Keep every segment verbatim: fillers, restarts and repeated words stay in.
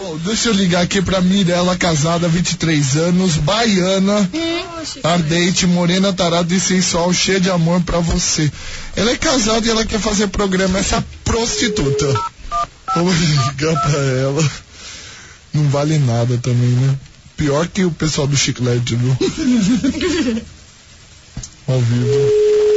Bom, deixa eu ligar aqui pra Mirella, casada, vinte e três anos, baiana, hum, ardente, morena, tarada e sensual, cheia de amor pra você. Ela é casada e ela quer fazer programa, essa prostituta. Vamos ligar pra ela. Não vale nada também, né? Pior que o pessoal do Chiclete, viu? Ao vivo.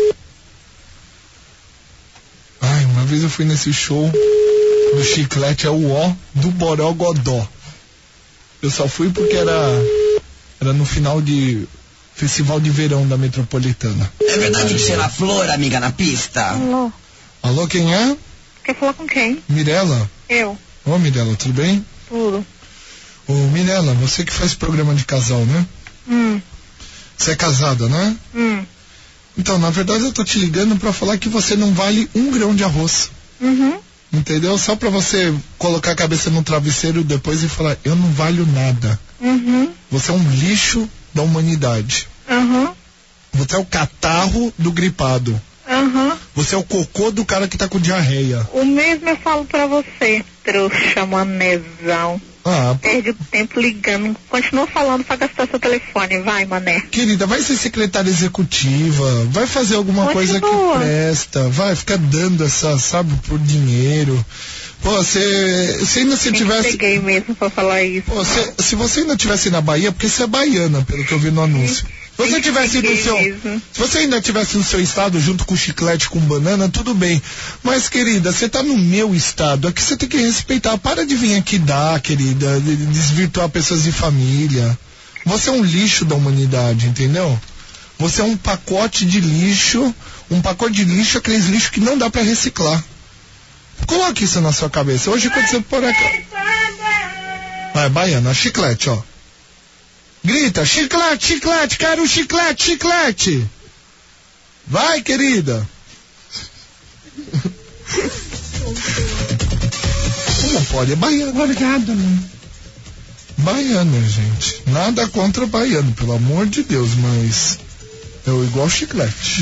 Ai, uma vez eu fui nesse show do Chiclete, é o ó do Borogodó. Eu só fui porque era era no final de festival de verão da Metropolitana. É verdade que cheira a flor, amiga, na pista? Alô? Alô, quem é? Quer falar com quem? Mirella? Eu. Ô, Mirella, tudo bem? Tudo. Ô, Mirella, você que faz programa de casal, né? Hum. Você é casada, né? Hum. Então, na verdade, eu tô te ligando pra falar que você não vale um grão de arroz. Uhum. Entendeu? Só pra você colocar a cabeça no travesseiro depois e falar, eu não valho nada. Uhum. Você é um lixo da humanidade. Uhum. Você é o catarro do gripado. Uhum. Você é o cocô do cara que tá com diarreia. O mesmo eu falo pra você, trouxa, manezão. Ah, Perde o tempo ligando. Continua falando pra gastar seu telefone. Vai, mané. querida, vai ser secretária executiva, vai fazer alguma Continua. coisa que presta, vai ficar dando essa, sabe, por dinheiro. Pô, você, se ainda se Quem tivesse... peguei mesmo pra falar isso. Pô, se, se você ainda tivesse na Bahia, porque você é baiana, pelo que eu vi no anúncio. Se você tivesse no seu, mesmo. se você ainda tivesse no seu estado junto com Chiclete, com banana, tudo bem. Mas, querida, você tá no meu estado, aqui você tem que respeitar. Para de vir aqui dar, querida, de- de desvirtuar pessoas de família. Você é um lixo da humanidade, entendeu? Você é um pacote de lixo, um pacote de lixo, aqueles lixos que não dá pra reciclar. Coloque isso na sua cabeça. Hoje, quando você pôr aqui... Vai, baiana, Chiclete, ó. Grita, chiclete, chiclete, quero chiclete, chiclete. Vai, querida. Como pode? É baiano. Obrigado, né? Baiano, gente. Nada contra baiano, pelo amor de Deus, mas... Eu igual chiclete.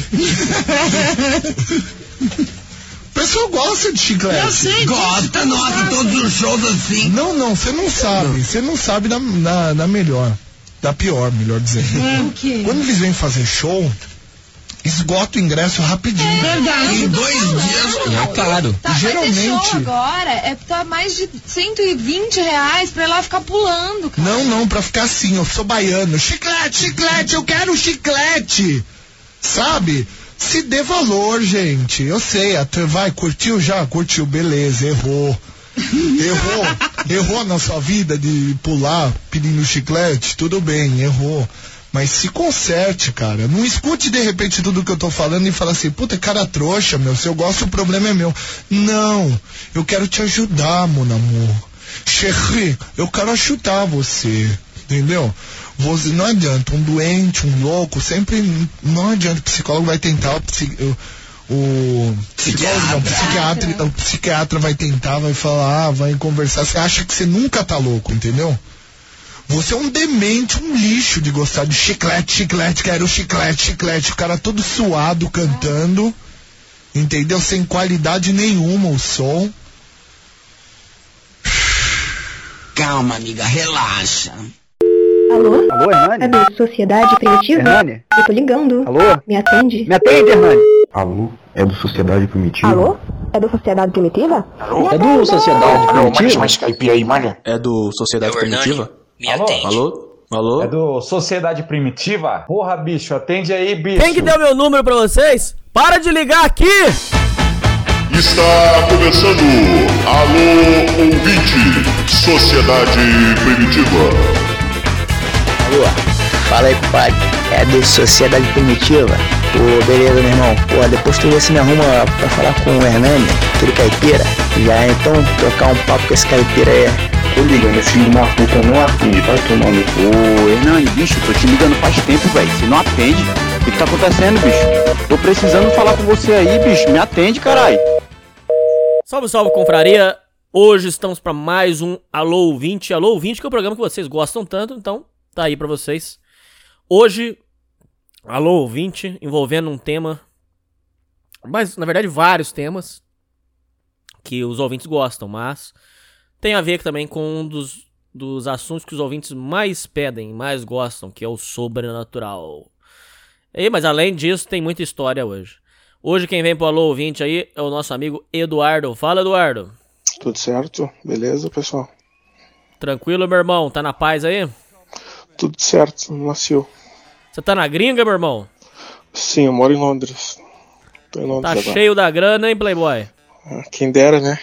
O pessoal gosta de chiclete. Eu sei. Gosta, nossa, todos os shows assim. Não, não, você não sabe. Você não sabe da, da, da melhor. Da pior, melhor dizendo. É, o quê? Quando eles vêm fazer show, esgota o ingresso rapidinho. É verdade. Em dois dias. É caro. Tá, Geralmente- vai ter show agora, é tá mais de cento e vinte reais pra ir lá ficar pulando, cara. Não, não, pra ficar assim, eu sou baiano. Chiclete, chiclete, eu quero chiclete. Sabe? Se dê valor, gente. Eu sei, até vai, curtiu já? Curtiu, beleza, errou. Errou, errou na sua vida de pular pedindo chiclete, tudo bem, errou. Mas se conserte, cara. Não escute de repente tudo que eu tô falando e fala assim, puta, cara trouxa, meu, se eu gosto o problema é meu. Não, eu quero te ajudar, mon amor. Chérie, eu quero ajudar você, entendeu? Você, não adianta, um doente, um louco, sempre, não adianta, o psicólogo vai tentar, o, psi, o, o psicólogo, não, o psiquiatra, o psiquiatra vai tentar, vai falar, vai conversar, você acha que você nunca tá louco, entendeu? Você é um demente, um lixo de gostar de chiclete, chiclete, quero chiclete, chiclete, o cara todo suado cantando, entendeu? Sem qualidade nenhuma o som. Calma, amiga, relaxa. Alô? Alô, Hernani? É do Sociedade Primitiva? Hernani? Eu tô ligando. Alô? Me atende? Me atende, Hernani. Alô? É do Sociedade Primitiva? Alô? É do Sociedade Primitiva? É do Sociedade Alô, mais Primitiva? mais Skype aí, malha. É do Sociedade É o Hernani. Primitiva? Me atende. Alô? Alô? É do Sociedade Primitiva? Porra, bicho, atende aí, bicho. Quem que deu meu número pra vocês? Para de ligar aqui! Está começando Alô Ouvinte, Sociedade Primitiva. Alô, fala aí, compadre. É do Sociedade Primitiva? Pô, beleza, meu irmão. Pô, depois tu vê se me arruma pra falar com o Hernani, aquele caipira. Já então trocar um papo com esse caipira aí. Tô ligando, esse filho de uma puta não atende, vai tomar no cu. Ô, Hernani, bicho, tô te ligando faz tempo, velho. Se não atende, o que, que tá acontecendo, bicho? Tô precisando falar com você aí, bicho. Me atende, caralho. Salve, salve, confraria. Hoje estamos pra mais um Alô Ouvinte. Alô Ouvinte, que é o programa que vocês gostam tanto, então tá aí pra vocês. Hoje, Alô Ouvinte, envolvendo um tema, mas na verdade vários temas que os ouvintes gostam, mas tem a ver também com um dos, dos assuntos que os ouvintes mais pedem, mais gostam, que é o sobrenatural. E, mas além disso, tem muita história hoje. Hoje quem vem pro Alô Ouvinte aí é o nosso amigo Eduardo. Fala, Eduardo. Tudo certo? Beleza, pessoal? Tranquilo, meu irmão? Tá na paz aí? Tudo certo, macio. Você tá na gringa, meu irmão? Sim, eu moro em Londres. Tô em Londres tá agora. Cheio da grana, hein, Playboy? Quem dera, né?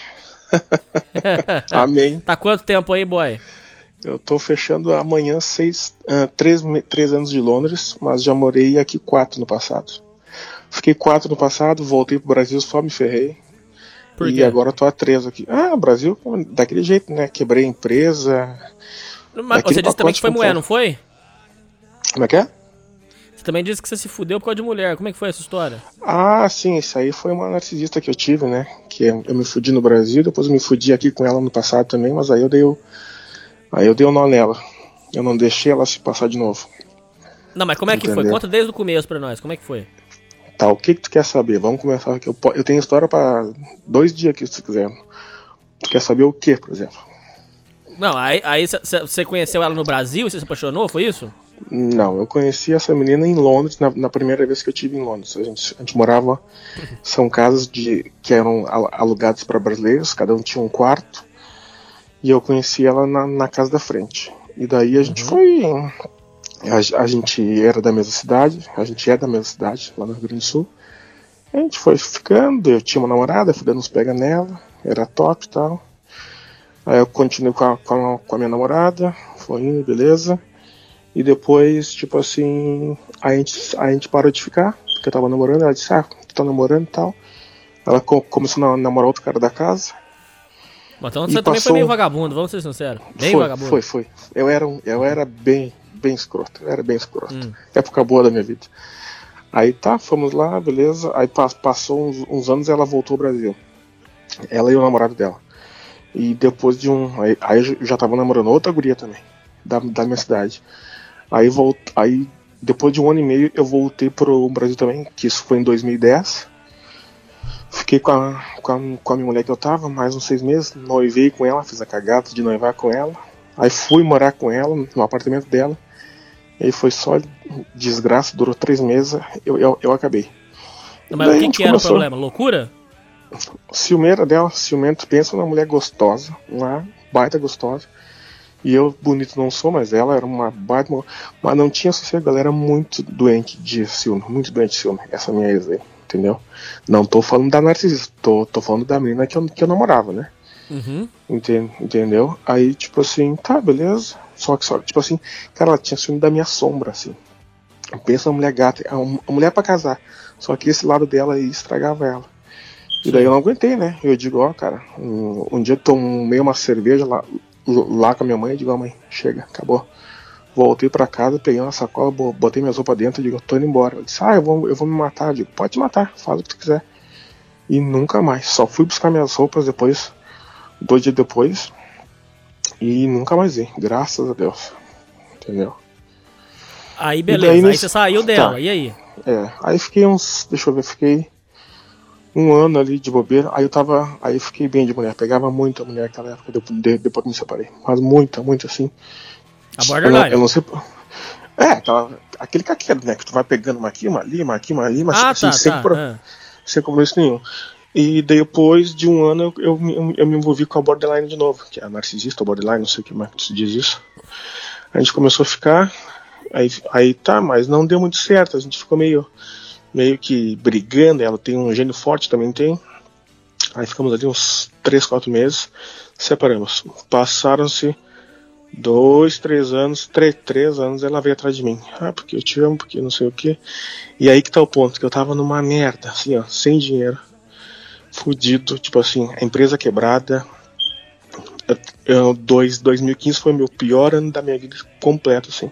Amém. Tá quanto tempo aí, boy? Eu tô fechando amanhã seis, uh, três, três anos de Londres, mas já morei aqui quatro no passado. Fiquei quatro no passado, voltei pro Brasil, só me ferrei. Por e quê? agora tô a três aqui. Ah, Brasil, daquele jeito, né? Quebrei a empresa. Mas você disse também que foi mulher, não foi? Como é que é? Você também disse que você se fudeu por causa de mulher. Como é que foi essa história? Ah, sim, isso aí foi uma narcisista que eu tive, né? Que eu me fudi no Brasil, depois eu me fudi aqui com ela no passado também, mas aí eu dei o, aí eu dei o nó nela. Eu não deixei ela se passar de novo. Não, mas como é que Entendeu? foi? Conta desde o começo pra nós. Como é que foi? Tá, o que que tu quer saber? Vamos começar aqui. Eu, eu tenho história pra dois dias aqui, se tu quiser. Tu quer saber o que, por exemplo? Não, aí, aí você conheceu ela no Brasil e você se apaixonou, foi isso? Não, eu conheci essa menina em Londres, na, na primeira vez que eu estive em Londres. A gente, a gente morava, são casas de, que eram alugadas para brasileiros, cada um tinha um quarto, e eu conheci ela na, na casa da frente. E daí a gente uhum. foi, a, a gente era da mesma cidade, a gente é da mesma cidade, lá no Rio Grande do Sul. A gente foi ficando, eu tinha uma namorada, fui dando uns pega nela, era top e tal. Aí eu continuei com a, com a, com a minha namorada, foi indo, beleza. E depois, tipo assim, a gente, a gente parou de ficar, porque eu tava namorando, ela disse, ah, tu tá namorando e tal. Ela co- começou a namorar outro cara da casa. Mas então você também foi meio vagabundo, vamos ser sinceros. Bem foi, vagabundo. Foi, foi. Eu era, um, eu era bem, bem escroto, eu era bem escroto. Hum. Época boa da minha vida. Aí tá, fomos lá, beleza. Aí passou uns, uns anos e ela voltou ao Brasil. Ela e o namorado dela. E depois de um... Aí, aí eu já tava namorando outra guria também, da, da minha cidade. Aí, volt, aí, depois de um ano e meio, eu voltei pro Brasil também, que isso foi em dois mil e dez. Fiquei com a, com a, com a minha mulher que eu tava, mais uns seis meses, noivei com ela, fiz a cagada de noivar com ela. Aí fui morar com ela, no apartamento dela. E aí foi só desgraça, durou três meses, eu, eu, eu acabei. Mas o que, que era o problema? Loucura? Ciumeira dela, ciumento, pensa numa mulher gostosa, uma baita gostosa. E eu, bonito não sou, mas ela era uma baita... Mas não tinha sossego, ela era muito doente de ciúme, muito doente de ciúme, essa minha ex aí, entendeu? Não tô falando da narcisista, tô, tô falando da menina que eu, que eu namorava, né? Uhum. Entende, entendeu? Aí, tipo assim, tá, beleza. Só que, só, tipo assim, cara, ela tinha ciúme da minha sombra, assim. Pensa uma mulher gata, uma mulher pra casar. Só que esse lado dela aí estragava ela. E daí eu não aguentei, né? Eu digo, ó, cara, um, um dia eu tomei uma cerveja lá... lá com a minha mãe, eu digo, ó, mãe, chega, acabou. Voltei pra casa, peguei uma sacola, botei minhas roupas dentro e digo, tô indo embora. Eu disse, ah, eu vou, eu vou me matar. Eu digo, pode te matar, faz o que tu quiser. E nunca mais, só fui buscar minhas roupas depois, dois dias depois, e nunca mais vi, graças a Deus. Entendeu? Aí beleza, aí nesse... você saiu dela, tá. E aí? É, aí fiquei uns, deixa eu ver, fiquei um ano ali de bobeira, aí eu tava, aí eu fiquei bem de mulher, pegava muita mulher naquela época, depois, depois que me separei, mas muita, muita assim. A borderline? Eu não, eu não sei, é, aquela, aquele caqueiro, né, que tu vai pegando uma aqui, uma ali, uma aqui, uma ali, mas ah, assim, tá, sem, tá, pro, é. sem compromisso nenhum. E depois de um ano eu, eu, eu, eu me envolvi com a borderline de novo, que é a narcisista, ou borderline, não sei o que mais se diz isso. A gente começou a ficar, aí, aí tá, mas não deu muito certo, a gente ficou meio... meio que brigando, ela tem um gênio forte, também tem. Aí ficamos ali uns três, quatro meses, separamos. Passaram-se dois, três anos, três, três anos, ela veio atrás de mim. Ah, porque eu te amo, porque não sei o que. E aí que tá o ponto, que eu tava numa merda, assim, ó, sem dinheiro, fudido, tipo assim, a empresa quebrada. Eu, eu, dois, dois mil e quinze foi o meu pior ano da minha vida completo, assim.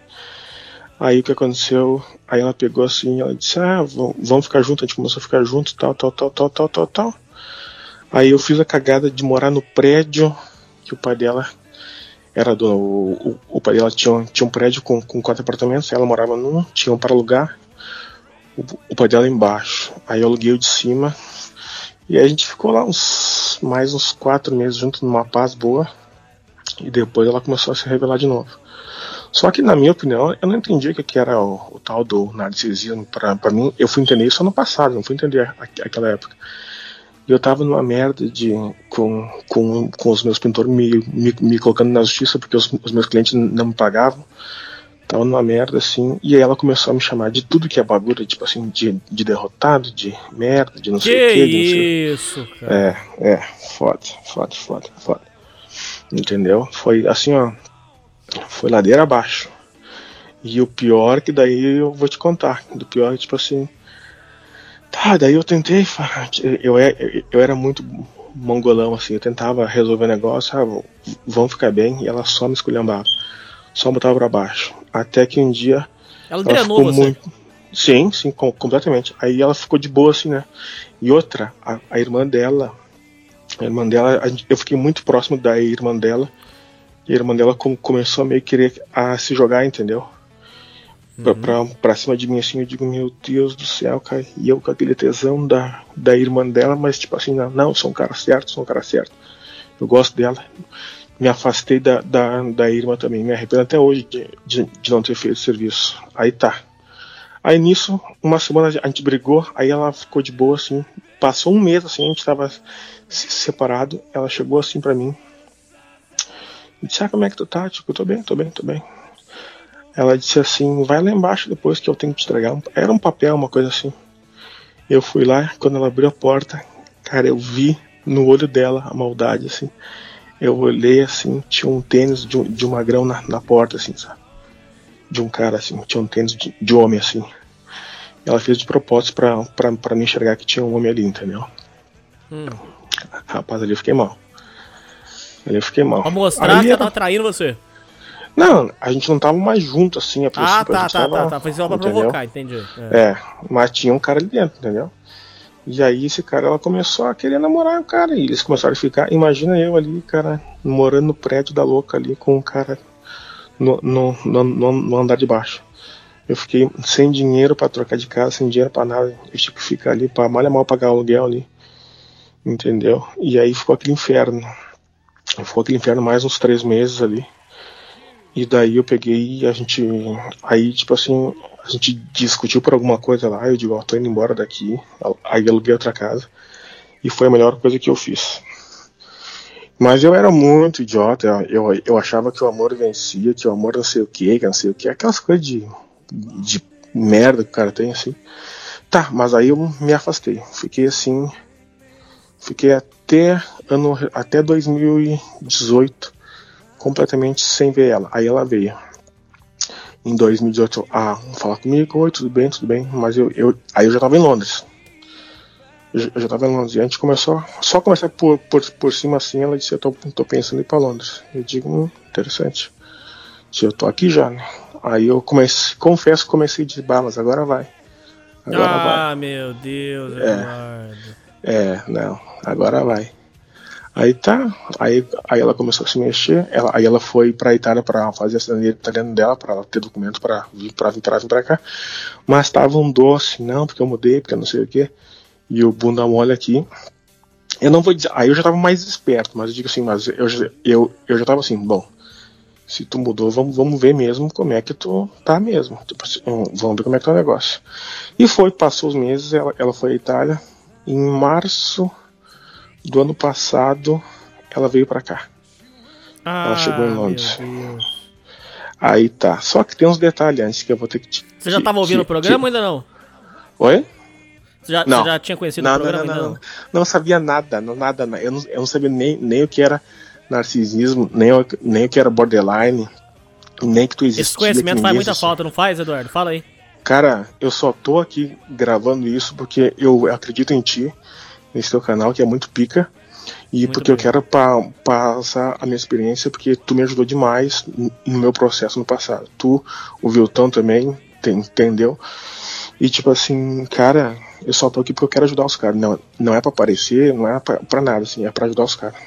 Aí o que aconteceu, aí ela pegou assim, ela disse, ah, vamos ficar juntos, a gente começou a ficar junto, tal, tal, tal, tal, tal, tal, tal. Aí eu fiz a cagada de morar no prédio, que o pai dela era do, o, o pai dela tinha, tinha um prédio com, com quatro apartamentos, ela morava num, tinha um para alugar, o, o pai dela embaixo. Aí eu aluguei o de cima, e aí a gente ficou lá uns, mais uns quatro meses juntos, numa paz boa, E depois ela começou a se revelar de novo. Só que, na minha opinião, eu não entendi o que, que era o, o tal do narcisismo. Pra, pra mim, eu fui entender isso ano passado, não fui entender a, aquela época. E eu tava numa merda de, com, com, com os meus pintores me, me, me colocando na justiça porque os, os meus clientes não me pagavam. Tava numa merda, assim. E aí ela começou a me chamar de tudo que é bagulho, tipo assim, de, de derrotado, de merda, de não que sei o que. isso, cara. É, é, foda, foda, foda, foda. Entendeu? Foi assim, ó. Foi ladeira abaixo. E o pior que daí eu vou te contar. Do pior, tipo assim. Tá, daí eu tentei. Eu, eu, eu era muito mongolão, assim. Eu tentava resolver o negócio. Ah, vão ficar bem. E ela só me esculhambava. Só botava pra baixo. Até que um dia. Ela drenou você? Muito... Sim, sim, com, completamente. Aí ela ficou de boa, assim, né? E outra, a, a irmã dela. A irmã dela, a, eu fiquei muito próximo da irmã dela. E a irmã dela com, começou a meio querer a se jogar, entendeu? Pra, uhum. pra, pra cima de mim, assim, eu digo, meu Deus do céu, cara. E eu com aquele tesão da, da irmã dela, mas tipo assim, não, não, sou um cara certo, sou um cara certo. Eu gosto dela. Me afastei da, da, da irmã também. Me arrependo até hoje de, de, de não ter feito serviço. Aí tá. Aí nisso, uma semana a gente brigou, aí ela ficou de boa, assim. Passou um mês, assim, a gente tava separado. Ela chegou assim pra mim. E disse, ah, como é que tu tá? Tipo, eu tô bem, tô bem, tô bem. Ela disse assim, vai lá embaixo depois que eu tenho que te entregar. Era um papel, uma coisa assim. Eu fui lá, quando ela abriu a porta, cara, eu vi no olho dela a maldade, assim. Eu olhei, assim, tinha um tênis de um, de um magrão na, na porta, assim, sabe? De um cara, assim, tinha um tênis de, de homem, assim. Ela fez de propósito pra, pra, pra me enxergar que tinha um homem ali, entendeu? Hum. Rapaz, ali eu fiquei mal. Ali eu fiquei mal. Pra mostrar aí que ela tava traindo você. Não, a gente não tava mais junto, assim, a princípio. Ah, tá, a gente tá, tava, tá, tá. Foi só pra entendeu? provocar, entendi. É. é, mas tinha um cara ali dentro, entendeu? E aí esse cara, ela começou a querer namorar o cara, e eles começaram a ficar, imagina eu ali, cara, morando no prédio da louca ali, com um cara no, no, no, no, no andar de baixo. Eu fiquei sem dinheiro pra trocar de casa, sem dinheiro pra nada, eu tive que ficar ali, pra mal e mal pagar o aluguel ali, entendeu? E aí ficou aquele inferno, ficou aquele inferno mais uns três meses ali. E daí eu peguei e a gente, aí tipo assim, a gente discutiu por alguma coisa lá, eu digo, ó, oh, tô indo embora daqui, aí eu aluguei outra casa, e foi a melhor coisa que eu fiz. Mas eu era muito idiota, eu, eu achava que o amor vencia, que o amor não sei o que, que não sei o que, aquelas coisas de, de merda que o cara tem, assim. Tá, mas aí eu me afastei, fiquei assim, fiquei até, ano, até dois mil e dezoito, completamente sem ver ela. Aí ela veio em dois mil e dezoito, ah, falar comigo, oi, tudo bem, tudo bem, mas eu, eu aí eu já tava em Londres, eu, eu já tava em Londres, e a gente começou, só começar por, por, por cima assim, ela disse, eu tô, tô pensando em ir pra Londres, eu digo, hum, interessante, disse, eu tô aqui já, né, aí eu comecei, confesso que comecei de balas, agora vai, agora ah, vai. Ah, meu Deus, é, Eduardo. É, não, agora vai. Aí tá, aí, aí ela começou a se mexer, ela, aí ela foi pra Itália pra fazer a cidadania italiana dela, pra ela ter documento pra vir pra, vir pra, vir pra cá, mas tava um doce, não, porque eu mudei, porque eu não sei o que, e o bunda mole aqui, eu não vou dizer, aí eu já tava mais esperto, mas eu digo assim, mas eu, eu, eu já tava assim, bom, se tu mudou, vamos, vamos ver mesmo como é que tu tá mesmo, tipo assim, vamos ver como é que tá o negócio. E foi, passou os meses, ela, ela foi à Itália, em março do ano passado, ela veio pra cá. Ah, ela chegou em Londres. Aí tá. Só que tem uns detalhes antes que eu vou ter que te. Você já tava ouvindo te, o programa te... ou ainda não? Oi? Você já, você já tinha conhecido não, o programa? Não, não, ainda não. Não, não sabia nada, não, nada. Eu não, eu não sabia nem, nem o que era narcisismo, nem, o, nem o que era borderline, nem que tu existia. Esse conhecimento faz muita falta, não faz, Eduardo? Fala aí. Cara, eu só tô aqui gravando isso porque eu acredito em ti, nesse teu canal, que é muito pica, e muito porque bem. Eu quero pa passar a minha experiência, porque tu me ajudou demais no meu processo no passado. Tu, o Viltão também, tem, entendeu? E tipo assim, cara, eu só tô aqui porque eu quero ajudar os caras. Não, não é pra aparecer, não é pra, pra nada, assim, é pra ajudar os caras.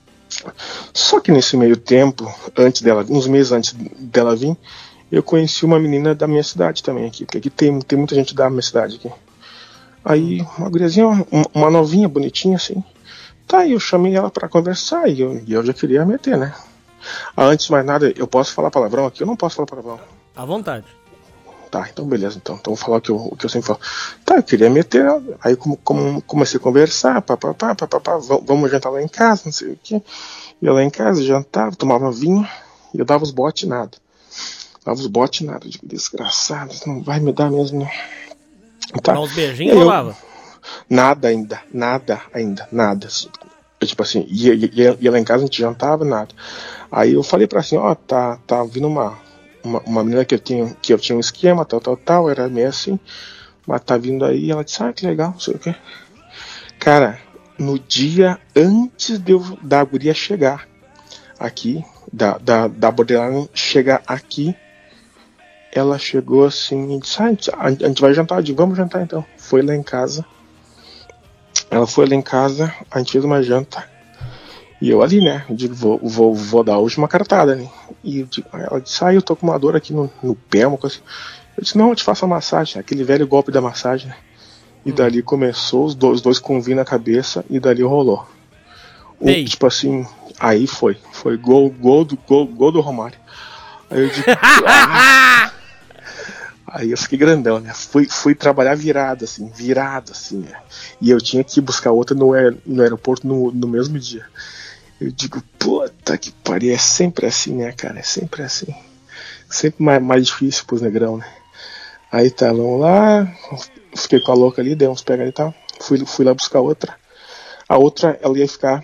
Só que nesse meio tempo, antes dela, uns meses antes dela vir, eu conheci uma menina da minha cidade também aqui, porque aqui tem, tem muita gente da minha cidade aqui. Aí, uma guriazinha, uma novinha, bonitinha, assim. Tá, aí eu chamei ela pra conversar e eu, e eu já queria meter, né? Ah, antes de mais nada, eu posso falar palavrão aqui? Eu não posso falar palavrão. À vontade. Tá, então beleza, então. Então vou falar o que eu, o que eu sempre falo. Tá, eu queria meter, aí como, como comecei a conversar, papapá, papapá, vamos jantar lá em casa, não sei o que. Ia lá em casa, jantava, tomava vinho, e eu dava os botes nada. Dava os botes nada, eu digo, desgraçado, não vai me dar mesmo, não. Tá. Dá uns beijinhos ou rolava? Nada ainda, nada ainda, nada. Eu, tipo assim, ia, ia, ia lá em casa, a gente jantava, nada. Aí eu falei pra assim, ó, tá, tá vindo uma, uma, uma menina que eu, tinha, que eu tinha um esquema, tal, tal, tal, era meio assim, mas tá vindo aí, ela disse, ah, que legal, não sei o que. Cara, no dia antes de eu, da guria chegar aqui, da, da, da borderline chegar aqui, ela chegou assim e disse, ah, a gente vai jantar, eu digo, vamos jantar então. Foi lá em casa. Ela foi lá em casa, a gente fez uma janta. E eu ali, né? Eu digo, vou, vou, vou dar hoje uma cartada, né? E eu digo, ela disse, ah, eu tô com uma dor aqui no, no pé, uma coisa assim. Eu disse, não, eu te faço a massagem, aquele velho golpe da massagem, né? E hum. dali começou, os dois, os dois com vinho na cabeça, e dali rolou. O, tipo assim, aí foi. Foi gol, gol, do, gol, gol do Romário. Aí eu digo, ah. Aí eu fiquei grandão, né? Fui, fui trabalhar virado, assim, virado, assim, né? E eu tinha que buscar outra no, aer, no aeroporto no, no mesmo dia. Eu digo, puta que pariu, é sempre assim, né, cara? É sempre assim. Sempre mais, mais difícil pros negrão, né? Aí tá, vamos lá, fiquei com a louca ali, dei uns pega ali e tal. Fui, fui lá buscar outra. A outra, ela ia ficar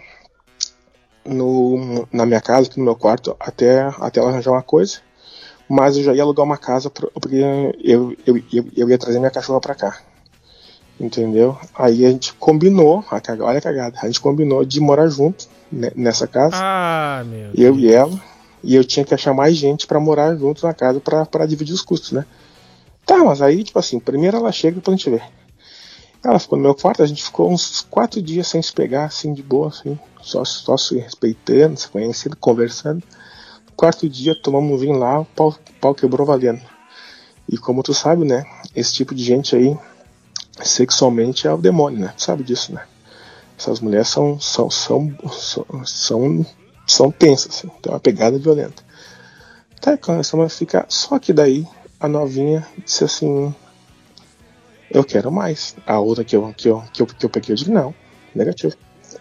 no, na minha casa, aqui no meu quarto, até, até ela arranjar uma coisa. Mas eu já ia alugar uma casa porque eu, eu, eu, eu ia trazer minha cachorra pra cá. Entendeu? Aí a gente combinou, a cagada, olha a cagada, a gente combinou de morar junto, né, nessa casa. Ah, meu eu Deus. E ela. E eu tinha que achar mais gente pra morar junto na casa pra, pra dividir os custos, né? Tá, mas aí, tipo assim, primeiro ela chega e depois a gente vê. Ela ficou no meu quarto, a gente ficou uns quatro dias sem se pegar, assim, de boa, assim. Só, só se respeitando, se conhecendo, conversando. Quarto dia, tomamos um vinho lá, o pau, pau quebrou valendo. E como tu sabe, né, esse tipo de gente aí, sexualmente é o demônio, né, tu sabe disso, né. Essas mulheres são, são, são, são, são, são tensas, assim, tem uma pegada violenta. Tá, começamos a ficar, só que daí a novinha disse assim, eu quero mais. A outra que eu, que eu, que eu, que eu peguei, eu digo, não, negativo.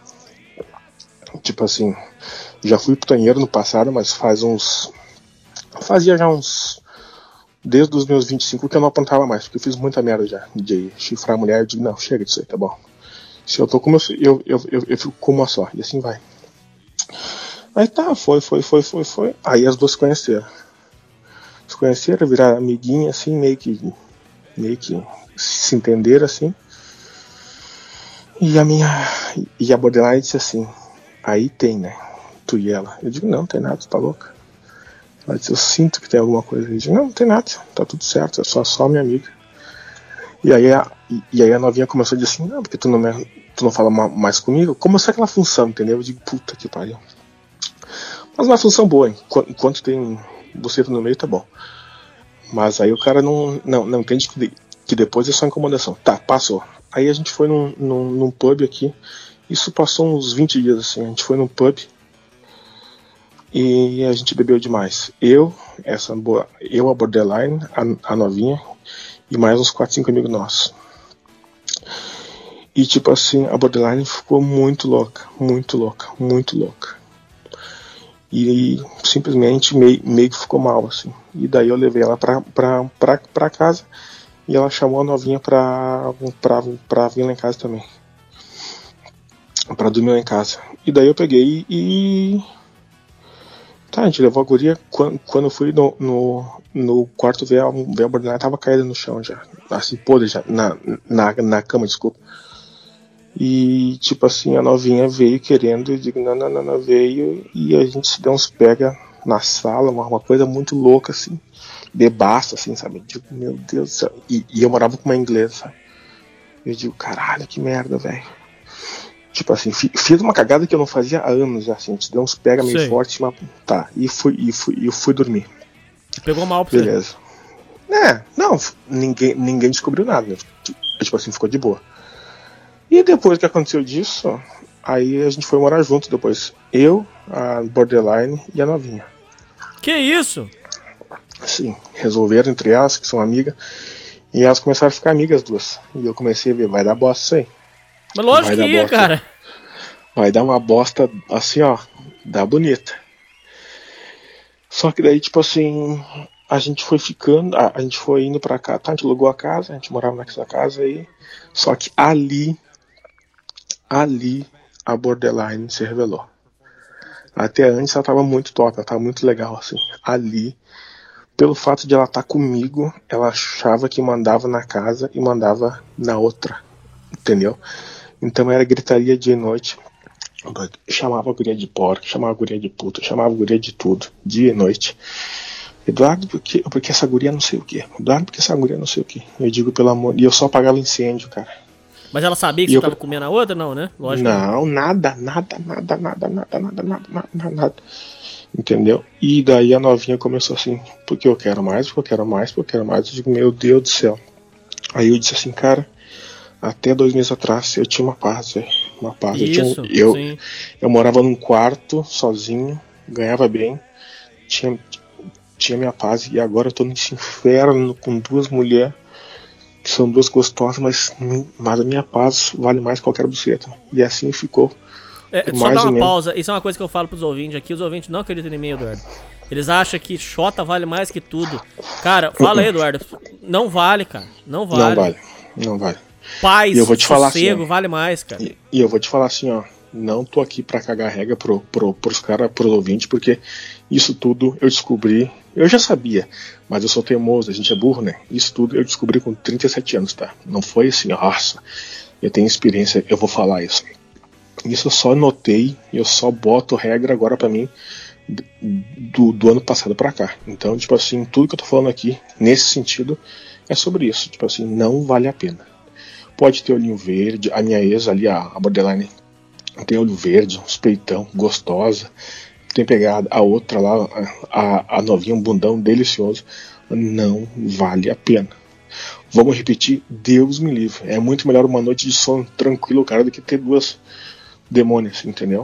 Tipo assim, já fui putanheiro no passado, mas faz uns... Fazia já uns... Desde os meus vinte e cinco que eu não apontava mais, porque eu fiz muita merda já, de chifrar a mulher. Eu digo, não, chega disso aí, tá bom. Se eu tô com uma, eu, eu, eu, eu fico com uma só, e assim vai. Aí tá, foi, foi, foi, foi, foi. Aí as duas se conheceram. Se conheceram, viraram amiguinha, assim, meio que... Meio que se entenderam, assim. E a minha... E a borderline disse assim... Aí tem, né? Tu e ela. Eu digo, não, não tem nada, tu tá louca. Ela disse, eu sinto que tem alguma coisa. Eu digo, não, não tem nada, tá tudo certo, é só, só minha amiga. E aí, a, e aí a novinha começou a dizer assim, não, porque tu não, me, tu não fala mais comigo. Começou aquela função, entendeu? Eu digo, puta que pariu. Mas uma função boa, hein? Enquanto tem buceta no meio, tá bom. Mas aí o cara não, não, não entende que, que depois é só incomodação. Tá, passou. Aí a gente foi num, num, num pub aqui. Isso passou uns vinte dias, assim, a gente foi num pub e a gente bebeu demais. Eu, essa boa, eu, a borderline, a, a novinha e mais uns quatro, cinco amigos nossos. E tipo assim, a borderline ficou muito louca, muito louca, muito louca. E, e simplesmente meio, meio que ficou mal, assim. E daí eu levei ela pra, pra, pra, pra casa e ela chamou a novinha pra, pra, pra vir lá em casa também. Pra dormir lá em casa. E daí eu peguei e... Tá, a gente levou a guria. Quando, quando eu fui no, no, no quarto ver a, ver a borderline, tava caída no chão já. Assim, podre já. Na, na, na cama, desculpa. E tipo assim, a novinha veio querendo. Eu digo, não, não, não, não, veio. E a gente se deu uns pega na sala. Uma, uma coisa muito louca, assim. Bebaça, assim, sabe? Eu digo, meu Deus do céu. E, e eu morava com uma inglesa, sabe? Eu digo, caralho, que merda, velho. Tipo assim, fiz uma cagada que eu não fazia há anos já, assim, a gente deu uns pega meio Sei. forte, mas tá, e fui, e fui, e fui dormir. Pegou mal pra Beleza. Você. É, não, ninguém, ninguém descobriu nada, né? Tipo assim, ficou de boa. E depois que aconteceu disso, aí a gente foi morar junto depois. Eu, a borderline e a novinha. Que isso? Sim, resolveram entre elas, que são amigas, e elas começaram a ficar amigas duas. E eu comecei a ver, vai dar bosta isso aí. Mas lógico vai que ia, cara. Vai dar uma bosta assim, ó, dá bonita. Só que daí, tipo assim, a gente foi ficando, a, a gente foi indo pra cá, tá? A gente alugou a casa, a gente morava naquela casa aí. Só que ali, ali, a borderline se revelou. Até antes ela tava muito top, ela tava muito legal, assim. Ali, pelo fato de ela estar comigo, ela achava que mandava na casa e mandava na outra, entendeu? Então era gritaria dia e noite. Chamava a guria de porca, chamava a guria de puta, chamava a guria de tudo, dia e noite. Eduardo, porque, porque essa guria não sei o que. Eduardo, porque essa guria não sei o que. Eu digo, pelo amor. E eu só apagava incêndio, cara. Mas ela sabia que e você eu... tava comendo a outra, não, né? Lógico. Não, nada, nada, nada, nada, nada, nada, nada, nada, nada. Entendeu? E daí a novinha começou assim, porque eu quero mais, porque eu quero mais, porque eu quero mais. Eu digo, meu Deus do céu. Aí eu disse assim, cara, até dois meses atrás eu tinha uma paz, velho. Uma paz. Isso, eu, tinha, eu, sim. eu morava num quarto, sozinho, ganhava bem, tinha, tinha minha paz, e agora eu tô nesse inferno com duas mulheres, que são duas gostosas, mas, mas a minha paz vale mais que qualquer buceta. E assim ficou. É, só dar uma pausa, isso é uma coisa que eu falo pros ouvintes aqui, os ouvintes não acreditam em mim, Eduardo. Eles acham que Xota vale mais que tudo. Cara, fala aí, Eduardo. Não vale, cara. Não vale. Não vale, não vale. Paz, e eu vou te falar sossego, assim, vale mais, cara. E, e eu vou te falar assim, ó. Não tô aqui pra cagar regra pro, pro, pros caras, pros ouvintes, porque isso tudo eu descobri. Eu já sabia, mas eu sou teimoso, a gente é burro, né? Isso tudo eu descobri com trinta e sete anos, tá? Não foi assim, nossa, eu tenho experiência, eu vou falar isso. Isso eu só notei, eu só boto regra agora pra mim do, do ano passado pra cá. Então, tipo assim, tudo que eu tô falando aqui, nesse sentido, é sobre isso. Tipo assim, não vale a pena. Pode ter olhinho verde, a minha ex ali, a, a borderline, tem olho verde, uns peitão, gostosa. Tem pegado a outra lá, a, a novinha, um bundão delicioso. Não vale a pena. Vamos repetir, Deus me livre. É muito melhor uma noite de sono tranquilo, cara, do que ter duas demônios, entendeu?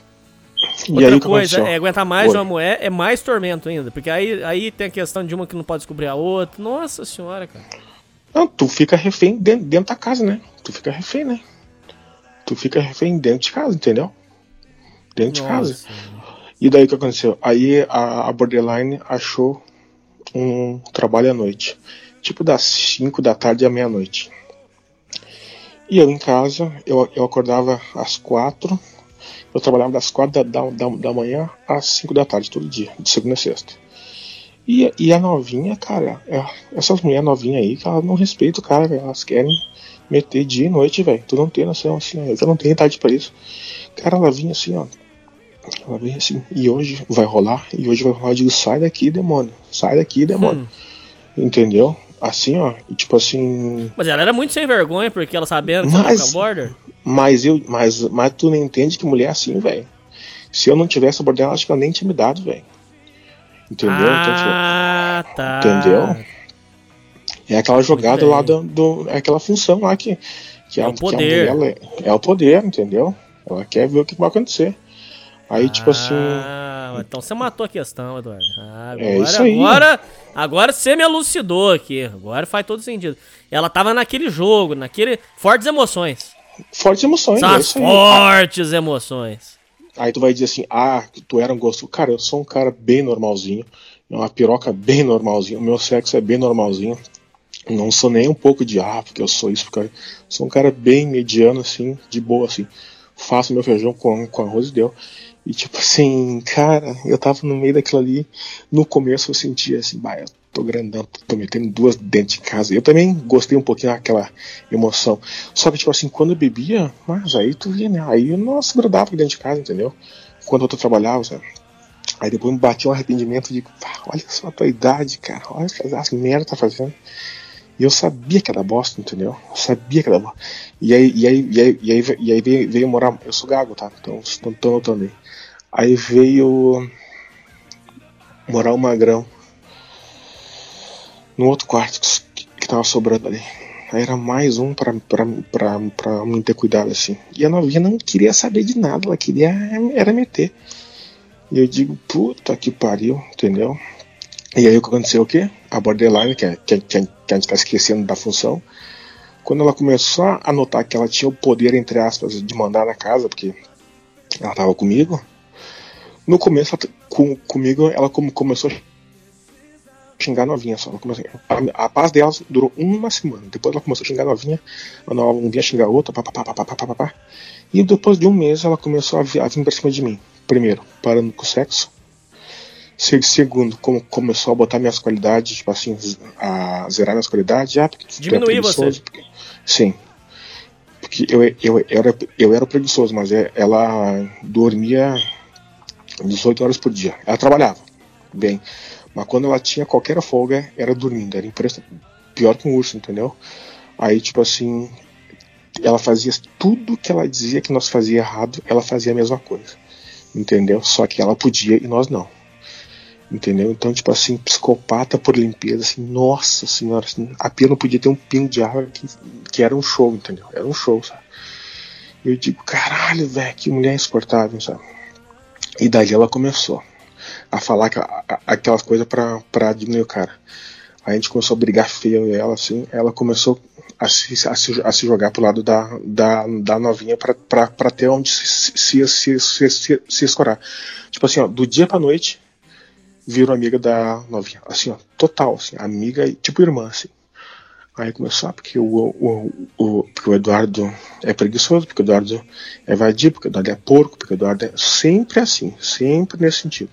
E outra aí, coisa, é aguentar mais Oi. de uma mulher é mais tormento ainda. Porque aí, aí tem a questão de uma que não pode descobrir a outra. Nossa senhora, cara. Não, tu fica refém dentro, dentro da casa, né? Tu fica refém, né? Tu fica refém dentro de casa, entendeu? Dentro Nossa. de casa. E daí o que aconteceu? Aí a, a borderline achou um trabalho à noite. Tipo das cinco da tarde à meia-noite. E eu em casa, eu, eu acordava às quatro. Eu trabalhava das quatro da, da, da manhã às cinco da tarde, todo dia, de segunda a sexta. E, e a novinha, cara, é, essas mulheres novinhas aí, que elas não respeitam o cara, véio, elas querem meter dia e noite, velho. Tu não tem noção, assim, eu não tenho idade pra isso. Cara, ela vinha assim, ó. Ela vinha assim, e hoje vai rolar, e hoje vai rolar, eu digo, sai daqui, demônio, sai daqui, demônio. Hum. Entendeu? Assim, ó, e tipo assim... Mas ela era muito sem vergonha, porque ela sabendo que mas, você tá border. Mas, eu, mas, mas tu não entende que mulher é assim, velho. Se eu não tivesse a border, acho que eu nem tinha me dado, velho. Entendeu? Ah, então, tá. Entendeu? É aquela jogada lá do, do... É aquela função lá que... que é a, o poder. Que a mulher, é o poder, entendeu? Ela quer ver o que vai acontecer. Aí, tipo ah, assim... Então você matou a questão, Eduardo. Ah, agora, é isso aí. Agora, agora você me elucidou aqui. Agora faz todo sentido. Ela tava naquele jogo, naquele... Fortes emoções. Fortes emoções, São é as isso aí. fortes emoções. Aí tu vai dizer assim, ah, tu era um gosto. Cara, eu sou um cara bem normalzinho. Uma piroca bem normalzinho. O meu sexo é bem normalzinho. Não sou nem um pouco de, ah, porque eu sou isso. Porque eu sou um cara bem mediano, assim, de boa, assim. Faço meu feijão com, com arroz e deu. E tipo assim, cara, eu tava no meio daquilo ali. No começo eu sentia assim, bah, eu tô grandão, tô metendo duas dentro de casa. Eu também gostei um pouquinho daquela emoção. Só que tipo assim, quando eu bebia, mas aí tu via, né? Aí eu não se grudava dentro de casa, entendeu? Quando eu trabalhava, sabe? Aí depois me batia um arrependimento de, olha só a tua idade, cara, olha as merda que tá fazendo. E eu sabia que era bosta, entendeu? Eu sabia que era bosta. E aí, e aí, e aí, e aí, e aí veio, veio morar. Eu sou gago, tá? Então não tô notando aí. Aí veio morar o Magrão no outro quarto que, que tava sobrando ali. Aí era mais um pra, pra, pra, pra me ter cuidado assim. E a novinha não queria saber de nada, ela queria era meter. E eu digo, puta que pariu, entendeu? E aí o que aconteceu o quê? A borderline, que, é, que, que, que a gente tá esquecendo da função, quando ela começou a notar que ela tinha o poder, entre aspas, de mandar na casa, porque ela tava comigo, no começo, com, comigo, ela come, começou a xingar a novinha só. Ela começou, a, a paz dela durou uma semana. Depois ela começou a xingar a novinha, a novinha xingar a outra, pá, pá, pá, pá, pá, pá, pá. E depois de um mês ela começou a vir, a vir pra cima de mim. Primeiro, parando com o sexo. Segundo, como começou a botar minhas qualidades, tipo assim, a zerar minhas qualidades. Ah, porque tu diminuir é você. Porque, sim. Porque eu, eu, eu, era, eu era preguiçoso, mas ela dormia dezoito horas por dia. Ela trabalhava bem, mas quando ela tinha qualquer folga, era dormindo. Era impressionante, pior que um urso, entendeu? Aí, tipo assim, ela fazia tudo que ela dizia que nós fazia errado, ela fazia a mesma coisa, entendeu? Só que ela podia e nós não, entendeu? Então, tipo assim, psicopata por limpeza, assim, nossa senhora, assim, a pia não podia ter um pingo de água que, que era um show, entendeu? Era um show, sabe? Eu digo, caralho, velho, que mulher insuportável, sabe? E daí ela começou a falar que, a, a, aquelas coisas pra, pra diminuir o cara. Aí a gente começou a brigar feio e ela, assim, ela começou a se, a se, a se jogar pro lado da, da, da novinha pra, pra, pra ter onde se, se, se, se, se, se escorar. Tipo assim, ó, do dia pra noite, virou amiga da novinha. Assim, ó, total, assim, amiga e tipo irmã, assim. Aí começou, ah, porque o, o, o, porque o Eduardo é preguiçoso, porque o Eduardo é vadio, porque o Eduardo é porco, porque o Eduardo é sempre assim, sempre nesse sentido.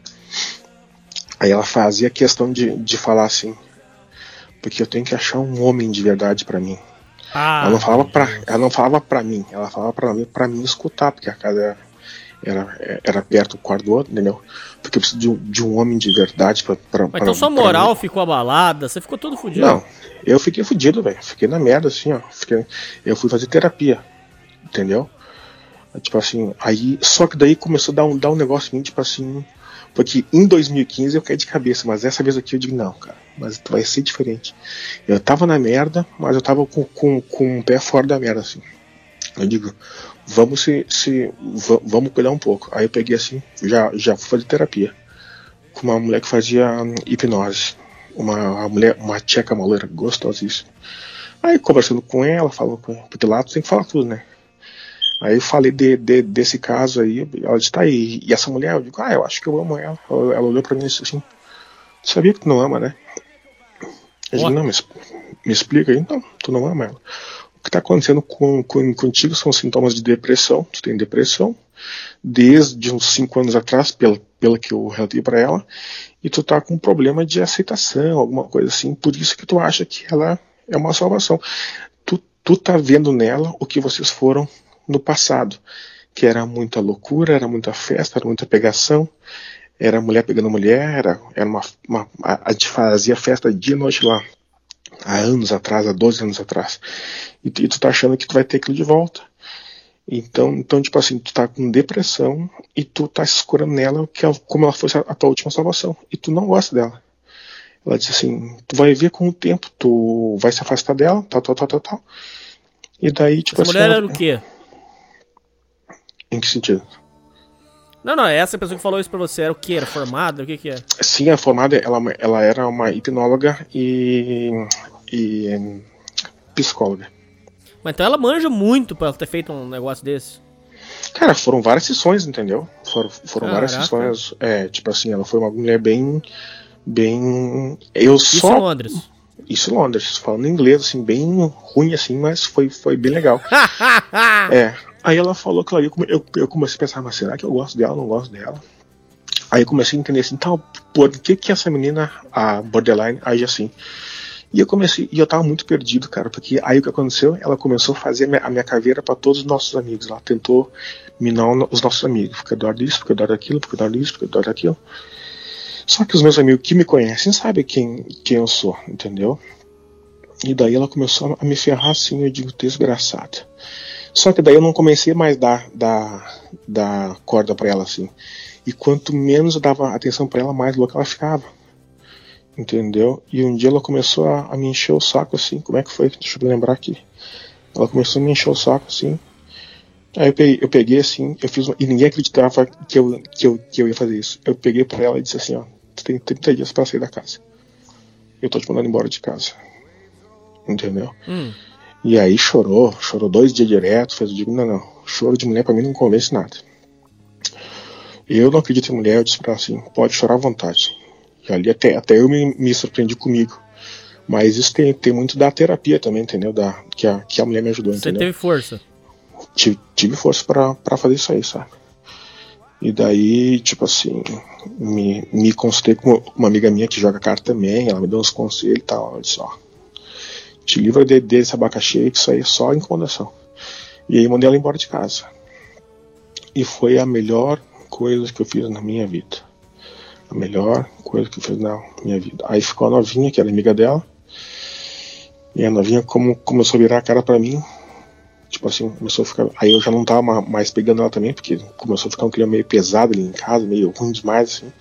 Aí ela fazia questão de, de falar assim, porque eu tenho que achar um homem de verdade pra mim. Ah, ela não falava pra, ela não falava pra mim, ela falava pra mim, pra mim escutar, porque a casa era, era, era perto do quarto do outro, entendeu? Porque eu preciso de um, de um homem de verdade pra, pra, Mas pra então sua moral ficou abalada, você ficou todo fudido. Não, eu fiquei fudido, velho. Fiquei na merda, assim, ó. Fiquei, eu fui fazer terapia, entendeu? Tipo assim, aí, só que daí começou a dar um, dar um negócio em mim, tipo assim, porque em dois mil e quinze eu caí de cabeça, mas dessa vez aqui eu digo, não, cara, mas vai ser diferente. Eu tava na merda, mas eu tava com, com, com o pé fora da merda, assim. Eu digo, vamos se, se vamos cuidar um pouco. Aí eu peguei assim, já, já fui fazer terapia com uma mulher que fazia hipnose. Uma, uma mulher, uma tcheca maleira, gostosíssima. Aí conversando com ela, falando com ela, porque lá tu tem que falar tudo, né? Aí eu falei de, de, desse caso aí, ela disse, tá aí, e essa mulher, eu digo, ah, eu acho que eu amo ela. Ela, ela olhou pra mim e disse assim, tu sabia que tu não ama, né? Eu digo, não, mas me explica aí, não, tu não ama ela. O que tá acontecendo com, com, contigo são sintomas de depressão, tu tem depressão, desde uns cinco anos atrás, pela, pela que eu relatei pra ela, e tu tá com um problema de aceitação, alguma coisa assim, por isso que tu acha que ela é uma salvação. Tu, tu tá vendo nela o que vocês foram no passado, que era muita loucura, era muita festa, era muita pegação, era mulher pegando mulher, era, era uma, uma, a gente fazia festa dia e noite lá, há anos atrás, há doze anos atrás, e, e tu tá achando que tu vai ter aquilo de volta. Então, então, tipo assim, tu tá com depressão e tu tá escurando nela que ela, como ela fosse a, a tua última salvação, e tu não gosta dela. Ela disse assim, tu vai ver com o tempo, tu vai se afastar dela, tal, tal, tal, tal, tal. E daí, tipo Essa assim... mulher ela... era o quê? Em que sentido? Não, não, essa pessoa que falou isso pra você era o quê? Era formada? O que que é? Sim, a formada, ela, ela era uma hipnóloga e, e psicóloga. Mas então ela manja muito pra ela ter feito um negócio desse. Cara, foram várias sessões, entendeu? Foram, foram Caraca. várias sessões. É, tipo assim, ela foi uma mulher bem... bem... Eu Isso só... em Londres? Isso em Londres, falando inglês, assim, bem ruim, assim, mas foi, foi bem legal. É... Aí ela falou que eu, eu, eu comecei a pensar, mas será que eu gosto dela, não gosto dela? Aí eu comecei a entender assim, tal, por que que essa menina, a borderline, age assim? E eu comecei, e eu tava muito perdido, cara, porque aí o que aconteceu, ela começou a fazer a minha, a minha caveira pra todos os nossos amigos, ela tentou minar os nossos amigos, porque eu adoro isso, porque eu adoro aquilo, porque eu adoro isso, porque eu adoro aquilo. Só que os meus amigos que me conhecem sabem quem, quem eu sou, entendeu? E daí ela começou a me ferrar assim, eu digo, desgraçada. Só que daí eu não comecei mais a dar, dar, dar corda pra ela assim. E quanto menos eu dava atenção pra ela, mais louca ela ficava. Entendeu? E um dia ela começou a, a me encher o saco assim. Como é que foi? Deixa eu me lembrar aqui. Ela começou a me encher o saco assim. Aí eu peguei, eu peguei assim, eu fiz uma, e ninguém acreditava que eu, que, eu, que eu ia fazer isso. Eu peguei pra ela e disse assim, ó, tu tem trinta dias pra sair da casa. Eu tô te mandando embora de casa. Entendeu? Hum. E aí chorou, chorou dois dias direto, fez, eu digo, não, não, choro de mulher pra mim não convence nada. Eu não acredito em mulher, eu disse pra ela assim, pode chorar à vontade. E ali até, até eu me, me surpreendi comigo. Mas isso tem, tem muito da terapia também, entendeu? Da, que, a, que a mulher me ajudou, Você entendeu? teve força? Tive, tive força pra, pra fazer isso aí, sabe? E daí, tipo assim, me, me consultei com uma amiga minha que joga carta também, ela me deu uns conselhos e tal, ela disse, ó, te livra de, desse abacaxi aí, que isso aí é só incomodação. E aí mandei ela embora de casa. E foi a melhor coisa que eu fiz na minha vida. A melhor coisa que eu fiz na minha vida. Aí ficou a novinha, que era amiga dela. E a novinha como, começou a virar a cara pra mim. Tipo assim, começou a ficar... Aí eu já não tava mais pegando ela também, porque começou a ficar um clima meio pesado ali em casa, meio ruim demais, assim.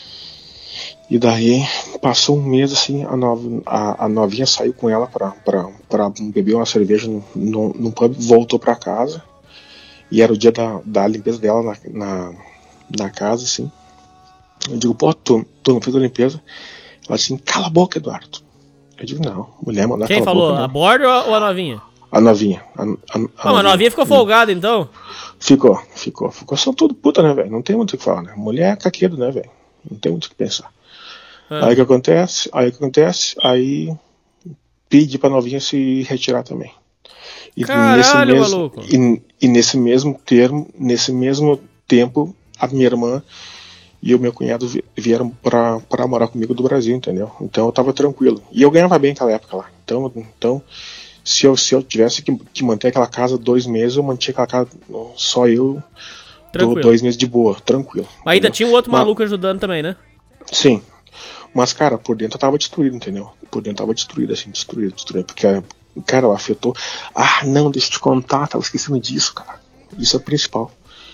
E daí, passou um mês, assim, a, nova, a, a novinha saiu com ela pra, pra, pra beber uma cerveja no, no, no pub, voltou pra casa. E era o dia da, da limpeza dela na, na, na casa, assim. Eu digo, pô, tu, tu não fez a limpeza? Ela disse assim, cala a boca, Eduardo. Eu digo, não, mulher mandar Quem cala falou, a boca, a bordo ou a novinha? A novinha. A, a, a ah, novinha. Mas a novinha ficou folgada, então? Ficou, ficou. Ficou só tudo puta, né, velho? Não tem muito o que falar, né? Mulher é caquedo, né, velho? Não tem muito o que pensar. Ah. Aí o que acontece? Aí o que acontece? Aí pedi pra novinha se retirar também. E Caralho, nesse mesmo, maluco. E, e nesse mesmo termo, nesse mesmo tempo, a minha irmã e o meu cunhado vieram pra, pra morar comigo do Brasil, entendeu? Então eu tava tranquilo. E eu ganhava bem naquela época lá. Então, então se, eu, se eu tivesse que, que manter aquela casa dois meses, eu mantinha aquela casa só eu, do, dois meses de boa, tranquilo. Mas ainda entendeu? tinha um outro Mas, maluco ajudando também, né? Sim. Mas, cara, por dentro eu tava destruído, entendeu? Por dentro eu tava destruído, assim, destruído, destruído. Porque, cara, ela afetou. Ah, não, deixa eu te contar, tava esquecendo disso, cara. Isso é o principal.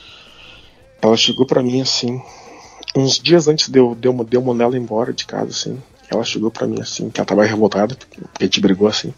Ela chegou pra mim, assim, uns dias antes de eu, de eu, de eu mandar ela embora de casa, assim. Ela chegou pra mim, assim, que ela tava revoltada, porque a gente brigou, assim.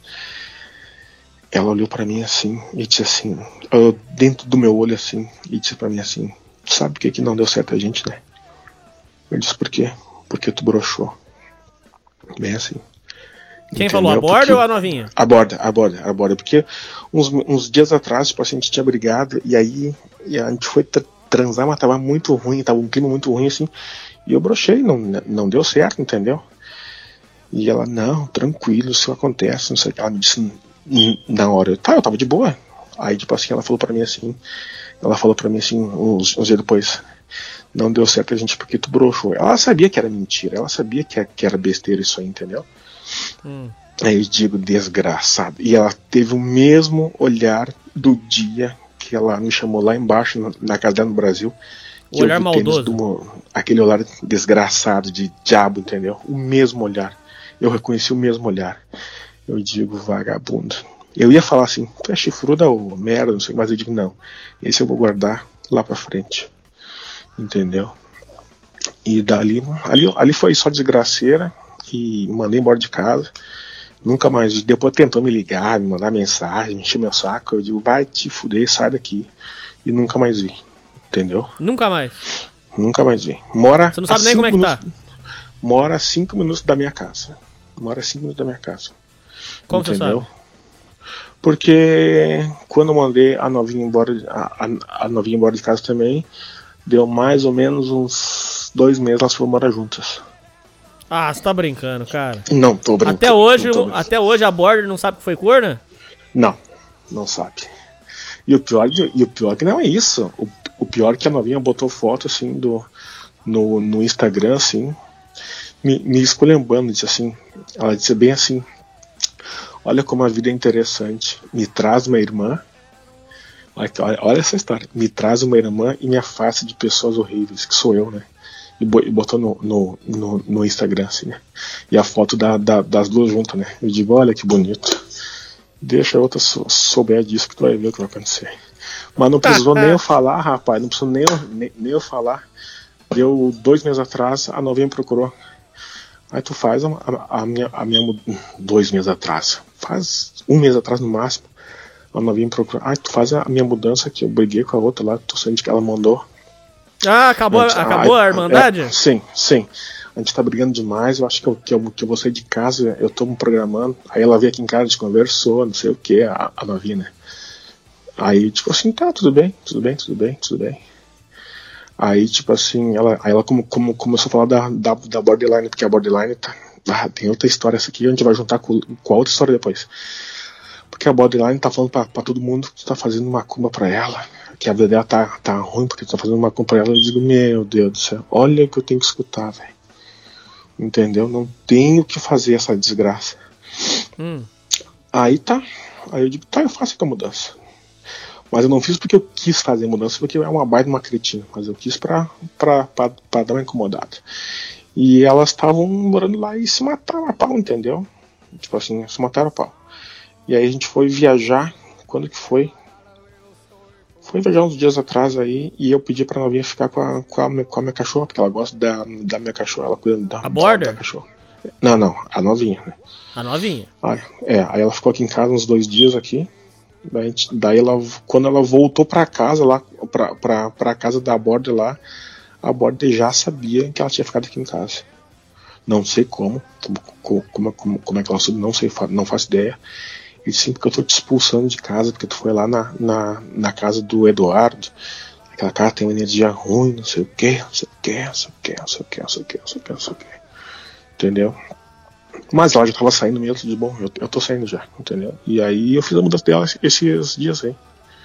Ela olhou pra mim, assim, e disse assim, eu, dentro do meu olho, assim, e disse pra mim, assim, sabe por que que não deu certo a gente, né? Eu disse, por quê? Porque tu broxou. Bem assim. Quem Entendeu? falou, a borda porque... ou a novinha? A borda, a borda, a borda. Porque uns, uns dias atrás, tipo assim, a gente tinha brigado, e aí e a gente foi tra transar, mas tava muito ruim, tava um clima muito ruim, assim, e eu brochei, não, não deu certo, entendeu? E ela, não, tranquilo, isso acontece, não sei o que. Ela me disse na hora, eu, tá, eu tava de boa. Aí, tipo assim, ela falou pra mim assim, ela falou pra mim assim, uns, uns dias depois, não deu certo a gente porque tu broxou. Ela sabia que era mentira, ela sabia que, que era besteira isso aí, entendeu? Hum. Aí eu digo, desgraçado. E ela teve o mesmo olhar do dia que ela me chamou lá embaixo, na, na casa dela no Brasil. O olhar maldoso. Do, aquele olhar desgraçado, de diabo, entendeu? O mesmo olhar. Eu reconheci o mesmo olhar. Eu digo, vagabundo. Eu ia falar assim, tu é chifruda ou merda, não sei, mas eu digo, não. Esse eu vou guardar lá pra frente. Entendeu? E dali, ali, ali foi só desgraceira. E mandei embora de casa. Nunca mais. Depois tentou me ligar, me mandar mensagem, me encher meu saco. Eu digo, vai te fuder, sai daqui. E nunca mais vi. Entendeu? Nunca mais. Nunca mais vi. Mora. Você não sabe nem como é que tá? Mora a cinco minutos da minha casa. Mora a cinco minutos da minha casa. Como entendeu? Você sabe? Porque quando eu mandei a novinha embora, a, a, a novinha embora de casa também, deu mais ou menos uns dois meses elas foram morar juntas. Ah, você tá brincando, cara. Não, tô brincando. Até hoje, até hoje a borda não sabe que foi corna? Não, não sabe. E o pior, e o pior que não é isso. O, o pior é que a novinha botou foto assim do, no, no Instagram, assim, me, me esculhambando, disse assim. Ela disse bem assim: olha como a vida é interessante. Me traz uma irmã. Olha, olha, olha essa história. Me traz uma irmã e me afasta de pessoas horríveis, que sou eu, né? E botou no, no, no, no Instagram, assim, né? E a foto da, da, das duas juntas, né? Eu digo, olha que bonito. Deixa a outra sou, souber disso que tu vai ver o que vai acontecer. Mas não precisou nem eu falar, rapaz. Não precisou nem eu, nem, nem eu falar. Deu dois meses atrás, a novinha me procurou. Aí tu faz a, a, a, minha, a minha. Dois meses atrás. Faz um mês atrás no máximo. A novinha procurou. Ah, tu faz a minha mudança aqui. Eu briguei com a outra lá, tô saindo que ela mandou. Ah, acabou, a gente, acabou ah, a Irmandade? É, sim, sim. A gente tá brigando demais, eu acho que eu, que, eu, que eu vou sair de casa, eu tô me programando. Aí ela veio aqui em casa, a gente conversou, não sei o que, a, a novinha, né? Aí, tipo assim, tá, tudo bem, tudo bem, tudo bem, tudo bem. Aí, tipo assim, ela, aí ela como, como, começou a falar da, da, da Borderline, porque a Borderline tá, ah, tem outra história, essa aqui a gente vai juntar com, com a outra história depois. Porque a Borderline tá falando pra, pra todo mundo que tu tá fazendo uma macumba pra ela, que a vida dela tá, tá ruim porque tu tá fazendo uma macumba pra ela. Eu digo, meu Deus do céu, olha o que eu tenho que escutar, velho. Entendeu? Não tenho que fazer essa desgraça. Hum. Aí tá, aí eu digo, tá, eu faço a mudança. Mas eu não fiz porque eu quis fazer a mudança, porque é uma baita, uma cretina. Mas eu quis pra, pra, pra, pra dar uma incomodada. E elas estavam morando lá e se mataram a pau, entendeu? Tipo assim, se mataram a pau. E aí a gente foi viajar. Quando que foi? Foi viajar uns dias atrás aí. E eu pedi pra novinha ficar com a, com a, minha, com a minha cachorra, porque ela gosta da, da minha cachorra. Ela cuida da, a Border? da, da cachorra. Não, não, a novinha, né? A novinha? Aí, é, aí ela ficou aqui em casa uns dois dias aqui. Daí, daí ela, quando ela voltou pra casa lá, pra, pra, pra casa da Border lá, a Border já sabia que ela tinha ficado aqui em casa. Não sei como, como, como, como, como é que ela soube, não sei, não faço ideia. E sim, porque eu tô te expulsando de casa, porque tu foi lá na, na, na casa do Eduardo. Aquela casa tem uma energia ruim, não sei o que, não sei o que, não sei o que, não sei o que, não sei o que, não sei o que, não sei o que. Entendeu? Mas ela já tava saindo mesmo, de bom, eu, eu tô saindo já, entendeu? E aí eu fiz a mudança dela esses dias aí.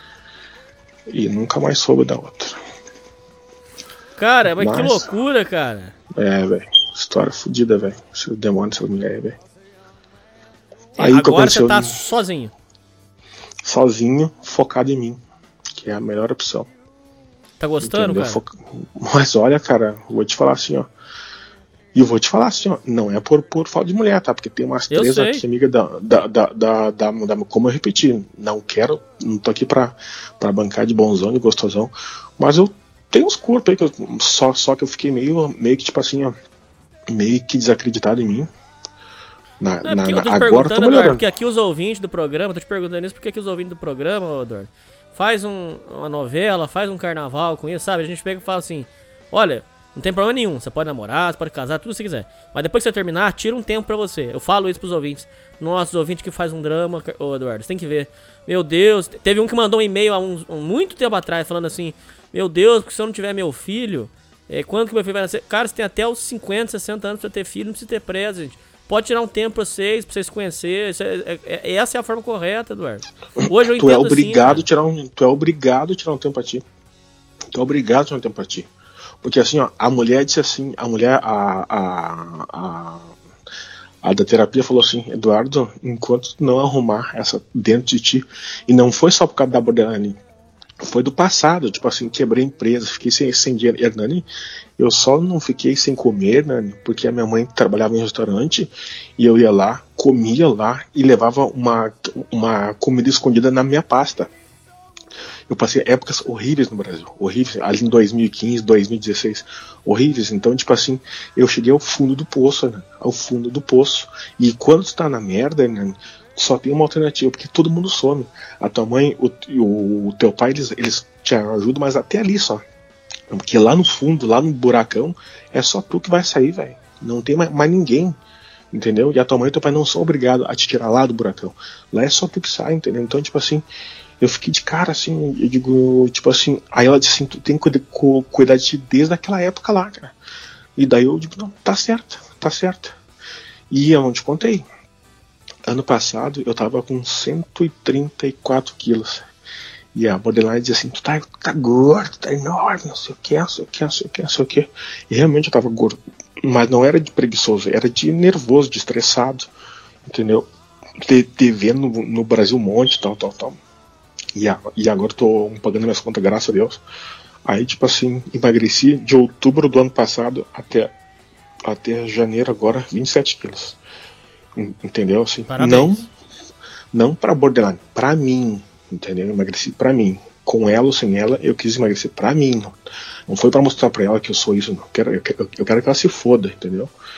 E nunca mais soube da outra. Cara, mas, mas... que Mas, loucura, cara. É, velho. História fodida, velho. Esse demônio, essa mulher, velho. Aí agora você tá sozinho. Sozinho, focado em mim. Que é a melhor opção. Tá gostando, entendeu? cara? Foca... Mas olha, cara, vou te falar assim, ó. E eu vou te falar assim, ó, não é por, por falta de mulher, tá? Porque tem umas eu três sei. aqui, amiga da, da, da, da, da, da. Como eu repeti, não quero, não tô aqui pra, pra bancar de bonzão, de gostosão. Mas eu tenho uns corpos aí, que eu, só, só que eu fiquei meio, meio que, tipo assim, ó, meio que desacreditado em mim. Na, não, na, eu tô te agora perguntando, tô melhorando. Eduardo, porque aqui os ouvintes do programa, tô te perguntando isso, porque aqui os ouvintes do programa, Eduardo, faz um, uma novela, faz um carnaval com isso, sabe? A gente pega e fala assim, olha, não tem problema nenhum, você pode namorar, você pode casar, tudo que você quiser. Mas depois que você terminar, tira um tempo pra você. Eu falo isso pros ouvintes. Nossos ouvintes que faz um drama, ô Eduardo, você tem que ver. Meu Deus, teve um que mandou um e-mail há um, um, muito tempo atrás, falando assim, meu Deus, porque se eu não tiver meu filho, é, quando que meu filho vai nascer? Cara, você tem até os cinquenta, sessenta anos pra ter filho, não precisa ter pressa, gente. Pode tirar um tempo pra vocês, pra vocês se conhecerem. É, é, é, essa é a forma correta, Eduardo. Hoje eu tu entendo é obrigado assim, tirar um, tu é obrigado a tirar um tempo pra ti. Tu é obrigado a tirar um tempo pra ti. Porque assim, ó, a mulher disse assim, a mulher, a, a, a, a da terapia falou assim, Eduardo, enquanto tu não arrumar essa dentro de ti, e não foi só por causa da Borderline, foi do passado, tipo assim, quebrei a empresa, fiquei sem, sem dinheiro, e, Nani, eu só não fiquei sem comer, Nani, porque a minha mãe trabalhava em restaurante, e eu ia lá, comia lá, e levava uma, uma comida escondida na minha pasta. Eu passei épocas horríveis no Brasil, horríveis, ali em dois mil e quinze, dois mil e dezesseis, horríveis. Então, tipo assim, eu cheguei ao fundo do poço, né? Ao fundo do poço. E quando tu tá na merda, né, só tem uma alternativa, porque todo mundo some. A tua mãe, o, o, o teu pai, eles, eles te ajudam, mas até ali só. Porque lá no fundo, lá no buracão, é só tu que vai sair, velho. Não tem mais, mais ninguém, entendeu? E a tua mãe e teu pai não são obrigados a te tirar lá do buracão. Lá é só tu que sai, entendeu? Então, tipo assim, eu fiquei de cara, assim, eu digo, tipo assim, aí ela disse assim, tu tem que cuidar de ti desde aquela época lá, cara. E daí eu digo, não, tá certo, tá certo. E eu não te contei. Ano passado eu tava com cento e trinta e quatro quilos. E a Borderline dizia assim, tu tá, tá gordo, tá enorme, não sei o que, não sei o que, não sei o que, não sei o que. E realmente eu tava gordo. Mas não era de preguiçoso, era de nervoso, de estressado, entendeu? De, de ver no, no Brasil um monte, tal, tal, tal. E, a, e agora eu tô pagando minhas contas, graças a Deus. Aí, tipo assim, emagreci de outubro do ano passado até, até janeiro agora, vinte e sete quilos. Entendeu? Assim, parabéns. Não, não pra Borderline, pra mim, entendeu? Eu emagreci pra mim. Com ela ou sem ela, eu quis emagrecer pra mim. Não, não foi pra mostrar pra ela que eu sou isso, não. Eu quero, eu, quero, eu quero que ela se foda, entendeu?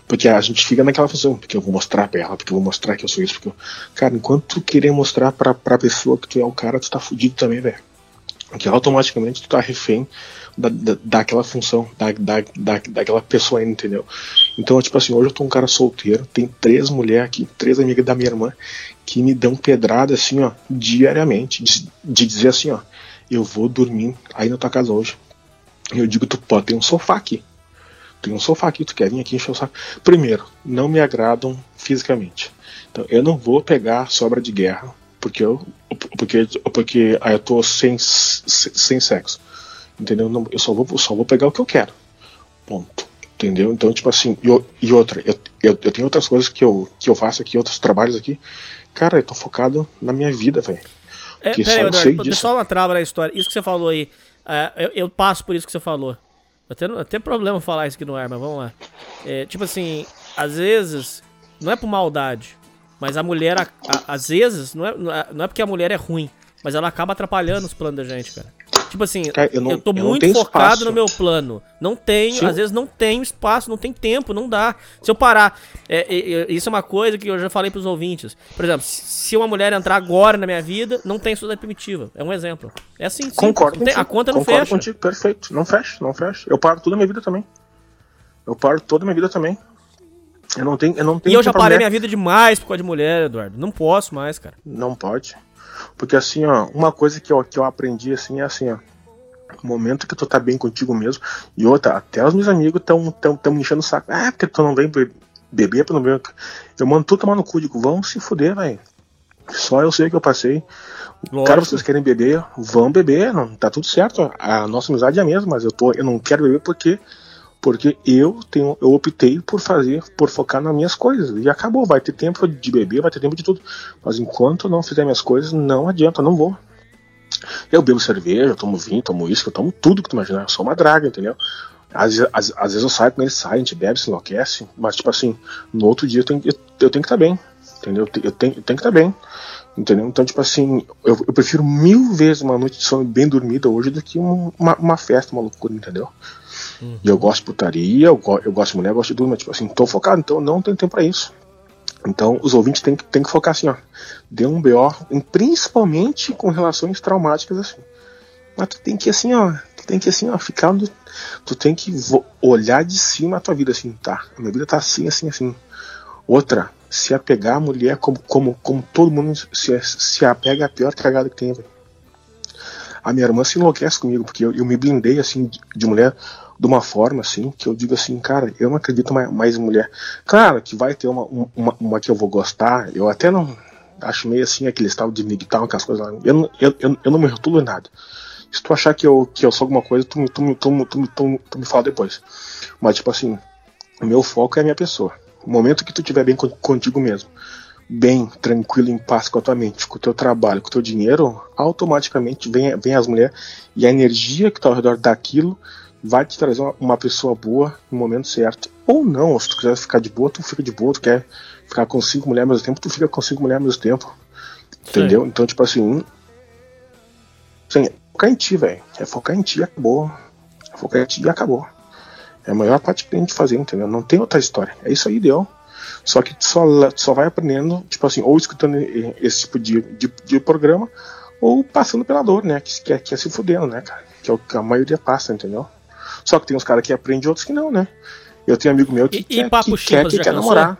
Porque a gente fica naquela função, porque eu vou mostrar pra ela, porque eu vou mostrar que eu sou isso, porque eu... Cara, enquanto tu querer mostrar pra, pra pessoa que tu é o cara, tu tá fudido também, velho. Porque automaticamente tu tá refém da, da, daquela função, da, da, da, daquela pessoa ainda, entendeu? Então, tipo assim, hoje eu tô um cara solteiro, tem três mulheres aqui, três amigas da minha irmã, que me dão pedrada assim, ó, diariamente, de, de dizer assim, ó, eu vou dormir aí na tua casa hoje. Eu digo, tu pode ter um sofá aqui. Tem um sofá aqui, tu quer vir aqui encher o saco. Primeiro, não me agradam fisicamente. Então, eu não vou pegar sobra de guerra, porque eu, porque, porque aí eu tô sem, sem sexo. Entendeu? Não, eu só vou, só vou pegar o que eu quero. Ponto. Entendeu? Então, tipo assim, e, e outra, eu, eu, eu tenho outras coisas que eu, que eu faço aqui, outros trabalhos aqui. Cara, eu tô focado na minha vida, velho. É, peraí, Eduardo, o pessoal não trava na história. Isso que você falou aí, uh, eu, eu passo por isso que você falou. Até, até problema falar isso aqui no ar, mas vamos lá. É, tipo assim, às vezes, não é por maldade, mas a mulher, a, a, às vezes, não é, não é porque a mulher é ruim, mas ela acaba atrapalhando os planos da gente, cara. Tipo assim, cara, eu, não, eu tô eu muito focado espaço. no meu plano. Não tenho, Sim. às vezes não tenho espaço, não tem tempo, não dá. Se eu parar, é, é, isso é uma coisa que eu já falei pros ouvintes. Por exemplo, se uma mulher entrar agora na minha vida, não tem sociedade primitiva. É um exemplo. É assim, sim. Concordo tem, A conta não Concordo fecha. Contigo, perfeito. Não fecha, não fecha. Eu paro toda a minha vida também. Eu paro toda a minha vida também. Eu não tenho, eu não tenho E eu já parei minha vida demais por causa de mulher, Eduardo. Não posso mais, cara. Não pode. Porque assim, ó, uma coisa que eu, que eu aprendi assim é assim, ó. No momento que tu tá bem contigo mesmo. E outra, até os meus amigos tão, tão, tão me enchendo o saco. Ah, porque tu não vem beber pra não ver. Eu mando tudo tomar no cu, digo, vão se fuder, velho. Só eu sei que eu passei. Lógico. Cara, vocês querem beber, vão beber, não, tá tudo certo. A nossa amizade é a mesma, mas eu, tô, eu não quero beber porque, porque eu, tenho, eu optei por fazer, por focar nas minhas coisas. E acabou, vai ter tempo de beber, vai ter tempo de tudo. Mas enquanto eu não fizer minhas coisas, não adianta, eu não vou. Eu bebo cerveja, eu tomo vinho, tomo uísque, eu tomo tudo que tu imaginar. Eu sou uma draga, entendeu? Às, às, às vezes eu saio com eles, sai, a gente bebe, se enlouquece. Mas, tipo assim, no outro dia eu tenho, eu, eu tenho que estar bem, entendeu? Eu tenho, eu tenho que estar bem, entendeu? Então, tipo assim, eu, eu prefiro mil vezes uma noite de sono bem dormida hoje do que uma, uma festa, uma loucura, entendeu? Uhum. E eu gosto de putaria, eu, eu gosto de mulher, eu gosto de tudo, mas, tipo assim, tô focado, então não tenho tempo pra isso. Então, os ouvintes têm que, têm que focar assim, ó. Dê um B O, principalmente com relações traumáticas, assim. Mas tu tem que, assim, ó, tu tem que, assim, ó, ficar no, tu tem que olhar de cima a tua vida, assim, tá? A minha vida tá assim, assim, assim. Outra, se apegar a mulher como, como, como todo mundo se, se apega, a pior cagada que tem, velho. A minha irmã se enlouquece comigo, porque eu, eu me blindei, assim, de, de mulher de uma forma, assim, que eu digo assim, cara, eu não acredito mais, mais em mulher. Claro que vai ter uma, uma, uma que eu vou gostar, eu até não acho meio assim, aquele estado de migtal, aquelas coisas lá. Eu, eu, eu, eu não me rotulo em nada. Se tu achar que eu, que eu sou alguma coisa, tu, tu, tu, tu, tu, tu, tu me fala depois. Mas, tipo assim, o meu foco é a minha pessoa. O momento que tu estiver bem contigo mesmo, bem, tranquilo, em paz com a tua mente, com o teu trabalho, com o teu dinheiro, automaticamente vem, vem as mulheres e a energia que tá ao redor daquilo vai te trazer uma, uma pessoa boa no momento certo. Ou não, se tu quiser ficar de boa, tu fica de boa. Tu quer ficar com cinco mulheres ao mesmo tempo, tu fica com cinco mulheres ao mesmo tempo. Entendeu? Sim. Então, tipo assim, assim, é focar em ti, velho. É focar em ti e acabou. É focar em ti e acabou. É a maior parte que tem de fazer, entendeu? Não tem outra história. É isso aí, deu. Só que tu só, só vai aprendendo, tipo assim, ou escutando esse tipo de, de, de programa, ou passando pela dor, né? Que, que, é, que é se fudendo, né, cara? Que é o que a maioria passa, entendeu? Só que tem uns caras que aprendem e outros que não, né? Eu tenho amigo meu que e, quer, e papo que, quer, que quer namorar.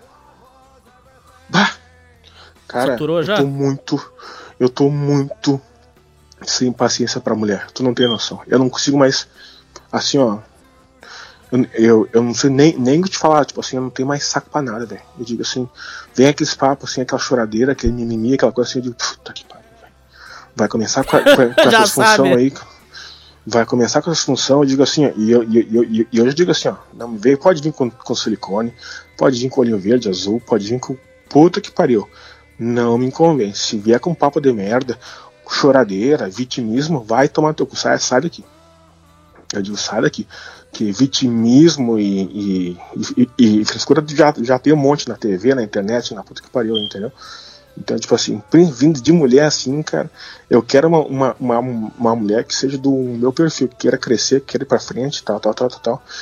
Bah! Cara, Saturou já? eu tô muito, eu tô muito sem paciência pra mulher. Tu não tem noção. Eu não consigo mais, assim, ó. Eu, eu, eu não sei nem, nem te falar, tipo assim, eu não tenho mais saco pra nada, velho. Eu digo assim, vem aqueles papos, assim, aquela choradeira, aquele mimimi, aquela coisa assim, eu digo, puta que pariu, velho. Vai começar com, a, com, com essas funções aí, vai começar com essa função, eu digo assim, ó, e eu, e eu, e eu, eu já digo assim, ó, não veio, pode vir com, com silicone, pode vir com olhinho verde, azul, pode vir com puta que pariu. Não me convence. Se vier com papo de merda, choradeira, vitimismo, vai tomar teu cu, sai, sai daqui. Eu digo, sai daqui. Que vitimismo e, e, e, e frescura já, já tem um monte na T V, na internet, na puta que pariu, entendeu? Então, tipo assim, vindo de mulher assim, cara, eu quero uma, uma, uma, uma mulher que seja do meu perfil, que queira crescer, que queira ir pra frente, tal, tal, tal, tal, tal.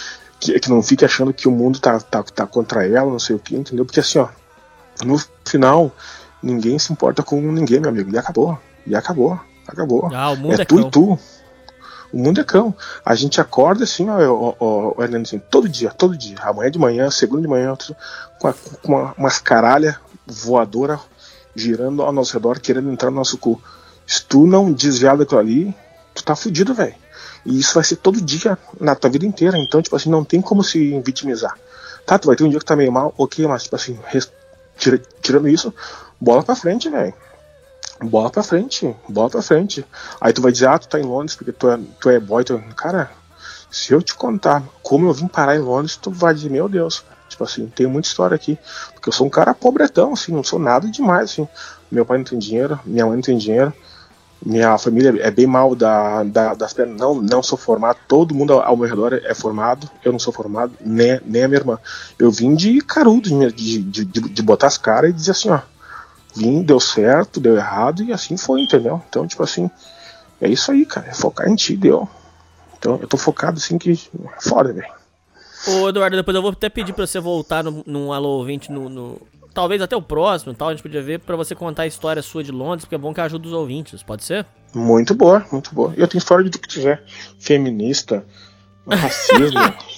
que, que não fique achando que o mundo tá, tá, tá contra ela, não sei o que, entendeu? Porque assim, ó, no final, ninguém se importa com ninguém, meu amigo. E acabou. E acabou. Acabou. Ah, o mundo é, é tu cão. e tu. O mundo é cão. A gente acorda assim, ó, ó, ó, ó assim, todo dia, todo dia. Amanhã de manhã, segunda de manhã, com, a, com uma, umas caralhas voadora girando ao nosso redor, querendo entrar no nosso cu. Se tu não desviar daquilo ali, tu tá fudido, velho. E isso vai ser todo dia, na tua vida inteira. Então, tipo assim, não tem como se vitimizar. Tá, tu vai ter um dia que tá meio mal, ok, mas tipo assim, res, tira, tirando isso, bola pra frente, velho. Bola pra frente, bola pra frente. Aí tu vai dizer, ah, tu tá em Londres porque tu é, tu é boy, tu é... Cara, se eu te contar como eu vim parar em Londres, tu vai dizer, meu Deus, cara. Tipo assim, tem muita história aqui. Porque eu sou um cara pobretão, assim, não sou nada demais, assim. Meu pai não tem dinheiro, minha mãe não tem dinheiro, minha família é bem mal da, da, das pernas, não, não sou formado, todo mundo ao meu redor é formado, eu não sou formado, nem, nem a minha irmã. Eu vim de carudo, de, de, de, de botar as caras e dizer assim, ó, vim, deu certo, deu errado e assim foi, entendeu? Então, tipo assim, é isso aí, cara, é focar em ti, deu. Então, eu tô focado assim que foda, velho. Ô, Eduardo, depois eu vou até pedir pra você voltar no, no Alô Ouvinte, no, no, talvez até o próximo, tal, a gente podia ver, pra você contar a história sua de Londres, porque é bom que ajuda os ouvintes, pode ser? Muito boa, muito boa. Eu tenho história de tudo que tiver. Feminista, racismo.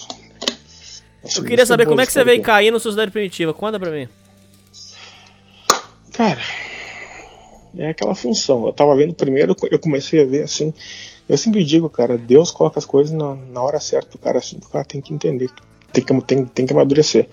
Eu queria saber como é que você veio cair no Sociedade Primitiva, conta pra mim. Cara, é aquela função. Eu tava vendo primeiro, eu comecei a ver assim. Eu sempre digo, cara, Deus coloca as coisas na, na hora certa. O cara, assim, o cara tem que entender, tem que, tem, tem que amadurecer.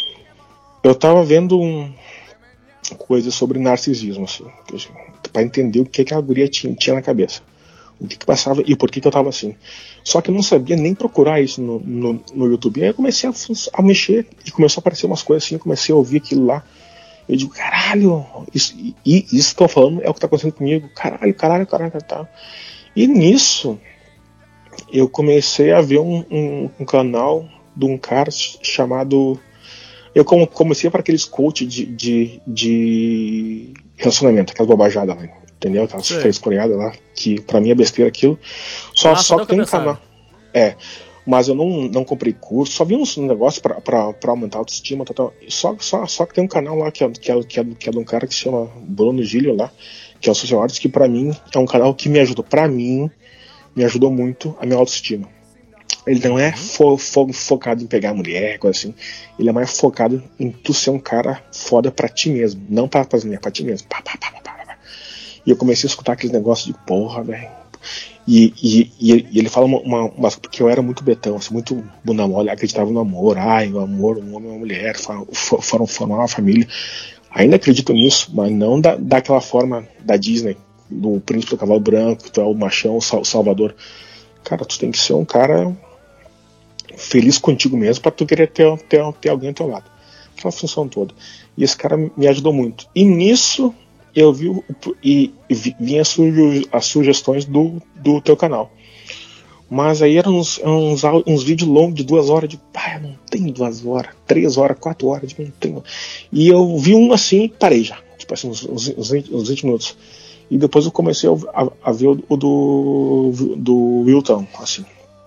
Eu tava vendo um, coisas sobre narcisismo, assim, pra entender o que, que a guria tinha, tinha na cabeça. O que, que passava e por que, que eu tava assim. Só que eu não sabia nem procurar isso no, no, no YouTube. E aí eu comecei a, a mexer e começou a aparecer umas coisas assim, eu comecei a ouvir aquilo lá. Eu digo, caralho, isso, e, isso que eu tô falando é o que tá acontecendo comigo. Caralho, caralho, caralho, caralho. E nisso, eu comecei a ver um, um, um canal de um cara chamado... Eu comecei para aqueles coach de, de, de relacionamento, aquelas bobajadas lá, entendeu? Aquelas frescureadas lá, que pra mim é besteira aquilo. Só, ah, só que tem um canal... É, mas eu não, não comprei curso, só vi uns negócios pra, pra, pra aumentar a autoestima, tal, tal. Só, só, só que tem um canal lá que é, que, é, que, é, que é de um cara que se chama Bruno Gilio lá, que é o Social Arts, que pra mim é um canal que me ajudou, pra mim, me ajudou muito a minha autoestima. Ele não é fo, fo, focado em pegar mulher, coisa assim, ele é mais focado em tu ser um cara foda pra ti mesmo, não pra, pra mulher, pra ti mesmo. Pá, pá, pá, pá, pá. E eu comecei a escutar aqueles negócios de porra, velho. E, e, e ele fala uma, uma, uma, porque eu era muito betão, assim, muito bunda mole, acreditava no amor, ai, o amor, um homem e uma mulher, foram formar uma família. Ainda acredito nisso, mas não da, daquela forma da Disney, do príncipe do cavalo branco, tu é o machão, o salvador. Cara, tu tem que ser um cara feliz contigo mesmo pra tu querer ter, ter, ter alguém ao teu lado. Aquela função toda. E esse cara me ajudou muito. E nisso eu vi e vinha suge, as sugestões do, do teu canal. Mas aí eram uns, uns, uns vídeos longos de duas horas, de pá, eu não tenho duas horas, três horas, quatro horas, de não tenho. E eu vi um assim e parei já, tipo assim, uns, uns, uns, uns vinte minutos. E depois eu comecei a, a, a ver o, o do, do Wilton, assim.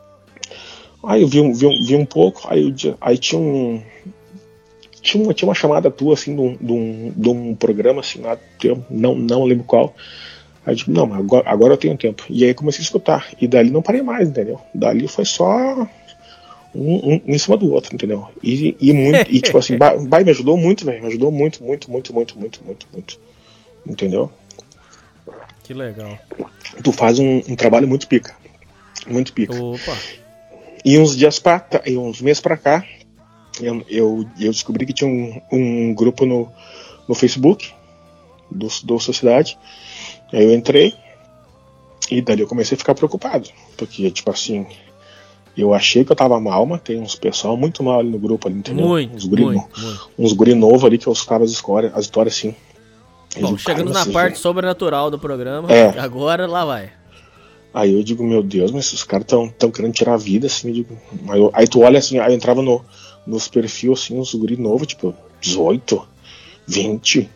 Aí eu vi, vi, vi um pouco, aí, eu, aí tinha um. Tinha uma, tinha uma chamada tua, assim, de um, de um, de um programa, assim, lá, eu não, não lembro qual. Aí eu digo, não, mas agora, agora eu tenho tempo. E aí comecei a escutar. E dali não parei mais, entendeu? Dali foi só um, um em cima do outro, entendeu? E, e, muito, e tipo assim, vai, me ajudou muito, velho. Me ajudou muito, muito, muito, muito, muito, muito, muito. Entendeu? Que legal. Tu faz um, um trabalho muito pica. Muito pica. Opa. E uns dias pra e uns meses pra cá, eu, eu, eu descobri que tinha um, um grupo no, no Facebook do, do Sociedade. Aí eu entrei e dali eu comecei a ficar preocupado, porque tipo assim, eu achei que eu tava mal, mas tem uns pessoal muito mal ali no grupo ali, entendeu? Muito, uns guri, muito, muito. Uns guri novos ali que eu escutava as histórias, as histórias assim. Bom, digo, chegando na parte gente... sobrenatural do programa, é. Agora lá vai. Aí eu digo, meu Deus, mas os caras tão, tão querendo tirar a vida, assim, eu digo, aí, eu, aí tu olha assim, aí eu entrava no, nos perfis assim, uns guri novos, tipo, dezoito, vinte.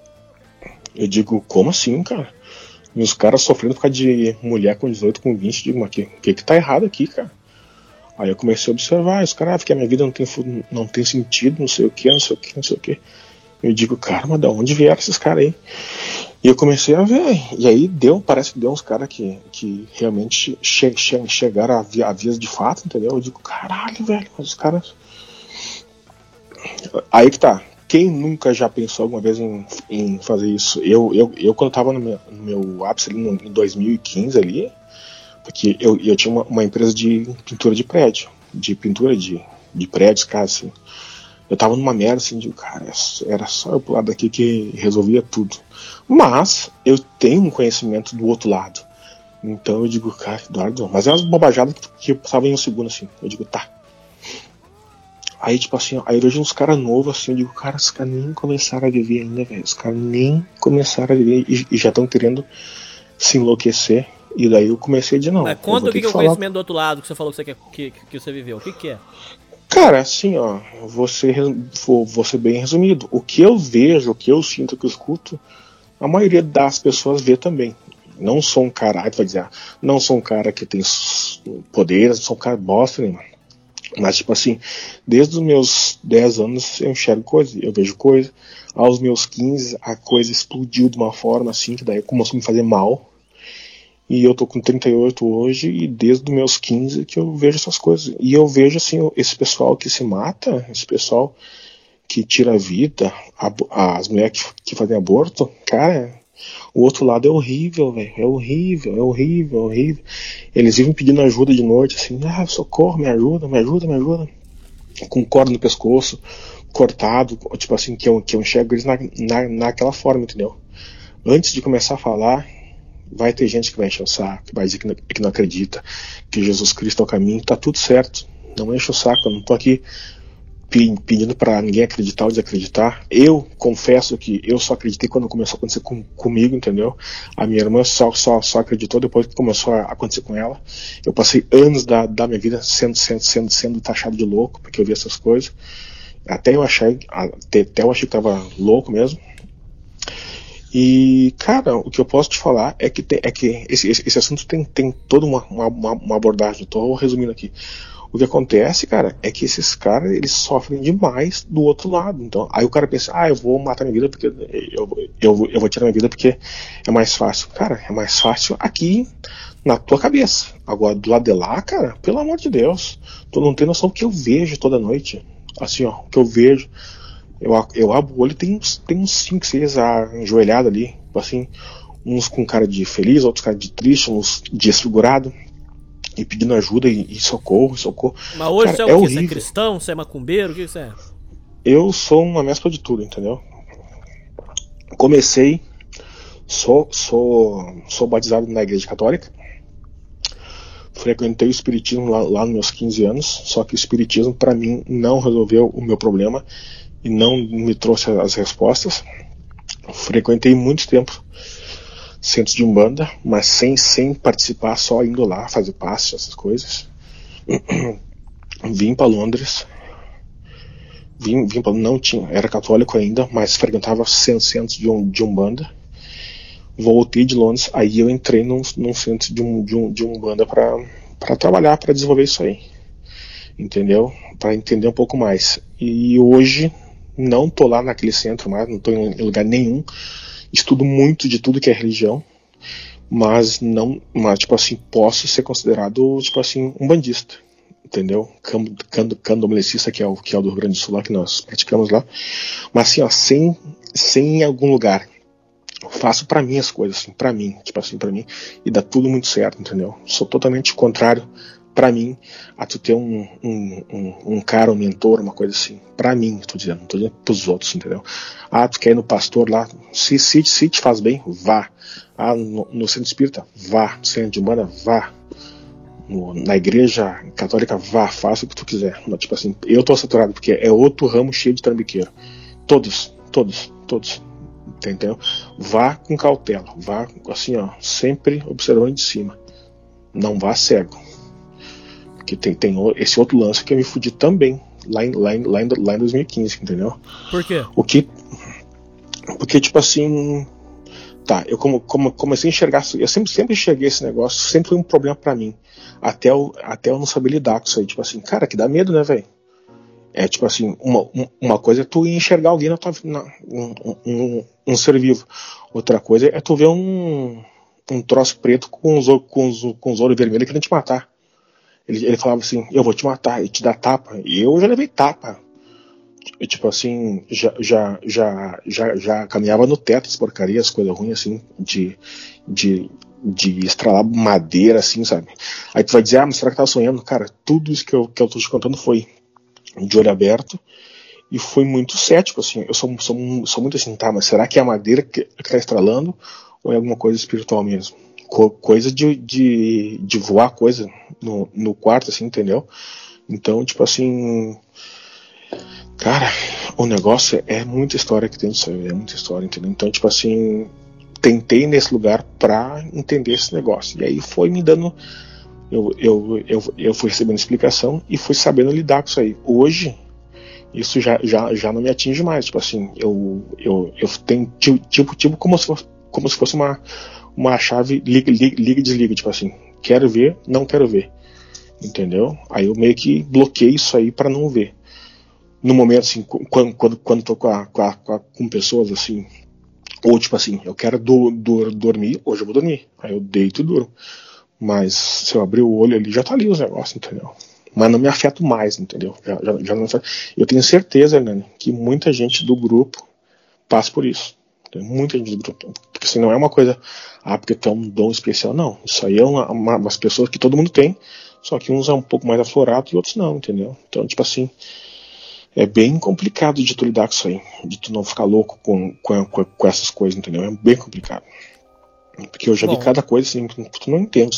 Eu digo, como assim, cara? E os caras sofrendo por causa de mulher com dezoito, com vinte, digo, mas o que, que que tá errado aqui, cara? Aí eu comecei a observar, os caras, ah, porque a minha vida não tem, não tem sentido, não sei o que, não sei o que, não sei o que. Eu digo, cara, mas de onde vieram esses caras aí? E eu comecei a ver, e aí deu, parece que deu uns caras que, que realmente che, che, chegaram a, vi, a vias de fato, entendeu? Eu digo, caralho, velho, mas os caras... Aí que tá, quem nunca já pensou alguma vez em, em fazer isso? Eu, eu, eu quando tava no meu, no meu ápice ali no, em dois mil e quinze ali, porque eu, eu tinha uma, uma empresa de pintura de prédio, de pintura de, de prédios, casa, assim. Eu tava numa merda assim, de cara, era só eu pular daqui que resolvia tudo. Mas eu tenho um conhecimento do outro lado. Então eu digo, cara, Eduardo, mas é umas bobajadas que, que eu passava em um segundo assim. Eu digo, tá. Aí tipo assim, aí hoje uns caras novos assim, eu digo, cara, os caras nem começaram a viver ainda, velho. Os caras nem começaram a viver e, e já estão querendo se enlouquecer. E daí eu comecei a dizer, não. Mas conta o que, que é o falar... conhecimento do outro lado que você falou que você, quer, que, que você viveu. O que, que é? Cara, assim, ó, vou ser, vou, vou ser bem resumido. O que eu vejo, o que eu sinto, o que eu escuto, a maioria das pessoas vê também. Não sou um cara, aí tu vai dizer, ah, não sou um cara que tem poderes, não sou um cara bosta nenhuma. Mas, tipo assim, desde os meus dez anos eu enxergo coisa, eu vejo coisa. Aos meus quinze, a coisa explodiu de uma forma assim, que daí começou a me fazer mal. E eu tô com trinta e oito hoje, e desde os meus quinze que eu vejo essas coisas. E eu vejo, assim, esse pessoal que se mata, esse pessoal que tira a vida, a, as mulheres que, que fazem aborto, cara, o outro lado é horrível, velho. É horrível, é horrível, é horrível. Eles vivem pedindo ajuda de noite, assim, ah, socorro, me ajuda, me ajuda, me ajuda. Com corda no pescoço, cortado, tipo assim, que eu, que eu enxergo eles na, na, naquela forma, entendeu? Antes de começar a falar, vai ter gente que vai encher o saco, que vai dizer que não, que não acredita, que Jesus Cristo é o caminho, tá tudo certo. Não enche o saco, eu não tô aqui pedindo pra ninguém acreditar ou desacreditar. Eu confesso que eu só acreditei quando começou a acontecer com, comigo, entendeu? A minha irmã só, só, só acreditou depois que começou a acontecer com ela. Eu passei anos da, da minha vida sendo, sendo, sendo, sendo taxado de louco, porque eu vi essas coisas. Até eu achei, até, até eu achei que tava louco mesmo. E, cara, o que eu posso te falar é que, tem, é que esse, esse, esse assunto tem, tem toda uma, uma, uma abordagem. Eu tô resumindo aqui. O que acontece, cara, é que esses caras, eles sofrem demais do outro lado. Então, aí o cara pensa, ah, eu vou matar minha vida porque eu, eu, eu vou tirar minha vida porque é mais fácil. Cara, é mais fácil aqui na tua cabeça. Agora, do lado de lá, cara, pelo amor de Deus, tu não tem noção do que eu vejo toda noite. Assim, ó, o que eu vejo. Eu, eu abro o olho e tem uns tem uns cinco, seis ajoelhados ali, assim, uns com cara de feliz, outros cara de triste, uns desfigurado, e pedindo ajuda e, e socorro, socorro. Mas hoje cara, você é o é quê? horrível. Você é cristão? Você é macumbeiro? O que você é? Eu sou uma mescla de tudo, entendeu? Comecei, sou, sou, sou batizado na igreja católica, frequentei o espiritismo lá, lá nos meus quinze anos, só que o espiritismo pra mim não resolveu o meu problema e não me trouxe as respostas. Frequentei muito tempo centros de umbanda, mas sem, sem participar, só indo lá fazer passe, essas coisas. Vim para Londres, vim, vim pra, não tinha, era católico ainda, mas frequentava centros de, um, de umbanda. Voltei de Londres, aí eu entrei num, num centro de, um, de, um, de umbanda para trabalhar, para desenvolver isso aí, entendeu? Para entender um pouco mais. E hoje não tô lá naquele centro mais, não tô em lugar nenhum. Estudo muito de tudo que é religião, mas não, mas tipo assim, posso ser considerado tipo assim um bandista, entendeu? Candomelecista, que é o que é o do Rio Grande do Sul lá que nós praticamos lá, mas assim, ó, sem sem em algum lugar. Faço pra mim as coisas, assim, pra mim, tipo assim, pra mim, e dá tudo muito certo, entendeu? Sou totalmente contrário, pra mim, a tu ter um, um, um, um cara, um mentor, uma coisa assim. Pra mim, tô dizendo, não tô dizendo pros outros, entendeu? Ah, tu quer ir no pastor lá, se, se, se te faz bem, vá. Ah, no, no centro espírita, vá. No centro de umbanda, vá. No, na igreja católica, vá, faça o que tu quiser. Mas, tipo assim, eu tô saturado, porque é outro ramo cheio de trambiqueiro. Todos, todos, todos. Entendeu? Vá com cautela, vá assim, ó, sempre observando de cima. Não vá cego. Porque tem, tem esse outro lance que eu me fudi também lá em, lá, em, lá, em, lá em dois mil e quinze, entendeu? Por quê? O que, porque, tipo assim, Tá, eu como, como, comecei a enxergar, eu sempre, sempre enxerguei esse negócio, sempre foi um problema pra mim. Até eu, até eu não saber lidar com isso aí. Tipo assim, cara, que dá medo, né, velho? É tipo assim, uma, uma coisa é tu enxergar alguém na tua na, um, um, um ser vivo. Outra coisa é tu ver um, um troço preto com os, com os, com os olhos vermelhos querendo te matar. Ele, ele falava assim, eu vou te matar, e te dar tapa. E eu já levei tapa. E, tipo assim, já, já, já, já, já caminhava no teto as porcarias, coisas ruins assim, de, de, de estralar madeira, assim, sabe? Aí tu vai dizer, ah, mas será que tava sonhando? Cara, tudo isso que eu, que eu tô te contando foi de olho aberto e foi muito cético, assim. Eu sou, sou, sou muito assim, tá, mas será que é a madeira que, que tá estralando ou é alguma coisa espiritual mesmo? Co- coisa de, de, de voar coisa no, no quarto, assim, entendeu? Então, tipo assim... Cara, o negócio é muita história que tem disso aí, é muita história, entendeu? Então, tipo assim, tentei nesse lugar pra entender esse negócio. E aí foi me dando... Eu, eu, eu, eu fui recebendo explicação e fui sabendo lidar com isso aí. Hoje, isso já, já, já não me atinge mais. Tipo assim, eu, eu, eu tenho tipo, tipo como, se fosse, como se fosse uma, uma chave liga, liga, liga e desliga. Tipo assim, quero ver, não quero ver. Entendeu? Aí eu meio que bloqueei isso aí pra não ver. No momento, assim, quando, quando, quando tô com, a, com, a, com, a, com pessoas, assim, ou tipo assim, eu quero do, do, dormir, hoje eu vou dormir. Aí eu deito e durmo. Mas se eu abrir o olho ali, já tá ali os negócios, entendeu? Mas não me afeto mais, entendeu? Já, já, já não afeto. Eu tenho certeza, né, que muita gente do grupo passa por isso. Tem muita gente do grupo. Porque assim, não é uma coisa, ah, porque tu é um dom especial, não. Isso aí é uma, uma, umas pessoas que todo mundo tem, só que uns é um pouco mais aflorado e outros não, entendeu? Então, tipo assim, é bem complicado de tu lidar com isso aí, de tu não ficar louco com, com, com, com essas coisas, entendeu? É bem complicado. Porque eu já Bom, vi cada coisa assim que tu não entende.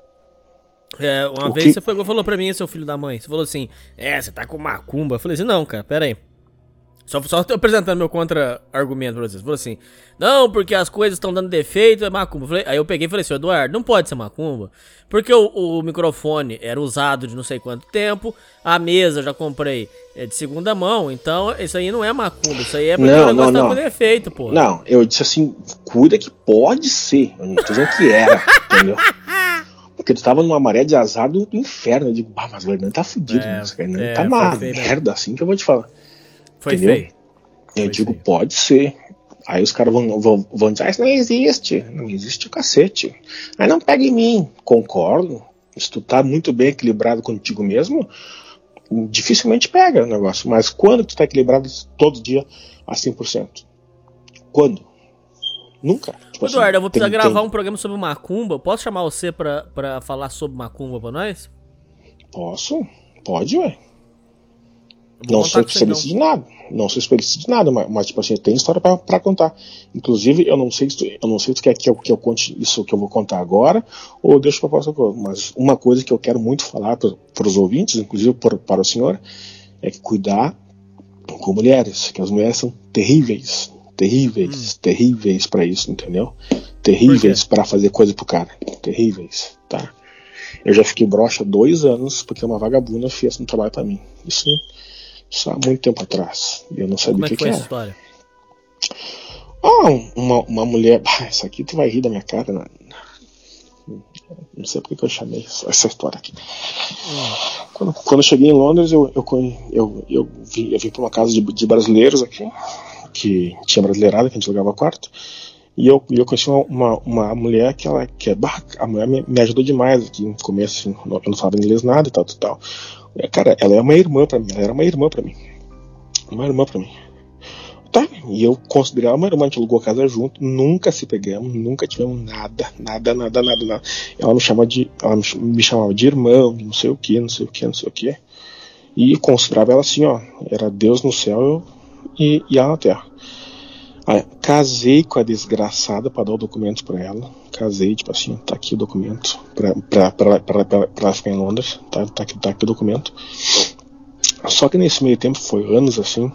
É, uma o vez que... você foi, falou pra mim, seu filho da mãe, você falou assim, é, você tá com macumba. Eu falei assim, não, cara, pera aí. Só, só tô apresentando meu contra-argumento pra vocês. Falou assim, não, porque as coisas estão dando defeito, é macumba. Eu falei, aí eu peguei e falei assim, Eduardo, não pode ser macumba, porque o, o microfone era usado de não sei quanto tempo, a mesa eu já comprei é de segunda mão, então isso aí não é macumba, isso aí é porque não, o negócio não, tá não. com defeito, pô. Não, eu disse assim, cuida que pode ser, eu não tô dizendo que era, entendeu? Porque tu tava numa maré de azar do inferno, eu digo, bah, mas o Hernani tá fudido, é, o Hernani é, tá uma merda, assim que eu vou te falar. Foi entendeu? feio. Eu Foi digo, feio. pode ser. Aí os caras vão, vão, vão dizer, ah, isso não existe. Não existe o cacete. Aí não pega em mim. Concordo. Se tu tá muito bem equilibrado contigo mesmo, dificilmente pega o negócio. Mas quando tu tá equilibrado todo dia a cem por cento? Quando? Nunca. Tipo Eduardo, assim, eu vou precisar tem, gravar tem. um programa sobre macumba. Posso chamar você pra, pra falar sobre macumba pra nós? Posso? Pode, ué. Não sou especialista de nada, não sou especialista de nada, mas, mas tipo assim, tem história pra, pra contar. Inclusive, eu não sei se tu, eu não sei se tu quer que eu, que eu conte isso que eu vou contar agora, ou eu deixo pra próxima coisa. Mas uma coisa que eu quero muito falar para os ouvintes, inclusive por, para o senhor, é que cuidar com mulheres, que as mulheres são terríveis, terríveis, hum. terríveis pra isso, entendeu? Terríveis pra fazer coisa pro cara, terríveis, tá? Eu já fiquei broxa dois anos porque uma vagabunda fez um trabalho pra mim. Isso Isso há muito tempo atrás. E eu não sabia o que, que era. Como é que foi essa história? Ah, uma, uma mulher... Ah, essa aqui tu vai rir da minha cara. Né? Não sei porque que eu chamei essa história aqui. Hum. Quando, quando eu cheguei em Londres, eu, eu, eu, eu, vim, eu vim pra uma casa de, de brasileiros aqui, que tinha brasileirada, que a gente jogava quarto. E eu, eu conheci uma, uma, uma mulher que ela... Que, bah, a mulher me, me ajudou demais aqui no começo. Assim, eu não falava inglês nada e tal, tal, tal. Cara, ela é uma irmã pra mim, ela era uma irmã pra mim. Uma irmã pra mim. Tá, e eu considerei ela uma irmã, a gente alugou a casa junto, nunca se pegamos, nunca tivemos nada, nada, nada, nada, nada. Ela me chamava de, ela me chamava de irmão, não sei o que, não sei o que, não sei o que. E considerava ela assim, ó, era Deus no céu e, e ela na terra. Aí, casei com a desgraçada pra dar o documento pra ela. Casei, tipo assim, tá aqui o documento pra, pra, pra, pra, pra, pra ela ficar em Londres. Tá, tá, aqui, tá aqui o documento. Só que nesse meio tempo, foi anos assim.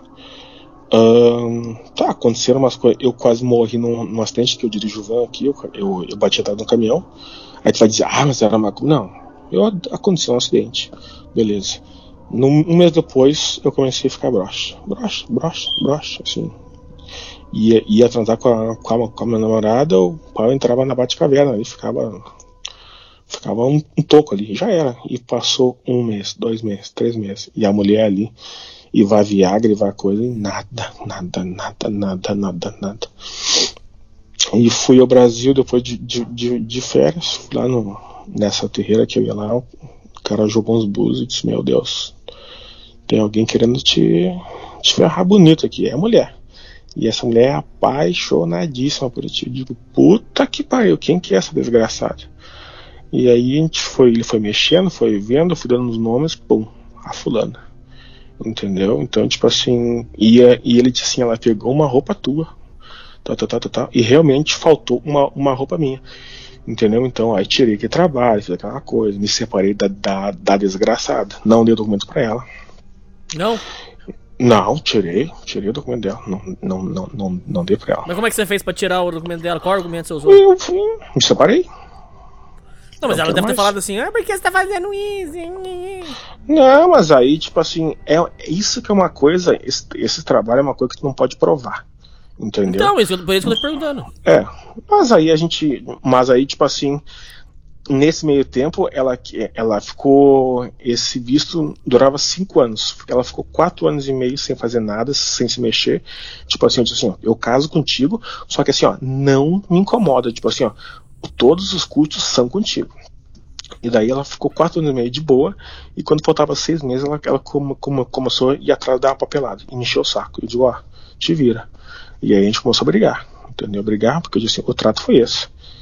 Hum, tá, aconteceram umas coisas. Eu quase morri num, num acidente que eu dirijo o van aqui. Eu, eu, eu bati atrás de um caminhão. Aí tu vai dizer, ah, mas era uma. Não, eu, aconteceu um acidente. Beleza. Num, um mês depois, eu comecei a ficar broxa. Broxa, broxa, broxa, assim. ia, ia transar com a, com, a, com a minha namorada, o pau entrava na bate-caverna, ali ficava, ficava um, um toco ali, já era. E passou um mês, dois meses, três meses, e a mulher ali, e vai Viagra, e vai coisa, e nada, nada, nada, nada, nada, nada. E fui ao Brasil depois de, de, de, de férias, fui lá no, nessa terreira que eu ia lá, o cara jogou uns búzios e disse, meu Deus, tem alguém querendo te, te ferrar bonito aqui, é a mulher. E essa mulher é apaixonadíssima por ti. Eu digo, puta que pariu, quem que é essa desgraçada? E aí a gente foi, ele foi mexendo, foi vendo, fui dando os nomes, pum, a fulana. Entendeu? Então, tipo assim, ia, e ele disse assim, ela pegou uma roupa tua, tal, tal, tal, tal, tal, e realmente faltou uma, uma roupa minha. Entendeu? Então, aí tirei aquele trabalho, fiz aquela coisa, me separei da, da, da desgraçada. Não dei documento pra ela. Não? Não, tirei, tirei o documento dela. Não, não, não, não, não dei pra ela. Mas como é que você fez pra tirar o documento dela? Qual argumento você usou? Eu fui, me separei. Não, mas não ela deve mais. ter falado assim, ah, por que você tá fazendo isso? Não, mas aí, tipo assim, é, isso que é uma coisa, esse, esse trabalho é uma coisa que tu não pode provar. Entendeu? Então, isso, por isso que eu tô te perguntando. É, mas aí a gente, mas aí, tipo assim, nesse meio tempo, ela, ela ficou, esse visto durava cinco anos, ela ficou quatro anos e meio sem fazer nada, sem se mexer, tipo assim, eu disse assim, ó, eu caso contigo, só que assim, ó, não me incomoda, tipo assim, ó, todos os custos são contigo. E daí ela ficou quatro anos e meio de boa, e quando faltava seis meses, ela, ela come, come, começou a ir atrás da papelada, e me encheu o saco, eu digo, ó, te vira. E aí a gente começou a brigar, entendeu? Brigar, porque eu disse, o trato foi esse.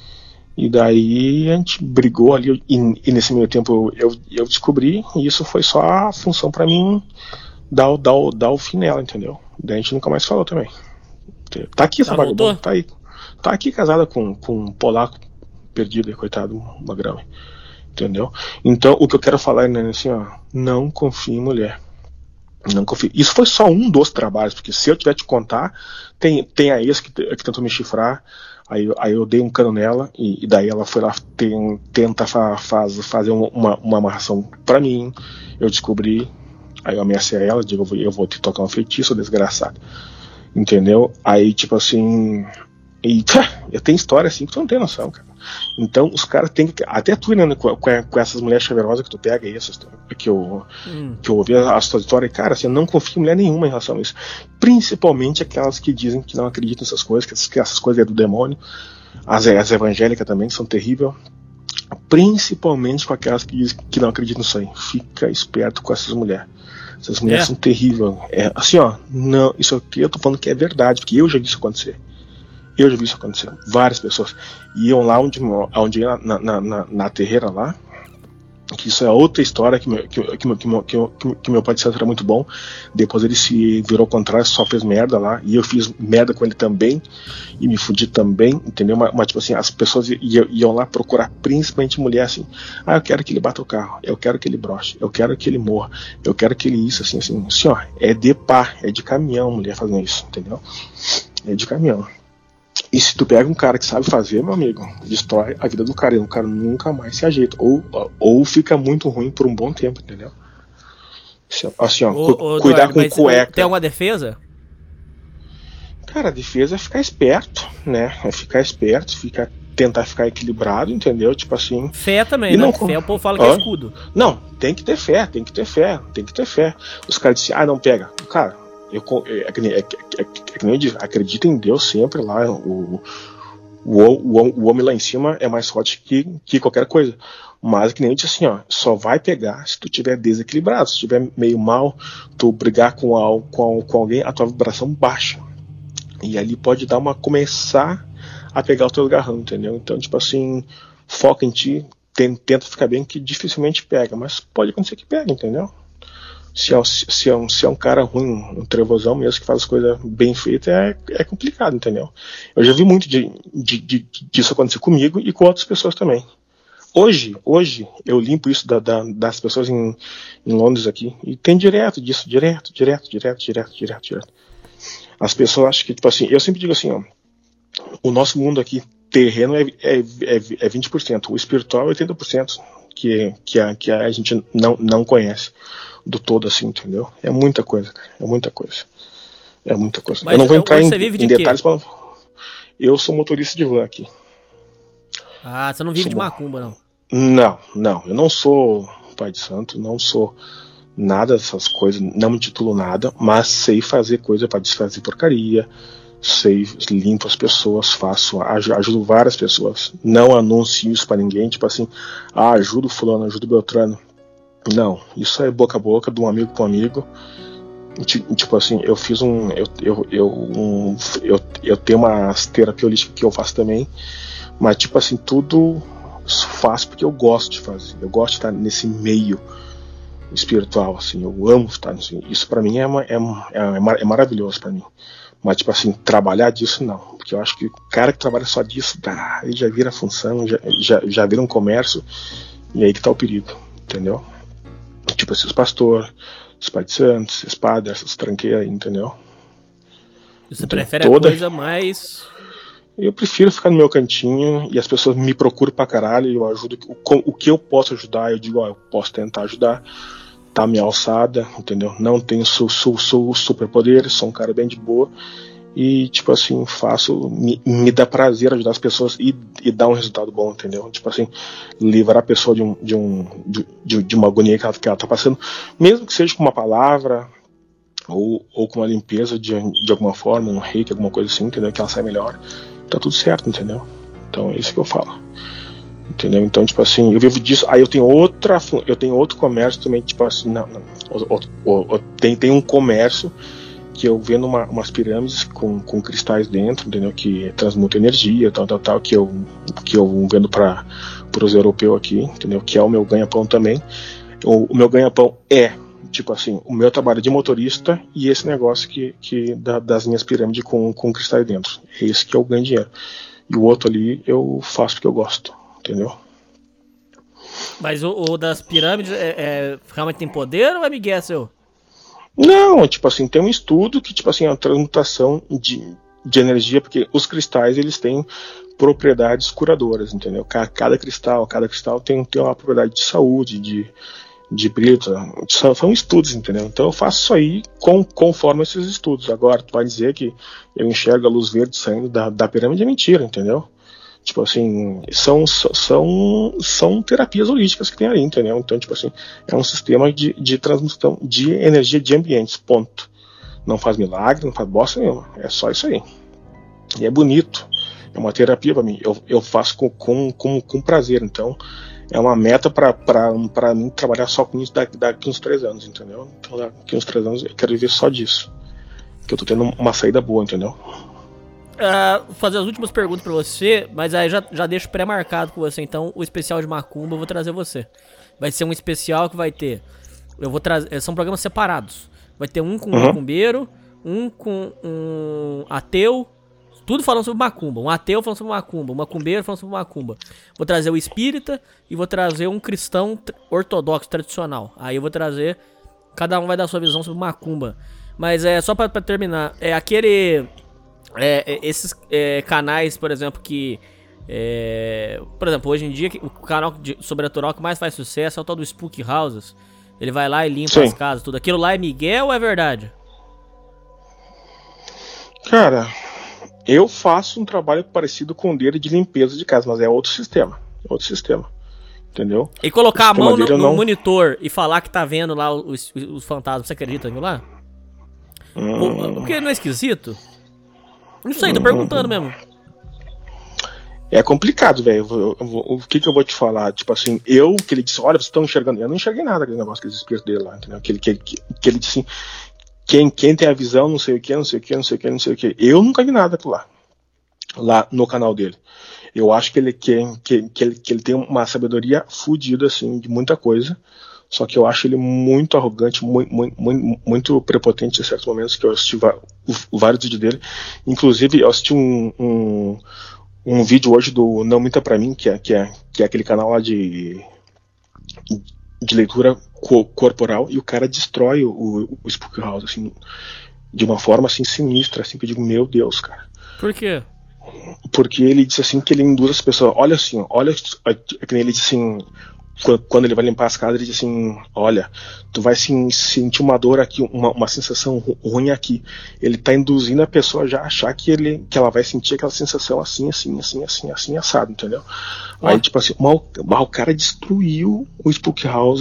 E daí a gente brigou ali, e, e nesse meio tempo eu, eu, eu descobri, e isso foi só a função pra mim dar, dar, dar o fim nela, entendeu? Daí a gente nunca mais falou também. Tá aqui essa vagabunda, tá aí. Tá aqui casada com, com um polaco perdido, coitado, uma grama. Entendeu? Então o que eu quero falar é assim, ó, não confie em mulher. Não confio. Isso foi só um dos trabalhos, porque se eu tiver te contar, tem, tem a ex que, que tentou me chifrar, aí, aí eu dei um cano nela, e, e daí ela foi lá tem, tenta fa, faz, fazer uma, uma amarração pra mim, eu descobri, aí eu ameacei ela, digo, eu vou, eu vou te tocar um feitiço, desgraçado. Entendeu? Aí, tipo assim, e eu tenho história assim que tu não tem noção, cara. Então os caras têm que. Até tu, né, com, com essas mulheres chaverosas que tu pega aí, essas, que, eu, hum. que eu ouvi a, a sua história, cara, assim, eu não confio em mulher nenhuma em relação a isso. Principalmente aquelas que dizem que não acreditam nessas coisas, que essas, que essas coisas é do demônio. As, as evangélicas também, que são terríveis. Principalmente com aquelas que dizem que não acreditam nisso aí. Fica esperto com essas mulheres. Essas mulheres é. são terríveis. É, assim, ó, não, isso aqui eu tô falando que é verdade, porque eu já vi isso acontecer. Eu já vi isso acontecer. Várias pessoas iam lá onde, onde ia na, na, na, na terreira lá. Que isso é outra história que meu, que, que, que, que, que meu pai de santo era muito bom. Depois ele se virou ao contrário, só fez merda lá. E eu fiz merda com ele também. E me fudi também, entendeu? Mas, mas tipo assim, as pessoas iam, iam lá procurar, principalmente mulher assim. Ah, eu quero que ele bata o carro. Eu quero que ele broche. Eu quero que ele morra. Eu quero que ele isso, assim, assim. Assim, ó, é de pá, é de caminhão mulher fazendo isso, entendeu? É de caminhão. E se tu pega um cara que sabe fazer, meu amigo, destrói a vida do cara, e o cara nunca mais se ajeita, ou, ou fica muito ruim por um bom tempo, entendeu? Assim, ó, ô, cu ô, cuidar Eduardo, com cueca. Tem alguma defesa? Cara, a defesa é ficar esperto, né? É ficar esperto, ficar, tentar ficar equilibrado, entendeu? Tipo assim. Fé também, e né? Não, fé o povo fala que ah, é escudo. Não, tem que ter fé, tem que ter fé, tem que ter fé. Os caras dizem, ah, não pega. Cara, Eu, é, é, é, é, é que nem eu disse, acredita em Deus sempre lá, o, o, o, o homem lá em cima é mais forte que, que qualquer coisa, mas que nem eu disse assim, ó, só vai pegar se tu tiver desequilibrado, se tu tiver meio mal, tu brigar com, a, com, a, com alguém, a tua vibração baixa, e ali pode dar uma, começar a pegar o teu garrão, entendeu? Então tipo assim, foca em ti, tenta ficar bem, que dificilmente pega, mas pode acontecer que pega, entendeu? Se é, se, é um, se é um cara ruim, um trevosão mesmo, que faz as coisas bem feitas, é, é complicado, entendeu? Eu já vi muito de, de, de, disso acontecer comigo e com outras pessoas também. Hoje, hoje eu limpo isso da, da, das pessoas em, em Londres aqui, e tem direto disso, direto, direto, direto, direto, direto, direto. As pessoas acham que, tipo assim, eu sempre digo assim, ó, o nosso mundo aqui, terreno é, é, é, é vinte por cento, o espiritual é oitenta por cento, que, que, a, que a gente não, não conhece do todo, assim, entendeu? É muita coisa, cara, é muita coisa. É muita coisa. Mas eu não vou eu- entrar hoje em, você vive de em quê? detalhes. Pra... Eu sou motorista de van aqui. Ah, você não vive Sou de bom. macumba, não. Não, não. Eu não sou pai de santo, não sou nada dessas coisas, não me titulo nada, mas sei fazer coisa para desfazer porcaria, sei, limpo as pessoas, faço, aj- ajudo várias pessoas, não anuncio isso para ninguém, tipo assim, ah, ajudo fulano, ajudo Beltrano. Não, isso é boca a boca, de um amigo para um amigo. Ti- Tipo assim, eu fiz um. Eu, eu, eu, um, eu, eu tenho uma terapia holística que eu faço também, mas tipo assim, tudo faço porque eu gosto de fazer. Eu gosto de estar nesse meio espiritual, assim, eu amo estar nisso. Isso pra mim é, uma, é, uma- é, mar- é maravilhoso pra mim. Mas tipo assim, trabalhar disso não. Porque eu acho que o cara que trabalha só disso, tá, ele já vira função, já, já, já vira um comércio, e aí que tá o perigo, entendeu? Tipo assim, os pastores, os pais de santos, esses padres, essas tranqueiras aí, entendeu? Você Então, prefere toda- a coisa mais... Eu prefiro ficar no meu cantinho e as pessoas me procuram pra caralho e eu ajudo. O, com- o que eu posso ajudar, eu digo, ó, eu posso tentar ajudar. Tá minha alçada, entendeu? Não tenho su, su, su, superpoderes, sou um cara bem de boa. E, tipo assim, faço. Me, me dá prazer ajudar as pessoas e, e dar um resultado bom, entendeu? Tipo assim, livrar a pessoa de, um, de, um, de, de, de uma agonia que ela, que ela tá passando, mesmo que seja com uma palavra. Ou, ou com uma limpeza de, de alguma forma, um reiki, alguma coisa assim, entendeu? Que ela sai melhor. Tá tudo certo, entendeu? Então é isso que eu falo. Entendeu? Então, tipo assim, eu vivo disso. Aí eu tenho outra. fu- Eu tenho outro comércio também, tipo assim, não, não, o- o- o- tem, tem um comércio que eu vendo uma, umas pirâmides com, com cristais dentro, entendeu? Que transmuta energia, tal, tal, tal, que eu, que eu vendo para os europeus aqui, entendeu? Que é o meu ganha-pão também. O, o meu ganha-pão é, tipo assim, o meu trabalho de motorista e esse negócio que, que da- das minhas pirâmides com, com cristais dentro. É esse que eu ganho dinheiro. E o outro ali eu faço porque eu gosto, entendeu? Mas o, o das pirâmides é, é- realmente tem poder ou é migué seu? Não, tipo assim, tem um estudo que, tipo assim, é uma transmutação de, de energia, porque os cristais, eles têm propriedades curadoras, entendeu? Ca- Cada cristal, cada cristal tem, tem uma propriedade de saúde, de, de brilho, são, são estudos, entendeu? Então eu faço isso aí com, conforme esses estudos. Agora, tu vai dizer que eu enxergo a luz verde saindo da, da pirâmide, é mentira, entendeu? Tipo assim, são, são, são terapias holísticas que tem aí, entendeu? Então, tipo assim, é um sistema de, de transmissão de energia de ambientes, ponto. Não faz milagre, não faz bosta nenhuma, é só isso aí. E é bonito, é uma terapia pra mim, eu, eu faço com, com, com, com prazer, então é uma meta pra, pra, pra mim trabalhar só com isso daqui, daqui uns três anos, entendeu? Então daqui uns três anos eu quero viver só disso, que eu tô tendo uma saída boa, entendeu? Ah, vou fazer as últimas perguntas pra você, mas aí já, já deixo pré-marcado com você. Então, o especial de Macumba eu vou trazer você. Vai ser um especial que vai ter. Eu vou trazer. São programas separados. Vai ter um com um Uhum. macumbeiro, um com um ateu. Tudo falando sobre macumba. Um ateu falando sobre macumba, um macumbeiro falando sobre macumba. Vou trazer o espírita e vou trazer um cristão tr- ortodoxo, tradicional. Aí eu vou trazer. Cada um vai dar a sua visão sobre macumba. Mas é só pra, pra terminar. É aquele. É, é, esses é, canais, por exemplo, que. É, por exemplo, hoje em dia, que o canal de sobrenatural que mais faz sucesso é o tal do Spook Houses. Ele vai lá e limpa Sim. as casas, tudo. Aquilo lá é Miguel ou é verdade? Cara, eu faço um trabalho parecido com o dele de limpeza de casa, mas é outro sistema. É outro sistema. Entendeu? E colocar O a sistema mão no, dele eu no não- monitor e falar que tá vendo lá os, os fantasmas, você acredita nisso lá? Hum. Porque não é esquisito? Não sei, tô perguntando mesmo. É complicado, velho. Eu vou- eu vou- O que que eu vou te falar? Tipo assim, eu, que ele disse, olha, vocês estão enxergando. Eu não enxerguei nada daquele negócio, aqueles espíritos dele lá, entendeu? Que ele, que, que, que ele disse assim, quem, quem tem a visão, não sei o que, não sei o que, não sei o que, não sei o que. Eu nunca vi nada aquilo lá. Lá no canal dele. Eu acho que ele, que, que, que, ele, que ele tem uma sabedoria fodida, assim, de muita coisa. Só que eu acho ele muito arrogante, muito, muito, muito, muito prepotente em certos momentos, que eu assisti va- vários vídeos dele. Inclusive, eu assisti um, um, um vídeo hoje do Não Minta Pra Mim, que é, que é, que é aquele canal lá de, de leitura co- corporal, e o cara destrói o, o, o Spook House, assim, de uma forma, assim, sinistra, assim, que eu digo, meu Deus, cara. Por quê? Porque ele disse assim que ele induz as pessoas, olha assim, olha, é que nem ele disse assim, quando ele vai limpar as casas, ele diz assim, olha, tu vai sim, sentir uma dor aqui, uma, uma sensação ruim aqui. Ele tá induzindo a pessoa já a achar que, ele, que ela vai sentir aquela sensação assim, assim, assim, assim, assim, assado, entendeu? Ah. Aí, tipo assim, o, o cara destruiu o Spook House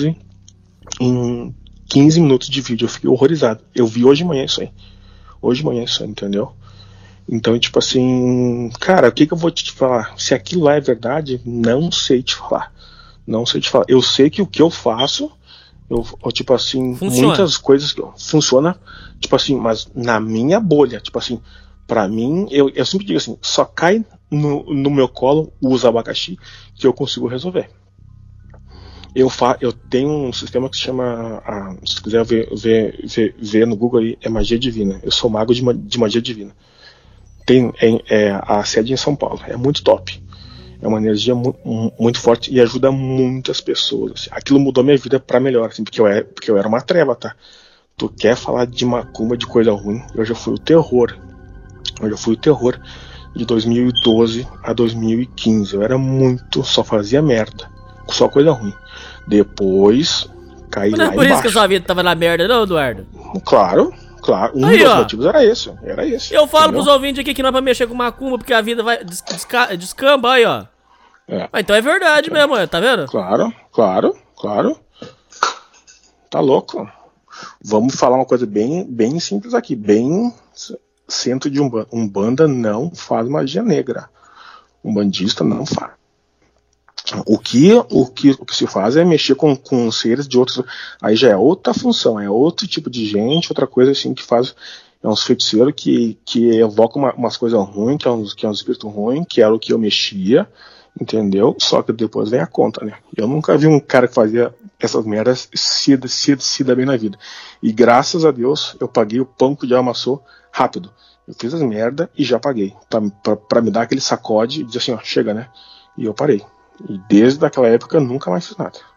em quinze minutos de vídeo. Eu fiquei horrorizado. Eu vi hoje de manhã isso aí. Hoje de manhã isso aí, entendeu? Então, tipo assim, cara, o que que eu vou te falar? Se aquilo lá é verdade, não sei te falar. Não sei te falar. Eu sei que o que eu faço, eu, eu tipo assim, funciona. Muitas coisas que funciona, tipo assim, mas na minha bolha, tipo assim, pra mim, eu, eu sempre digo assim, só cai no, no meu colo os abacaxi que eu consigo resolver. Eu, fa, eu tenho um sistema que se chama, ah, se quiser ver, ver, ver, ver no Google aí, é magia divina. Eu sou mago de, de magia divina. Tem é, é, a sede em São Paulo, é muito top. É uma energia mu muito forte e ajuda muitas pessoas. Assim. Aquilo mudou minha vida pra melhor, assim, porque, eu era, porque eu era uma treva, tá? Tu quer falar de macumba, de coisa ruim? Eu já fui o terror. Eu já fui o terror de dois mil e doze a dois mil e quinze. Eu era muito, só fazia merda. Só coisa ruim. Depois, caí Mas lá não é por embaixo. isso que a sua vida tava na merda, não, Eduardo? Claro. Claro, um aí, dos ó. motivos era esse, era esse. Eu falo entendeu? pros ouvintes aqui que não é pra mexer com macumba, porque a vida vai des desca descamba, aí, ó. É. Ah, então é verdade é. mesmo, tá vendo? Claro, claro, claro. Tá louco. Vamos falar uma coisa bem, bem simples aqui. Bem centro de Umbanda. Umbanda não faz magia negra. Umbandista não faz. O que, o, que, o que se faz é mexer com, com seres de outros. Aí já é outra função, é outro tipo de gente, outra coisa assim que faz. É uns feiticeiros que, que evocam uma, umas coisas ruins, que é, um, que é um espírito ruim, que era o que eu mexia, entendeu? Só que depois vem a conta, né? Eu nunca vi um cara que fazia essas merdas se, se, se dar bem na vida. E graças a Deus eu paguei o pão que já amassou rápido. Eu fiz as merdas e já paguei. Pra, pra, pra me dar aquele sacode e dizer assim, ó, chega, né? E eu parei. E desde aquela época eu nunca mais fiz nada.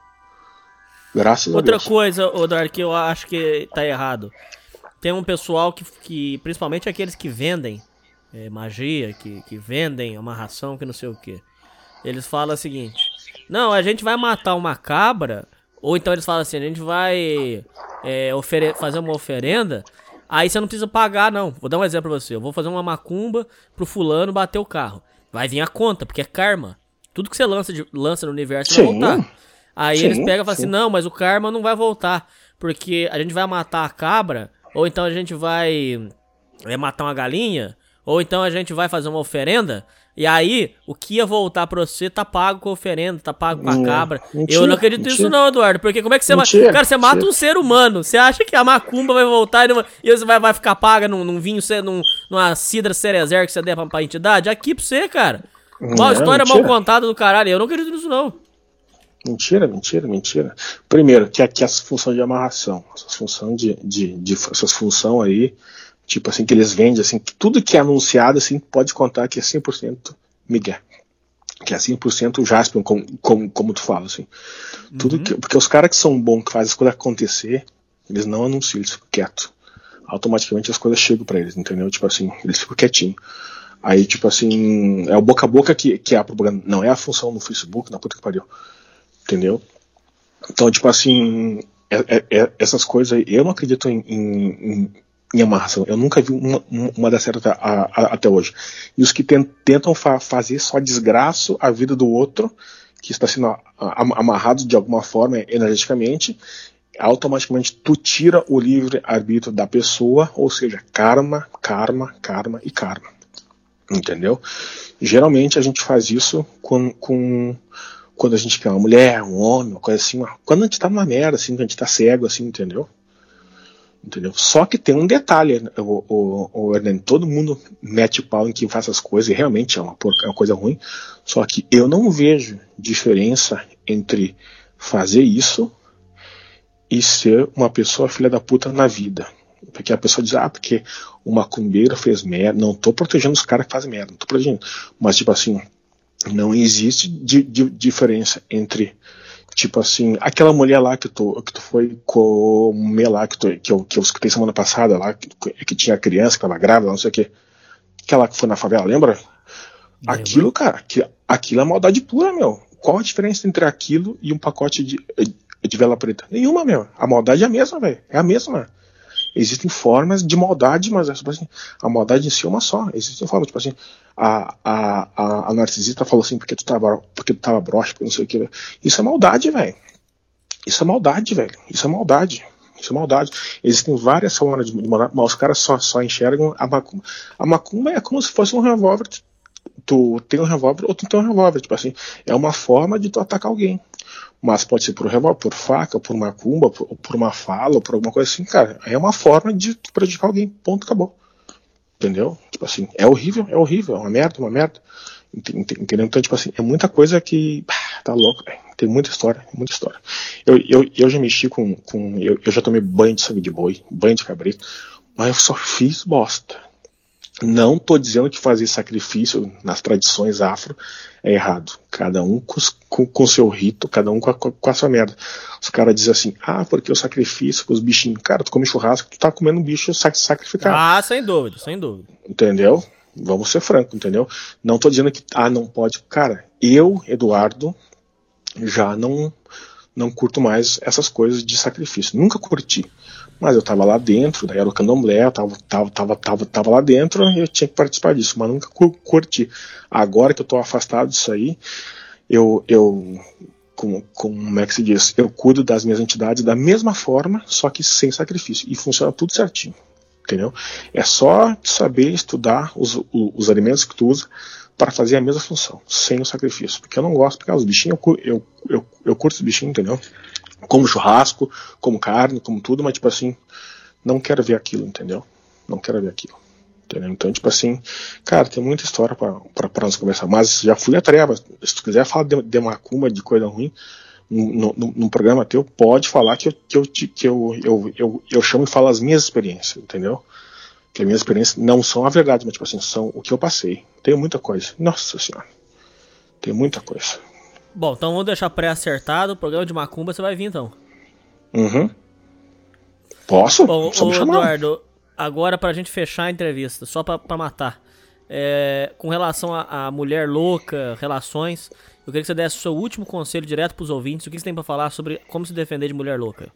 Graças Outra a Deus. Outra coisa, Odar, que eu acho que tá errado. Tem um pessoal que, que principalmente aqueles que vendem é, magia, que, que vendem amarração, que não sei o que. Eles falam o seguinte: não, a gente vai matar uma cabra, ou então eles falam assim, a gente vai é, fazer uma oferenda, aí você não precisa pagar, não. Vou dar um exemplo pra você. Eu vou fazer uma macumba pro fulano bater o carro. Vai vir a conta, porque é karma. Tudo que você lança, de, lança no universo sim, vai voltar. Aí sim, eles pegam e falam sim. assim, não, mas o karma não vai voltar, porque a gente vai matar a cabra, ou então a gente vai é, matar uma galinha, ou então a gente vai fazer uma oferenda, e aí o que ia voltar pra você tá pago com a oferenda, tá pago com a cabra. Mentira, Eu não acredito mentira. nisso não, Eduardo, porque como é que você Mentira, mata... Cara, você mata mentira. um ser humano, você acha que a macumba vai voltar e, não... e você vai, vai ficar paga num, num vinho, num, numa cidra cerezer que você der pra, pra entidade? Aqui pra você, cara. Uma história mentira. mal contada do caralho, eu não acredito nisso não. Mentira, mentira, mentira. Primeiro, que aqui essa função de amarração, essa função de, de, de essas função aí, tipo assim, que eles vendem, assim, que tudo que é anunciado, assim, pode contar que é cem por cento Miguel. Que é cem por cento Jaspion, como, como, como tu fala, assim. Uhum. Tudo que, porque os caras que são bons, que fazem as coisas acontecer, eles não anunciam, eles ficam quietos. Automaticamente as coisas chegam pra eles, entendeu? Tipo assim, eles ficam quietinhos. Aí, tipo assim, é o boca a boca que, que é a propaganda, não é a função no Facebook, na puta que pariu. Entendeu? Então, tipo assim, é, é, essas coisas aí, eu não acredito em, em, em amarração. Eu nunca vi uma, uma dar certo a, a, até hoje. E os que tentam fa fazer só desgraça a vida do outro, que está sendo amarrado de alguma forma energeticamente, automaticamente tu tira o livre-arbítrio da pessoa, ou seja, karma, karma, karma e karma. Entendeu? Geralmente a gente faz isso com, com quando a gente quer uma mulher, um homem, uma coisa assim, uma, quando a gente tá numa merda, assim, quando a gente tá cego, assim, entendeu? Entendeu? Só que tem um detalhe, o, o, o Hernani, todo mundo mete pau em quem faz essas coisas, e realmente é uma, é uma coisa ruim, só que eu não vejo diferença entre fazer isso e ser uma pessoa filha da puta na vida. Porque a pessoa diz, ah, porque o macumbeiro fez merda. Não tô protegendo os caras que fazem merda, não tô protegendo. Mas, tipo assim, não existe di di diferença entre, tipo assim, aquela mulher lá que tu, que tu foi comer lá, que, tu, que, eu, que eu escutei semana passada lá, que, que tinha criança, que tava grávida, não sei o que. Aquela que foi na favela, lembra? Lembra. Aquilo, cara, que, aquilo é maldade pura, meu. qual a diferença entre aquilo e um pacote de, de vela preta? Nenhuma, meu. A maldade é a mesma, velho. É a mesma. Existem formas de maldade, mas tipo assim, a maldade em si é uma só. Existem formas, tipo assim, a, a, a, a narcisista falou assim, porque tu tava, porque tu tava broxa, porque não sei o que. Isso é maldade, velho. Isso é maldade, velho. Isso é maldade. Isso é maldade. Existem várias formas de maldade, mas os caras só, só enxergam a macumba. A macumba é como se fosse um revólver. Tu tem um revólver ou tu tem um revólver. Tipo assim, é uma forma de tu atacar alguém. Mas pode ser por revólver, por faca, por macumba, por, por uma fala, por alguma coisa assim, cara. É uma forma de tu prejudicar alguém. Ponto, acabou. Entendeu? Tipo assim, é horrível, é horrível, é uma merda, uma merda. Entendeu? Então, tipo assim, é muita coisa que. Tá louco, velho. Tem muita história, muita história. Eu, eu, eu já mexi com. com eu, eu já tomei banho de sangue de boi, banho de cabrito, mas eu só fiz bosta. Não tô dizendo que fazer sacrifício nas tradições afro é errado. Cada um com o seu rito, cada um com a, com a sua merda. Os caras dizem assim, ah, porque o sacrifício com os bichinhos. Cara, tu come churrasco, tu tá comendo um bicho sacrificado. Ah, sem dúvida, sem dúvida. Entendeu? Vamos ser francos, entendeu? Não tô dizendo que, ah, não pode. Cara, eu, Eduardo, já não, não curto mais essas coisas de sacrifício. Nunca curti. Mas eu tava lá dentro, daí era o candomblé, eu tava, tava, tava, tava, tava lá dentro e eu tinha que participar disso, mas nunca curti. Agora que eu tô afastado disso aí, eu, eu como, como é que se diz? Eu cuido das minhas entidades da mesma forma, só que sem sacrifício. E funciona tudo certinho, entendeu? É só saber estudar os, os, os alimentos que tu usa para fazer a mesma função, sem o sacrifício. Porque eu não gosto, porque os bichinhos, eu, eu, eu, eu curto os bichinhos, entendeu? Como churrasco, como carne, como tudo, mas tipo assim, não quero ver aquilo, entendeu? Não quero ver aquilo, entendeu? Então, tipo assim, cara, tem muita história pra, pra, pra nós conversar, mas já fui a treva. Se tu quiser falar de, de macumba, de coisa ruim, no, no, no programa teu, pode falar que eu, que, eu, que eu, eu, eu, eu chamo e falo as minhas experiências, entendeu? Que as minhas experiências não são a verdade, mas tipo assim, são o que eu passei. Tem muita coisa, nossa senhora, tem muita coisa. Bom, então vamos deixar pré-acertado. O programa de macumba você vai vir então. Uhum. Posso? Bom, Só me ô, chamar. Eduardo, agora pra gente fechar a entrevista, só pra, pra matar. É, com relação a, a mulher louca, relações, eu queria que você desse o seu último conselho direto pros ouvintes. O que você tem pra falar sobre como se defender de mulher louca?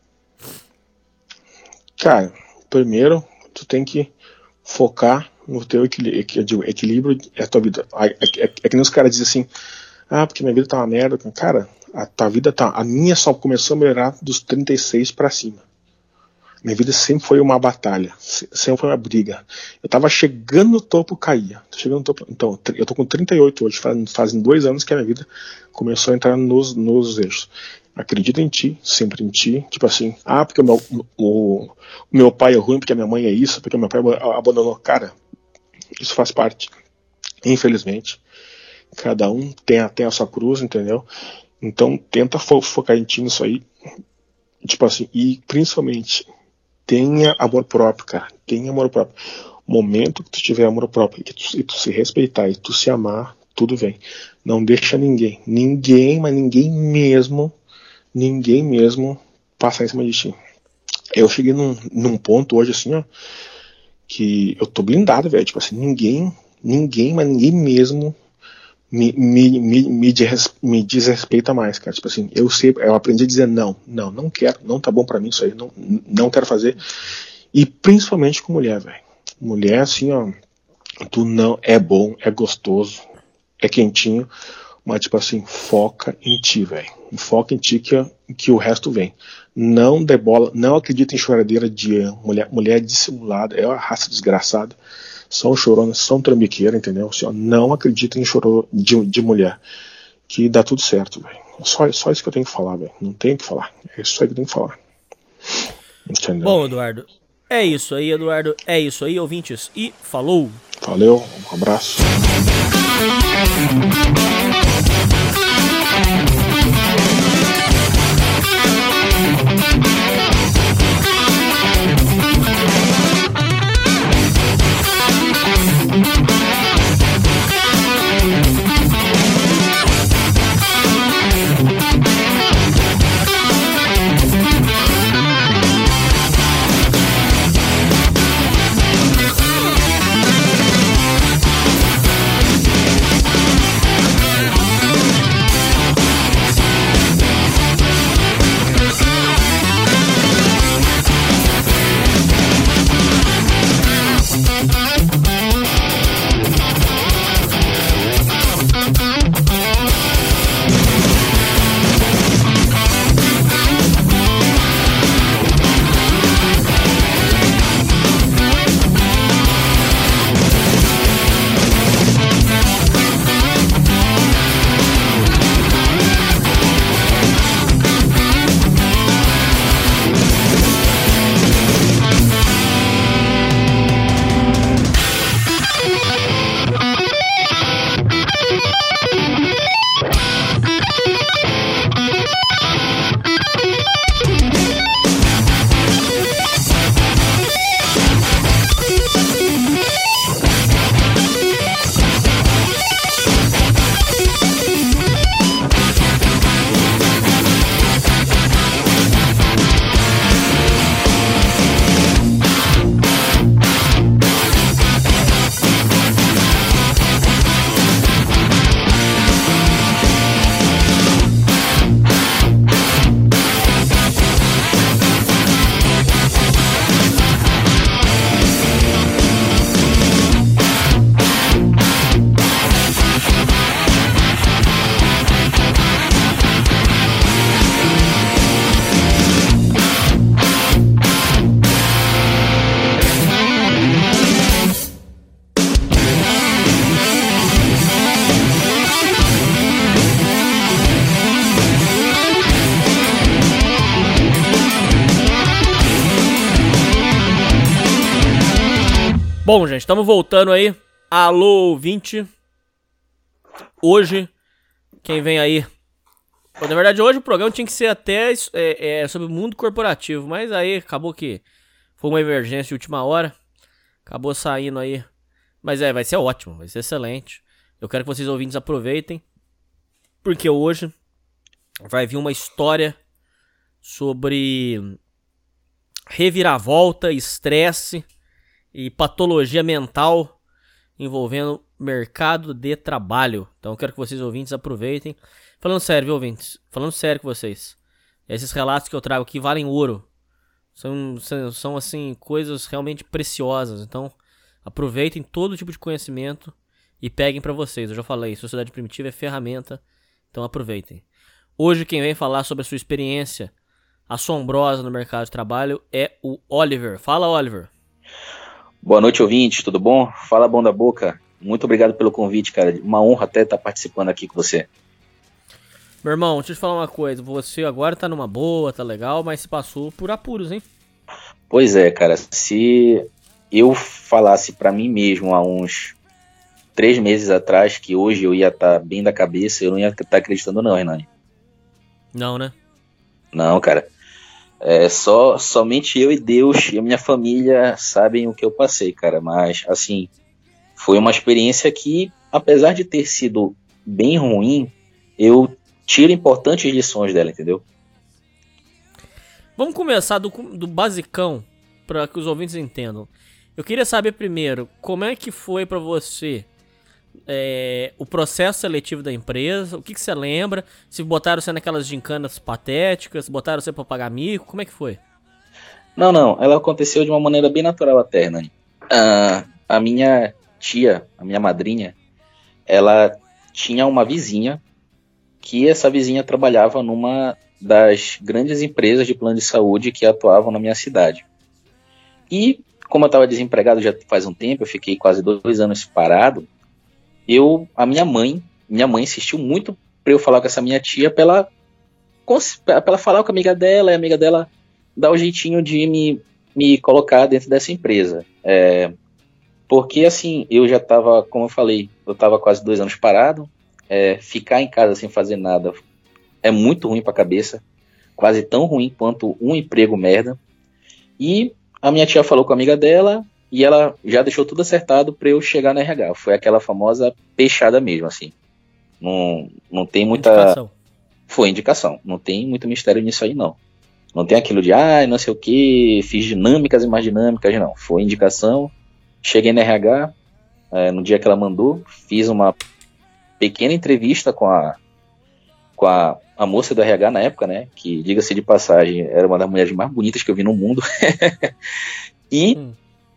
Cara, primeiro, tu tem que focar no teu equilíbrio. Equilíbrio é a tua vida. É, é, é que nem os caras dizem assim, ah, porque minha vida tá uma merda. Cara, a tua vida tá... A minha só começou a melhorar dos trinta e seis pra cima. Minha vida sempre foi uma batalha. Sempre foi uma briga. Eu tava chegando no topo, caía. Tô chegando no topo... Então, eu tô com trinta e oito hoje. Fazem dois anos que a minha vida começou a entrar nos, nos eixos. Acredita em ti, sempre em ti. Tipo assim, ah, porque o meu, o, o meu pai é ruim, porque a minha mãe é isso, porque o meu pai abandonou. Cara, isso faz parte. Infelizmente. Cada um tem até a sua cruz, entendeu? Então tenta fo- focar em ti nisso aí. Tipo assim, e principalmente tenha amor próprio, cara. Tenha amor próprio. O momento que tu tiver amor próprio e tu, e tu se respeitar e tu se amar, tudo vem. Não deixa ninguém, ninguém, mas ninguém mesmo, ninguém mesmo passar em cima de ti. Eu cheguei num, num ponto hoje assim, ó, que eu tô blindado, velho. Tipo assim, ninguém, ninguém, mas ninguém mesmo Me, me, me, me, des, me desrespeita mais, cara. Tipo assim, eu sei, eu aprendi a dizer não, não, não quero, não tá bom pra mim isso aí, não, não quero fazer. E principalmente com mulher, velho. Mulher, assim, ó, tu não, é bom, é gostoso, é quentinho, mas tipo assim, foca em ti, velho. Foca em ti que, que o resto vem. Não dê bola, não acredita em choradeira de mulher, mulher dissimulada, é uma raça desgraçada. São choronas, são trambiqueiras, entendeu? Assim, ó, não acredita em choro de, de mulher. Que dá tudo certo, velho. Só, só isso que eu tenho que falar, velho. Não tenho o que falar. É isso aí que eu tenho que falar. Entendeu? Bom, Eduardo, é isso aí, Eduardo. É isso aí, ouvintes. E falou! Valeu, um abraço. Bom, gente, estamos voltando aí. Alô, ouvinte. Hoje, quem vem aí... Bom, na verdade, hoje o programa tinha que ser até é, é, sobre o mundo corporativo, mas aí acabou que foi uma emergência de última hora. Acabou saindo aí. Mas é, vai ser ótimo, vai ser excelente. Eu quero que vocês ouvintes aproveitem, porque hoje vai vir uma história sobre reviravolta, estresse e patologia mental envolvendo mercado de trabalho. Então eu quero que vocês ouvintes aproveitem. Falando sério, viu, ouvintes? Falando sério com vocês. Esses relatos que eu trago aqui valem ouro. São, são, são assim, coisas realmente preciosas. Então aproveitem todo tipo de conhecimento e peguem pra vocês. Eu já falei, Sociedade Primitiva é ferramenta. Então aproveitem. Hoje quem vem falar sobre a sua experiência assombrosa no mercado de trabalho é o Oliver. Fala, Oliver. Boa noite, ouvintes, tudo bom? Fala, Bom da Boca. Muito obrigado pelo convite, cara. Uma honra até estar participando aqui com você. Meu irmão, deixa eu te falar uma coisa. Você agora tá numa boa, tá legal, mas se passou por apuros, hein? Pois é, cara. Se eu falasse pra mim mesmo há uns três meses atrás que hoje eu ia estar bem da cabeça, eu não ia estar acreditando não, Hernani. Não, né? Não, cara. É, só, somente eu e Deus e a minha família sabem o que eu passei, cara. Mas, assim, foi uma experiência que, apesar de ter sido bem ruim, eu tiro importantes lições dela, entendeu? Vamos começar do, do basicão, para que os ouvintes entendam. Eu queria saber primeiro, como é que foi para você é, o processo seletivo da empresa? O que, que você lembra? Se botaram você naquelas gincanas patéticas, botaram você para pagar mico, como é que foi? Não, não, ela aconteceu de uma maneira bem natural até, Hernani. Ah, a minha tia, a minha madrinha, ela tinha uma vizinha, que essa vizinha trabalhava numa das grandes empresas de plano de saúde que atuavam na minha cidade. E, como eu estava desempregado já faz um tempo, eu fiquei quase dois anos parado, eu, a minha mãe, minha mãe insistiu muito para eu falar com essa minha tia, para ela, pra ela falar com a amiga dela, e a amiga dela dar o jeitinho de me, me colocar dentro dessa empresa. É, porque, assim, eu já estava, como eu falei, eu estava quase dois anos parado. É, ficar em casa sem fazer nada é muito ruim pra cabeça, quase tão ruim quanto um emprego merda. E a minha tia falou com a amiga dela e ela já deixou tudo acertado pra eu chegar na R H. Foi aquela famosa peixada mesmo, assim. Não, não tem muita... Indicação. Foi indicação. Não tem muito mistério nisso aí, não. Não tem aquilo de, ah, não sei o que, fiz dinâmicas e mais dinâmicas, não. Foi indicação, cheguei na R H, é, no dia que ela mandou, fiz uma pequena entrevista com a com a, a moça do R H na época, né, que, diga-se de passagem, era uma das mulheres mais bonitas que eu vi no mundo. e hum.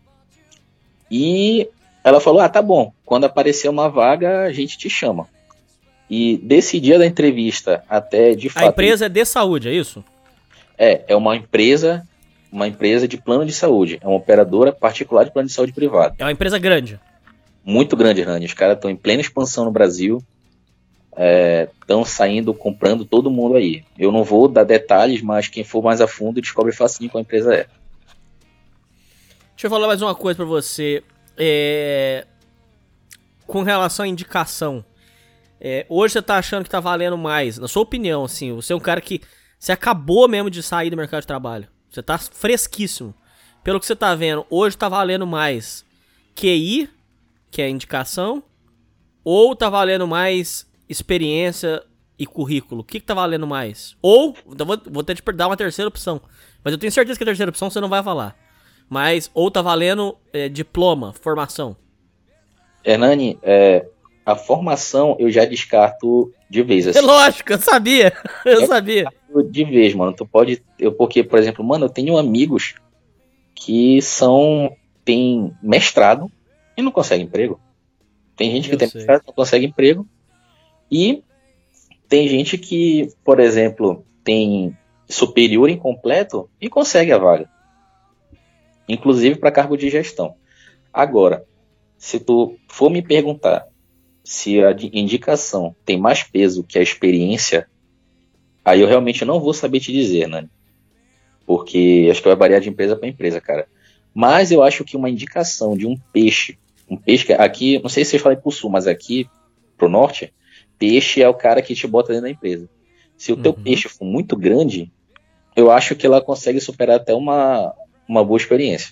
e ela falou, ah, tá bom, quando aparecer uma vaga a gente te chama. E desse dia da entrevista até, de fato... A empresa é de saúde, é isso? É, é uma empresa uma empresa de plano de saúde, é uma operadora particular de plano de saúde privado. É uma empresa grande. Muito grande, Hernani. Os caras estão em plena expansão no Brasil. Estão é, saindo, comprando todo mundo aí. Eu não vou dar detalhes, mas quem for mais a fundo descobre facinho qual a empresa é. Deixa eu falar mais uma coisa pra você. É... Com relação à indicação. É, hoje você tá achando que tá valendo mais. Na sua opinião, assim, você é um cara que... Você acabou mesmo de sair do mercado de trabalho. Você tá fresquíssimo. Pelo que você tá vendo, hoje tá valendo mais Q I... que é indicação, ou tá valendo mais experiência e currículo? O que que tá valendo mais? Ou, vou, vou até te dar uma terceira opção, mas eu tenho certeza que a terceira opção você não vai falar. Mas, ou tá valendo é, diploma, formação? Hernani, é, a formação eu já descarto de vez. Assim. É lógico, eu sabia, eu é sabia. De vez, mano, tu pode, eu, porque, por exemplo, mano, eu tenho amigos que são, tem mestrado, e não consegue emprego. Tem gente que eu tem mestrado e não consegue emprego. E tem gente que, por exemplo, tem superior incompleto e consegue a vaga. Inclusive para cargo de gestão. Agora, se tu for me perguntar se a indicação tem mais peso que a experiência, aí eu realmente não vou saber te dizer, né? Porque acho que vai variar de empresa para empresa, cara. Mas eu acho que uma indicação de um peixe, um peixe que aqui, não sei se vocês falam pro sul, mas aqui pro norte, peixe é o cara que te bota dentro da empresa. Se o teu Uhum. peixe for muito grande, eu acho que ela consegue superar até uma, uma boa experiência.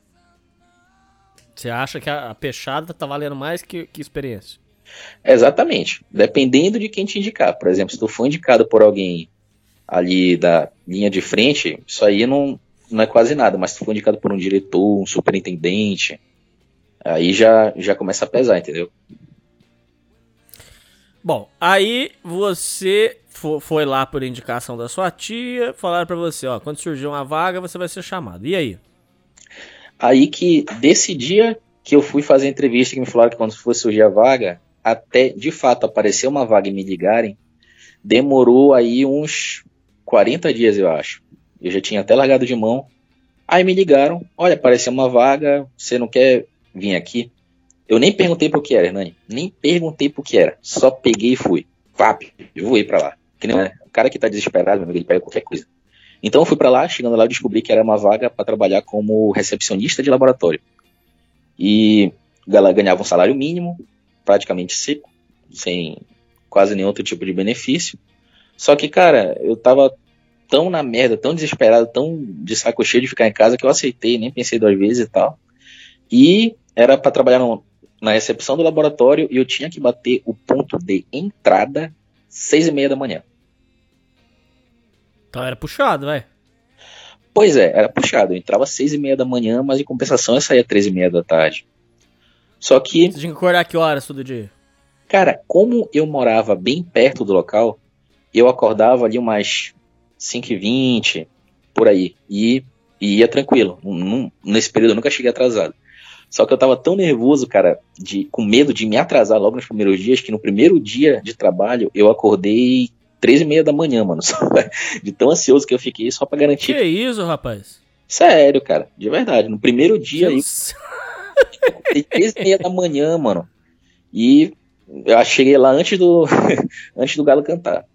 Você acha que a, a peixada tá valendo mais que, que experiência? Exatamente. Dependendo de quem te indicar. Por exemplo, se tu for indicado por alguém ali da linha de frente, isso aí não, não é quase nada. Mas se tu for indicado por um diretor, um superintendente, aí já, já começa a pesar, entendeu? Bom, aí você fo- foi lá por indicação da sua tia, falaram pra você, ó, quando surgir uma vaga, você vai ser chamado. E aí? Aí que, desse dia que eu fui fazer a entrevista, que me falaram que quando fosse surgir a vaga, até de fato aparecer uma vaga e me ligarem, demorou aí uns quarenta dias, eu acho. Eu já tinha até largado de mão. Aí me ligaram, olha, apareceu uma vaga, você não quer vir aqui? Eu nem perguntei pro que era, Hernani. Nem perguntei pro que era. Só peguei e fui. Vap, eu vou ir pra lá. Que nem, né? O cara que tá desesperado, meu amigo, ele pega qualquer coisa. Então eu fui pra lá, chegando lá eu descobri que era uma vaga para trabalhar como recepcionista de laboratório. E ela ganhava um salário mínimo, praticamente seco, sem quase nenhum outro tipo de benefício. Só que, cara, eu tava tão na merda, tão desesperado, tão de saco cheio de ficar em casa que eu aceitei, nem pensei duas vezes e tal. E era para trabalhar no, na recepção do laboratório e eu tinha que bater o ponto de entrada seis e meia da manhã. Então era puxado, vai. Pois é, era puxado. Eu entrava às seis e meia da manhã, mas em compensação eu saía às três e meia da tarde. Só que... Você tinha que acordar que horas todo dia? Cara, como eu morava bem perto do local, eu acordava ali umas cinco e vinte, por aí. E, e ia tranquilo. Num, nesse período eu nunca cheguei atrasado. Só que eu tava tão nervoso, cara, de, com medo de me atrasar logo nos primeiros dias, que no primeiro dia de trabalho eu acordei três e meia da manhã, mano. De tão ansioso que eu fiquei só pra garantir. Que isso, rapaz? Sério, cara, de verdade. No primeiro dia aí, eu acordei três e meia da manhã, mano. E eu cheguei lá antes do, antes do galo cantar.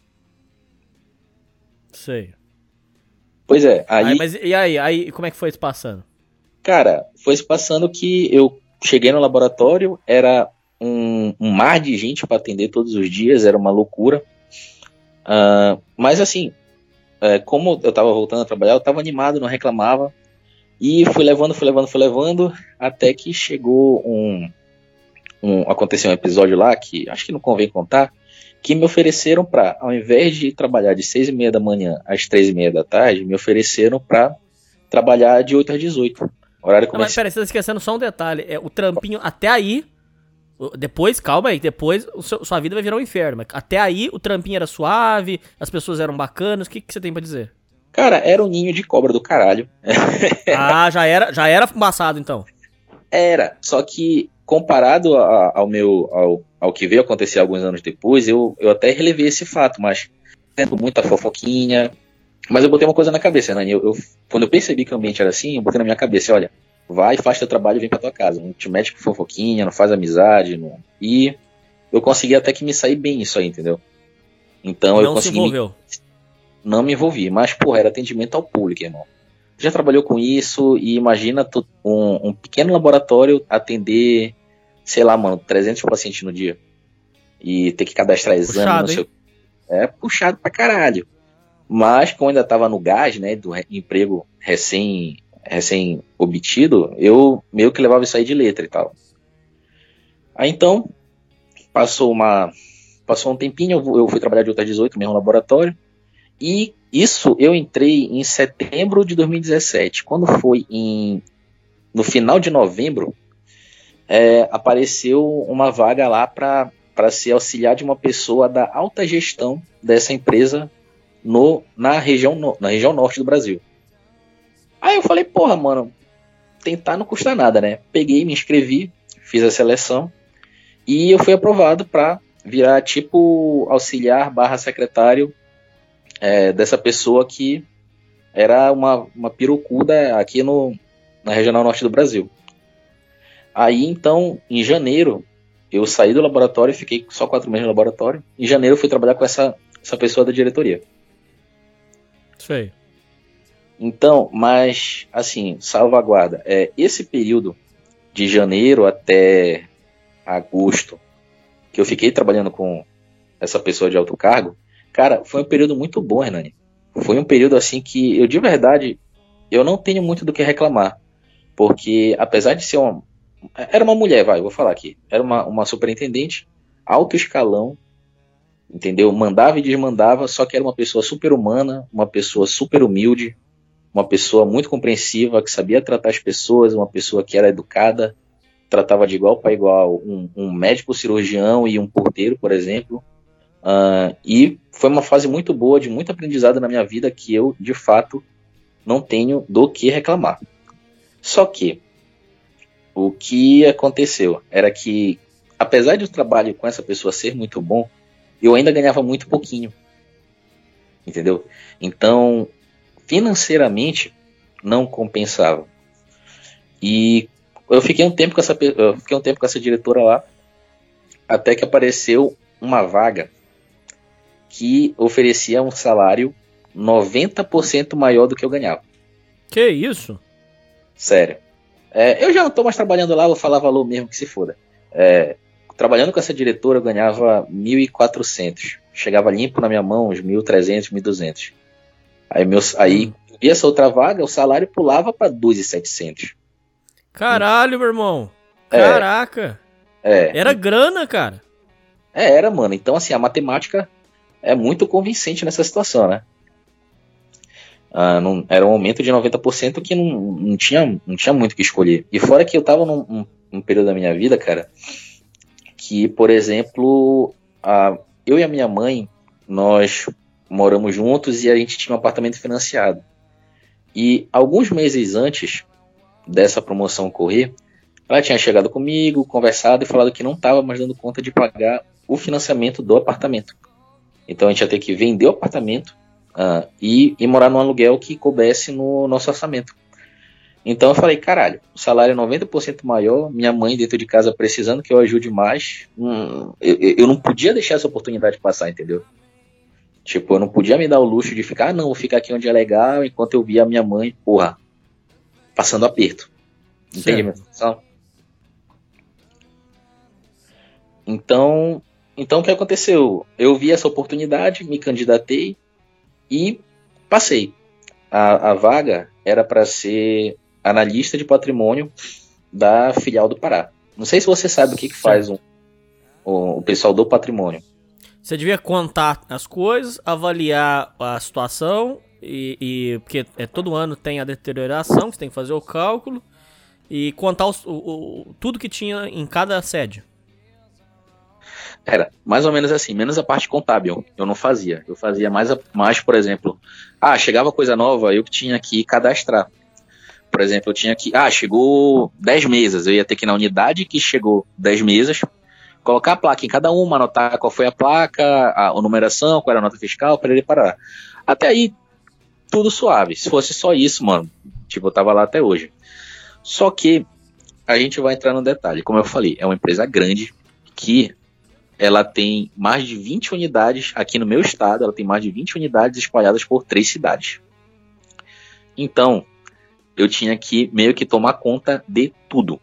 Sei. Pois é, aí... aí mas e aí, aí, como é que foi se passando? Cara, foi se passando que eu cheguei no laboratório, era um, um mar de gente para atender todos os dias, era uma loucura. Uh, mas assim, é, como eu tava voltando a trabalhar, eu tava animado, não reclamava. E fui levando, fui levando, fui levando, até que chegou um... um aconteceu um episódio lá, que acho que não convém contar, que me ofereceram para, ao invés de trabalhar de seis e meia da manhã às três e meia da tarde, me ofereceram para trabalhar de oito às dezoito. Horário Não, mas peraí, você tá esquecendo só um detalhe. É, o trampinho até aí. Depois, calma aí, depois o seu, sua vida vai virar um inferno. Mas até aí o trampinho era suave, as pessoas eram bacanas. O que, que você tem pra dizer? Cara, era um ninho de cobra do caralho. Ah, já era, já era fumaçado então. Era, só que comparado a, ao meu ao, ao que veio acontecer alguns anos depois, eu, eu até relevei esse fato, mas tendo muita fofoquinha. Mas eu botei uma coisa na cabeça, Nani. Eu, eu, quando eu percebi que o ambiente era assim, eu botei na minha cabeça, olha, vai, faz teu trabalho e vem pra tua casa. Não te mete com fofoquinha, não faz amizade. Não... E eu consegui até que me sair bem isso aí, entendeu? Então não eu consegui. Se envolveu. Me... Não me envolvi, mas, porra, era atendimento ao público, irmão. Já trabalhou com isso e imagina tu, um, um pequeno laboratório atender, sei lá, mano, trezentos pacientes no dia. E ter que cadastrar exame, puxado, não sei. É puxado pra caralho. Mas, como ainda estava no gás, né, do emprego recém, recém obtido, eu meio que levava isso aí de letra e tal. Aí então, passou uma passou um tempinho, eu, eu fui trabalhar de oito às dezoito, mesmo laboratório, e isso eu entrei em setembro de dois mil e dezessete. Quando foi em, no final de novembro, é, apareceu uma vaga lá para ser auxiliar de uma pessoa da alta gestão dessa empresa No, na, região, no, na região norte do Brasil. Aí eu falei, porra, mano, tentar não custa nada, né? Peguei, me inscrevi, fiz a seleção e eu fui aprovado para virar tipo auxiliar barra secretário é, dessa pessoa que era uma, uma pirocuda aqui no, na regional norte do Brasil. Aí então, em janeiro, eu saí do laboratório, fiquei só quatro meses no laboratório. Em janeiro eu fui trabalhar com essa, essa pessoa da diretoria. Sei. Então, mas, assim, salvaguarda. É, esse período de janeiro até agosto, que eu fiquei trabalhando com essa pessoa de alto cargo, cara, foi um período muito bom, Hernani. Foi um período, assim, que eu, de verdade, eu não tenho muito do que reclamar. Porque, apesar de ser uma... Era uma mulher, vai, eu vou falar aqui. Era uma, uma superintendente, alto escalão, entendeu? Mandava e desmandava, só que era uma pessoa super humana, uma pessoa super humilde, uma pessoa muito compreensiva, que sabia tratar as pessoas, uma pessoa que era educada, tratava de igual para igual um, um médico cirurgião e um porteiro, por exemplo. Uh, e foi uma fase muito boa, de muito aprendizado na minha vida, que eu, de fato, não tenho do que reclamar. Só que, o que aconteceu era que, apesar de o trabalho com essa pessoa ser muito bom, eu ainda ganhava muito pouquinho. Entendeu? Então, financeiramente, não compensava. E eu fiquei um tempo com essa, eu fiquei um tempo com essa diretora lá, até que apareceu uma vaga que oferecia um salário noventa por cento maior do que eu ganhava. Que isso? Sério. É, eu já não estou mais trabalhando lá, vou falar valor mesmo que se foda. É, trabalhando com essa diretora eu ganhava mil e quatrocentos. Chegava limpo na minha mão uns mil e trezentos, mil e duzentos. Aí, meus, aí e essa outra vaga, o salário pulava para dois mil e setecentos. Caralho, meu irmão. Caraca. É. Era grana, cara. É, era, mano. Então, assim, a matemática é muito convincente nessa situação, né? Ah, não, era um aumento de noventa por cento que não, não, tinha, não tinha muito o que escolher. E fora que eu tava num, num, num período da minha vida, cara, que, por exemplo, a, eu e a minha mãe, nós moramos juntos e a gente tinha um apartamento financiado. E alguns meses antes dessa promoção ocorrer, ela tinha chegado comigo, conversado e falado que não estava mais dando conta de pagar o financiamento do apartamento. Então a gente ia ter que vender o apartamento uh, e, e morar num aluguel que coubesse no nosso orçamento. Então eu falei, caralho, o salário é noventa por cento maior, minha mãe dentro de casa precisando que eu ajude mais, hum, eu, eu não podia deixar essa oportunidade passar, entendeu? Tipo, eu não podia me dar o luxo de ficar, ah, não, vou ficar aqui onde é legal, enquanto eu via a minha mãe, porra, passando aperto. Entende a minha situação? Então, então o que aconteceu? Eu vi essa oportunidade, me candidatei e passei. A, a vaga era para ser analista de patrimônio da filial do Pará. Não sei se você sabe o que, que faz um, o, o pessoal do patrimônio. Você devia contar as coisas, avaliar a situação, e, e porque é, todo ano tem a deterioração, você tem que fazer o cálculo, e contar os, o, o, tudo que tinha em cada sede. Era mais ou menos assim, menos a parte contábil, eu não fazia. Eu fazia mais, a, mais por exemplo, ah, chegava coisa nova, eu tinha que cadastrar. Por exemplo, eu tinha que, ah, chegou dez mesas, eu ia ter que ir na unidade que chegou dez mesas, colocar a placa em cada uma, anotar qual foi a placa, a, a numeração, qual era a nota fiscal, para ele parar. Até aí, tudo suave. Se fosse só isso, mano, tipo, eu tava lá até hoje. Só que a gente vai entrar no detalhe. Como eu falei, é uma empresa grande que ela tem mais de vinte unidades aqui no meu estado, ela tem mais de vinte unidades espalhadas por três cidades. Então, eu tinha que meio que tomar conta de tudo.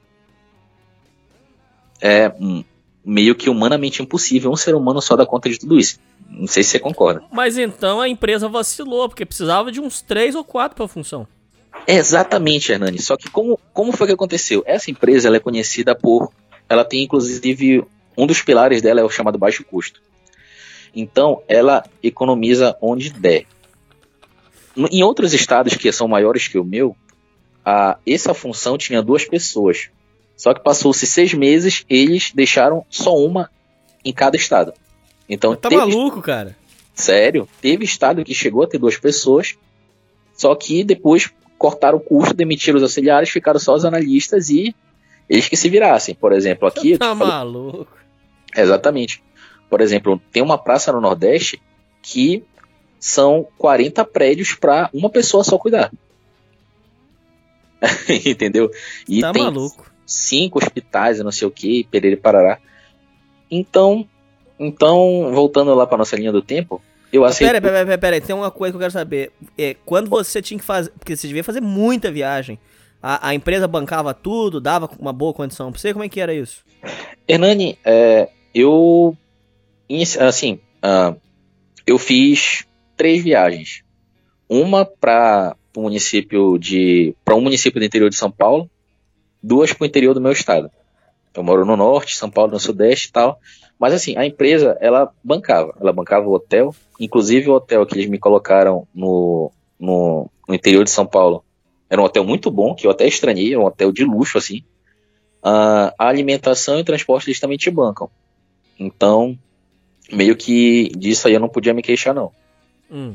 É um, meio que humanamente impossível um ser humano só dar conta de tudo isso. Não sei se você concorda. Mas então a empresa vacilou, porque precisava de uns três ou quatro para a função. Exatamente, Hernani. Só que como, como foi que aconteceu? Essa empresa ela é conhecida por... Ela tem inclusive... Um dos pilares dela é o chamado baixo custo. Então, ela economiza onde der. Em outros estados que são maiores que o meu, a, essa função tinha duas pessoas. Só que passou-se seis meses, eles deixaram só uma em cada estado. Então, tá teve, maluco, cara? Sério, teve estado que chegou a ter duas pessoas, só que depois cortaram o custo, demitiram os auxiliares, ficaram só os analistas e eles que se virassem. Por exemplo, aqui... Tá falo... maluco. Exatamente. Por exemplo, tem uma praça no Nordeste que são quarenta prédios para uma pessoa só cuidar. Entendeu? E tá tem maluco. cinco hospitais, não sei o que, Pereira e Parará. Então, então, voltando lá para nossa linha do tempo, eu aceitei. Pera, pera, pera, pera, tem uma coisa que eu quero saber. É, quando você tinha que fazer, porque você devia fazer muita viagem, a, a empresa bancava tudo, dava uma boa condição pra você, como é que era isso? Hernani, é, eu, assim, uh, eu fiz três viagens. Uma para o município de, para um município do interior de São Paulo, duas para o interior do meu estado. Eu moro no norte, São Paulo no sudeste e tal. Mas assim, a empresa, ela bancava. Ela bancava o hotel. Inclusive o hotel que eles me colocaram no, no, no interior de São Paulo era um hotel muito bom, que eu até estranhei. Era um hotel de luxo, assim. Uh, a alimentação e o transporte eles também te bancam. Então, meio que disso aí eu não podia me queixar, não. Hum.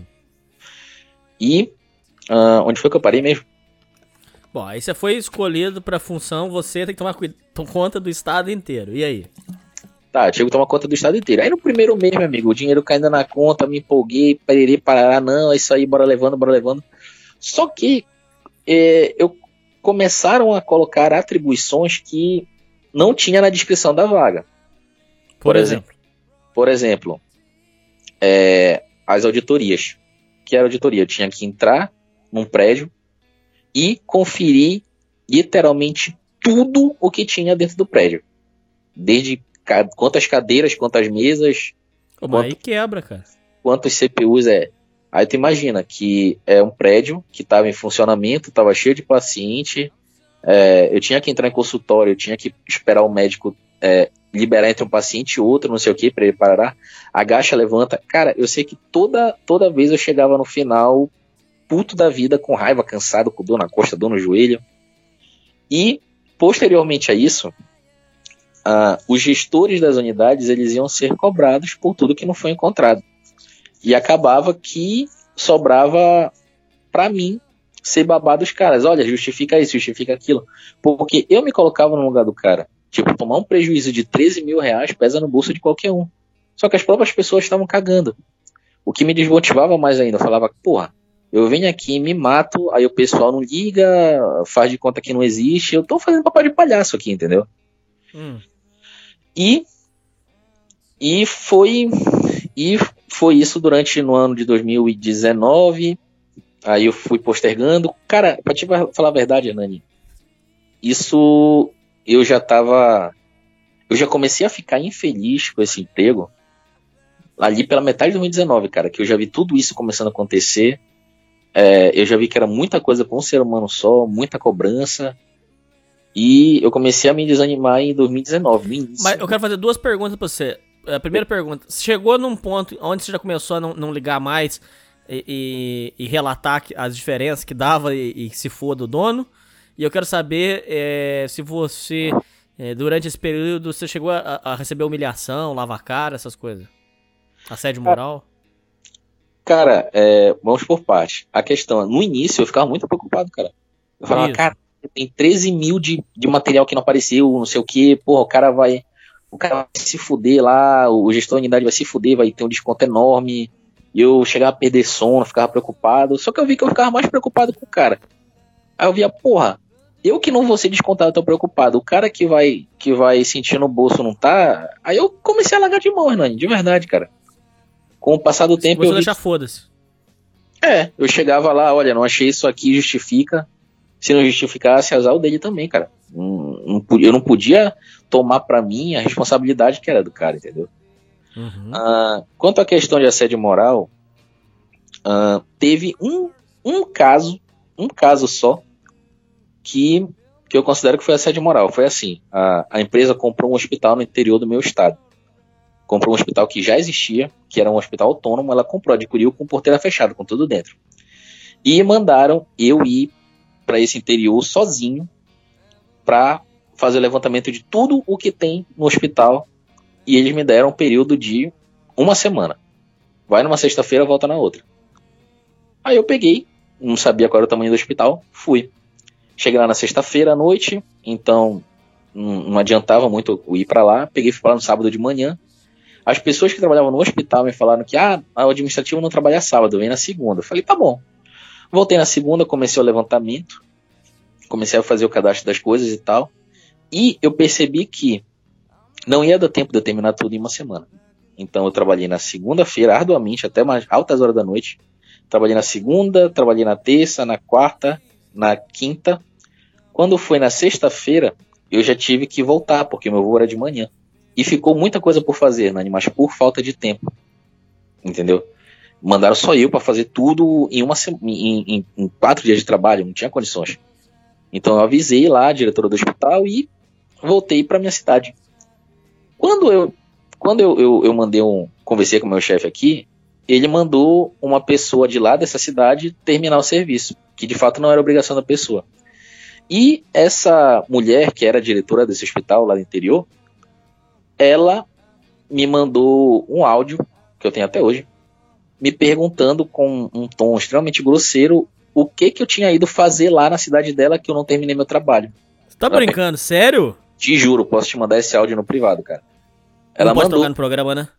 E uh, onde foi que eu parei mesmo? Bom, aí você foi escolhido pra função, você tem que tomar cuida, conta do estado inteiro. E aí? Tá, eu tive que tomar conta do estado inteiro. Aí no primeiro mês, meu amigo, o dinheiro caindo na conta, me empolguei, parei, parará, não, é isso aí, bora levando, bora levando. Só que é, eu começaram a colocar atribuições que não tinha na descrição da vaga. Por, Por exemplo? exemplo? Por exemplo, é, as auditorias. Que era auditoria? Eu tinha que entrar num prédio e conferir literalmente tudo o que tinha dentro do prédio. Desde quantas cadeiras, quantas mesas. Pô, quanto, aí quebra, cara. Quantos C P Us é. Aí tu imagina que é um prédio que estava em funcionamento, estava cheio de paciente. É, eu tinha que entrar em consultório, eu tinha que esperar o médico é, liberar entre um paciente e outro, não sei o que, para ele parar. Agacha, levanta. Cara, eu sei que toda, toda vez eu chegava no final puto da vida, com raiva, cansado, com dor na costa, dor no joelho. E, posteriormente a isso, uh, os gestores das unidades, eles iam ser cobrados por tudo que não foi encontrado. E acabava que sobrava para mim ser babado os caras. Olha, justifica isso, justifica aquilo. Porque eu me colocava no lugar do cara. Tipo, tomar um prejuízo de treze mil reais pesa no bolso de qualquer um. Só que as próprias pessoas estavam cagando. O que me desmotivava mais ainda. Eu falava, porra, eu venho aqui, me mato, aí o pessoal não liga, faz de conta que não existe. Eu tô fazendo papel de palhaço aqui, entendeu? Hum. E, e, foi, e foi isso durante no ano de dois mil e dezenove. Aí eu fui postergando. Cara, pra te falar a verdade, Hernani, isso eu já tava... Eu já comecei a ficar infeliz com esse emprego ali pela metade de dois mil e dezenove, cara, que eu já vi tudo isso começando a acontecer. É, eu já vi que era muita coisa para um ser humano só, muita cobrança. E eu comecei a me desanimar em dois mil e dezenove, no início. Mas eu quero fazer duas perguntas pra você. A primeira pergunta, chegou num ponto onde você já começou a não, não ligar mais e, e, e relatar as diferenças que dava e, e se for do dono? E eu quero saber é, se você, é, durante esse período, você chegou a, a receber humilhação, lavar cara, essas coisas? Assédio moral? Cara, é, vamos por parte. A questão, no início eu ficava muito preocupado, cara. Eu falava, Isso. cara, tem treze mil de, de material que não apareceu, não sei o que, porra, o cara vai... O cara vai se fuder lá, o gestor da unidade vai se fuder, vai ter um desconto enorme. E eu chegava a perder sono, ficava preocupado. Só que eu vi que eu ficava mais preocupado com o cara. Aí eu via, porra, eu que não vou ser descontado, tô preocupado. O cara que vai, que vai sentir no bolso não tá. Aí eu comecei a largar de mão, Hernani, de verdade, cara. Com o passar do tempo. Você eu vi... deixar foda-se. É, eu chegava lá, olha, não achei isso aqui, justifica. Se não justificasse, azar o dele também, cara. Não, não, eu não podia tomar pra mim a responsabilidade que era do cara, entendeu? Uhum. Ah, quanto à questão de assédio moral, ah, teve um, um caso, um caso só, que, que eu considero que foi assédio moral. Foi assim, a, a empresa comprou um hospital no interior do meu estado. Comprou um hospital que já existia, que era um hospital autônomo, ela comprou, adquiriu com porteira fechada, com tudo dentro. E mandaram eu ir para esse interior sozinho para fazer o levantamento de tudo o que tem no hospital, e eles me deram um período de uma semana. Vai numa sexta-feira, volta na outra. Aí eu peguei, não sabia qual era o tamanho do hospital, fui. Cheguei lá na sexta-feira à noite, então não, não adiantava muito eu ir para lá, peguei e fui para lá no sábado de manhã. As pessoas que trabalhavam no hospital me falaram que ah, o administrativo não trabalha sábado, vem na segunda. Eu falei, tá bom. Voltei na segunda, comecei o levantamento, comecei a fazer o cadastro das coisas e tal, e eu percebi que não ia dar tempo de eu terminar tudo em uma semana. Então eu trabalhei na segunda-feira, arduamente, até mais altas horas da noite. Trabalhei na segunda, trabalhei na terça, na quarta, na quinta. Quando foi na sexta-feira, eu já tive que voltar, porque meu voo era de manhã. E ficou muita coisa por fazer, Nani, mas por falta de tempo. Entendeu? Mandaram só eu para fazer tudo em, uma, em, em, em quatro dias de trabalho, não tinha condições. Então eu avisei lá a diretora do hospital e voltei para minha cidade. Quando eu, quando eu, eu, eu mandei um, conversei com o meu chefe aqui, ele mandou uma pessoa de lá dessa cidade terminar o serviço, que de fato não era obrigação da pessoa. E essa mulher, que era diretora desse hospital lá no interior, ela me mandou um áudio, que eu tenho até hoje, me perguntando com um tom extremamente grosseiro o que que eu tinha ido fazer lá na cidade dela que eu não terminei meu trabalho. Você tá brincando? Sério? Te juro, posso te mandar esse áudio no privado, cara. Ela não pode mandou... tocar no programa, né?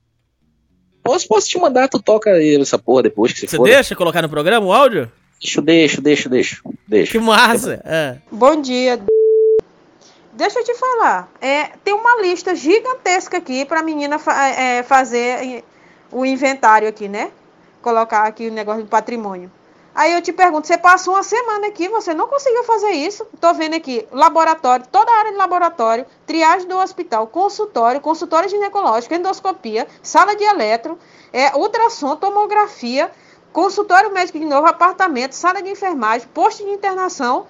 Posso, posso te mandar, tu toca essa porra depois que você Você for. deixa colocar no programa o áudio? Deixa, deixa, deixa, deixa. deixa. Que massa! É. Bom dia. Deixa eu te falar. É, tem uma lista gigantesca aqui pra menina fa é, fazer o inventário aqui, né? Colocar aqui o negócio do patrimônio. Aí eu te pergunto, você passou uma semana aqui, você não conseguiu fazer isso? Tô vendo aqui, laboratório, toda a área de laboratório, triagem do hospital, consultório, consultório ginecológico, endoscopia, sala de eletro, é, ultrassom, tomografia, consultório médico de novo, apartamento, sala de enfermagem, posto de internação,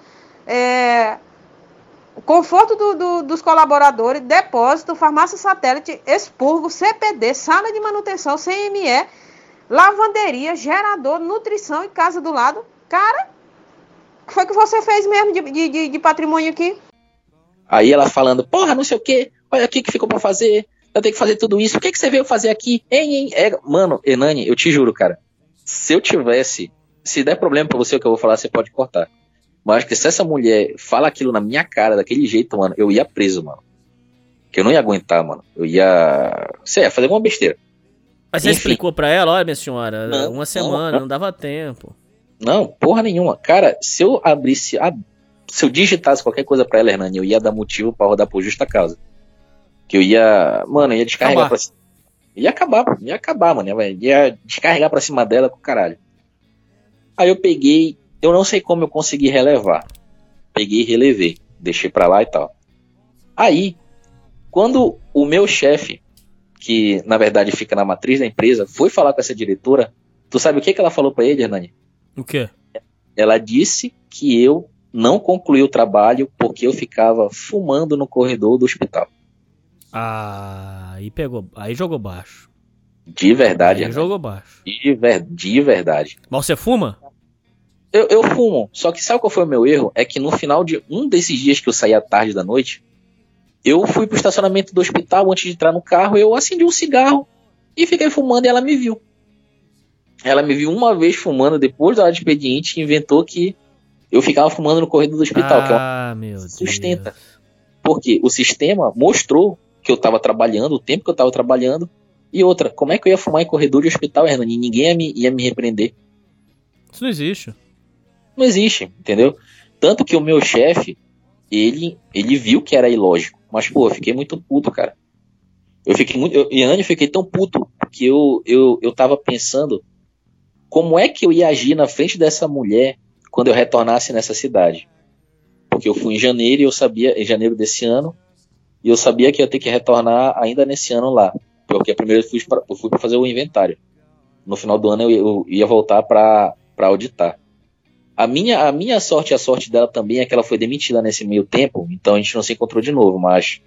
é, conforto do, do, dos colaboradores, depósito, farmácia satélite, expurgo, C P D, sala de manutenção, C M E, lavanderia, gerador, nutrição e casa do lado. Cara, o que foi que você fez mesmo de, de, de, de patrimônio aqui? Aí ela falando, porra, não sei o que, olha aqui que ficou pra fazer, eu tenho que fazer tudo isso, o que que você veio fazer aqui? Hein, hein? É, mano, Hernani, eu te juro, cara, se eu tivesse, se der problema pra você o que eu vou falar, você pode cortar. Mas acho que se essa mulher fala aquilo na minha cara, daquele jeito, mano, eu ia preso, mano. Que eu não ia aguentar, mano. Eu ia, sei, ia fazer alguma besteira. Mas você Enfim. explicou pra ela, olha, minha senhora, Não, uma semana, não, não dava tempo. Não, porra nenhuma. Cara, se eu abrisse, a, se eu digitasse qualquer coisa pra ela, Hernani, eu ia dar motivo pra rodar por justa causa. Que eu ia, mano, eu ia descarregar Acabar. pra cima. Ia acabar, ia acabar, mano. Eu ia descarregar pra cima dela com o caralho. Aí eu peguei, eu não sei como eu consegui relevar. Peguei e relevei. Deixei pra lá e tal. Aí, quando o meu chefe, que na verdade fica na matriz da empresa, foi falar com essa diretora, tu sabe o que, que ela falou pra ele, Hernani? O quê? Ela disse que eu não concluí o trabalho porque eu ficava fumando no corredor do hospital. Ah, aí pegou, aí jogou baixo. De verdade, Aí Hernani. jogou baixo. De, ver, de verdade. Mas você fuma? Eu, eu fumo, só que sabe qual foi o meu erro? É que no final de um desses dias que eu saí à tarde da noite, eu fui pro estacionamento do hospital, antes de entrar no carro, eu acendi um cigarro e fiquei fumando e ela me viu. Ela me viu uma vez fumando depois da hora de expediente e inventou que eu ficava fumando no corredor do hospital, ah, que é uma meu Deus. sustenta. Porque o sistema mostrou que eu estava trabalhando, o tempo que eu estava trabalhando, e outra, como é que eu ia fumar em corredor de hospital, Hernani? Ninguém ia me, ia me repreender. Isso não existe. Não existe, entendeu? Tanto que o meu chefe, ele, ele viu que era ilógico. Mas, pô, eu fiquei muito puto, cara. Eu fiquei muito. Eu, e Anne, eu fiquei tão puto que eu, eu, eu tava pensando como é que eu ia agir na frente dessa mulher quando eu retornasse nessa cidade. Porque eu fui em janeiro e eu sabia, em janeiro desse ano, e eu sabia que ia ter que retornar ainda nesse ano lá. Porque primeiro eu fui pra, eu fui pra fazer o inventário. No final do ano eu, eu ia voltar pra, pra auditar. A minha, a minha sorte e a sorte dela também é que ela foi demitida nesse meio tempo, então a gente não se encontrou de novo, mas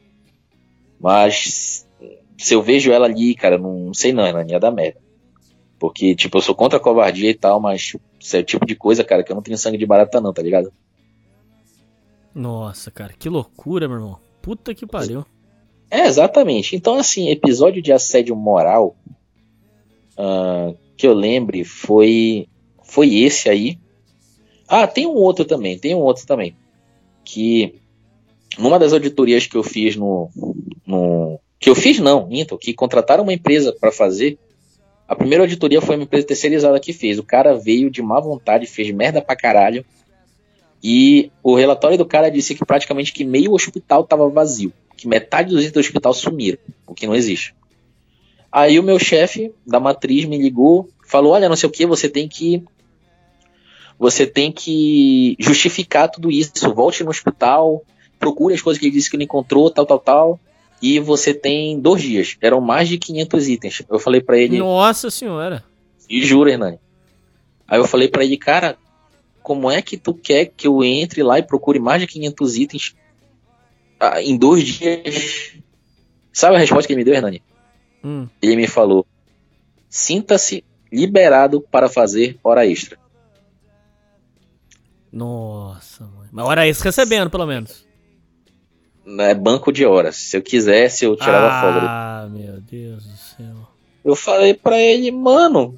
mas se eu vejo ela ali, cara, não sei não, ela ia dar merda. Porque, tipo, eu sou contra a covardia e tal, mas isso é o tipo de coisa, cara, que eu não tenho sangue de barata não, tá ligado? Nossa, cara, que loucura, meu irmão. Puta que pariu. É, exatamente. Então, assim, episódio de assédio moral uh, que eu lembre foi, foi esse aí. Ah, tem um outro também, tem um outro também. Que numa das auditorias que eu fiz no... no que eu fiz não, minto, que contrataram uma empresa para fazer. A primeira auditoria foi uma empresa terceirizada que fez. O cara veio de má vontade, fez merda pra caralho. E o relatório do cara disse que praticamente que meio hospital tava vazio. Que metade dos itens do hospital sumiram, o que não existe. Aí o meu chefe da matriz me ligou, falou, olha, não sei o que, você tem que você tem que justificar tudo isso, volte no hospital, procure as coisas que ele disse que não encontrou, tal, tal, tal, e você tem dois dias. Eram mais de quinhentos itens. Eu falei pra ele... Nossa senhora! E juro, Hernani. Aí eu falei pra ele, cara, como é que tu quer que eu entre lá e procure mais de quinhentos itens ah, em dois dias? Sabe a resposta que ele me deu, Hernani? Hum. Ele me falou, sinta-se liberado para fazer hora extra. Nossa, mãe. Mas hora extra recebendo, pelo menos. É banco de horas. Se eu quisesse, eu tirava ah, folga. Ah, meu Deus do céu. Eu falei pra ele, mano...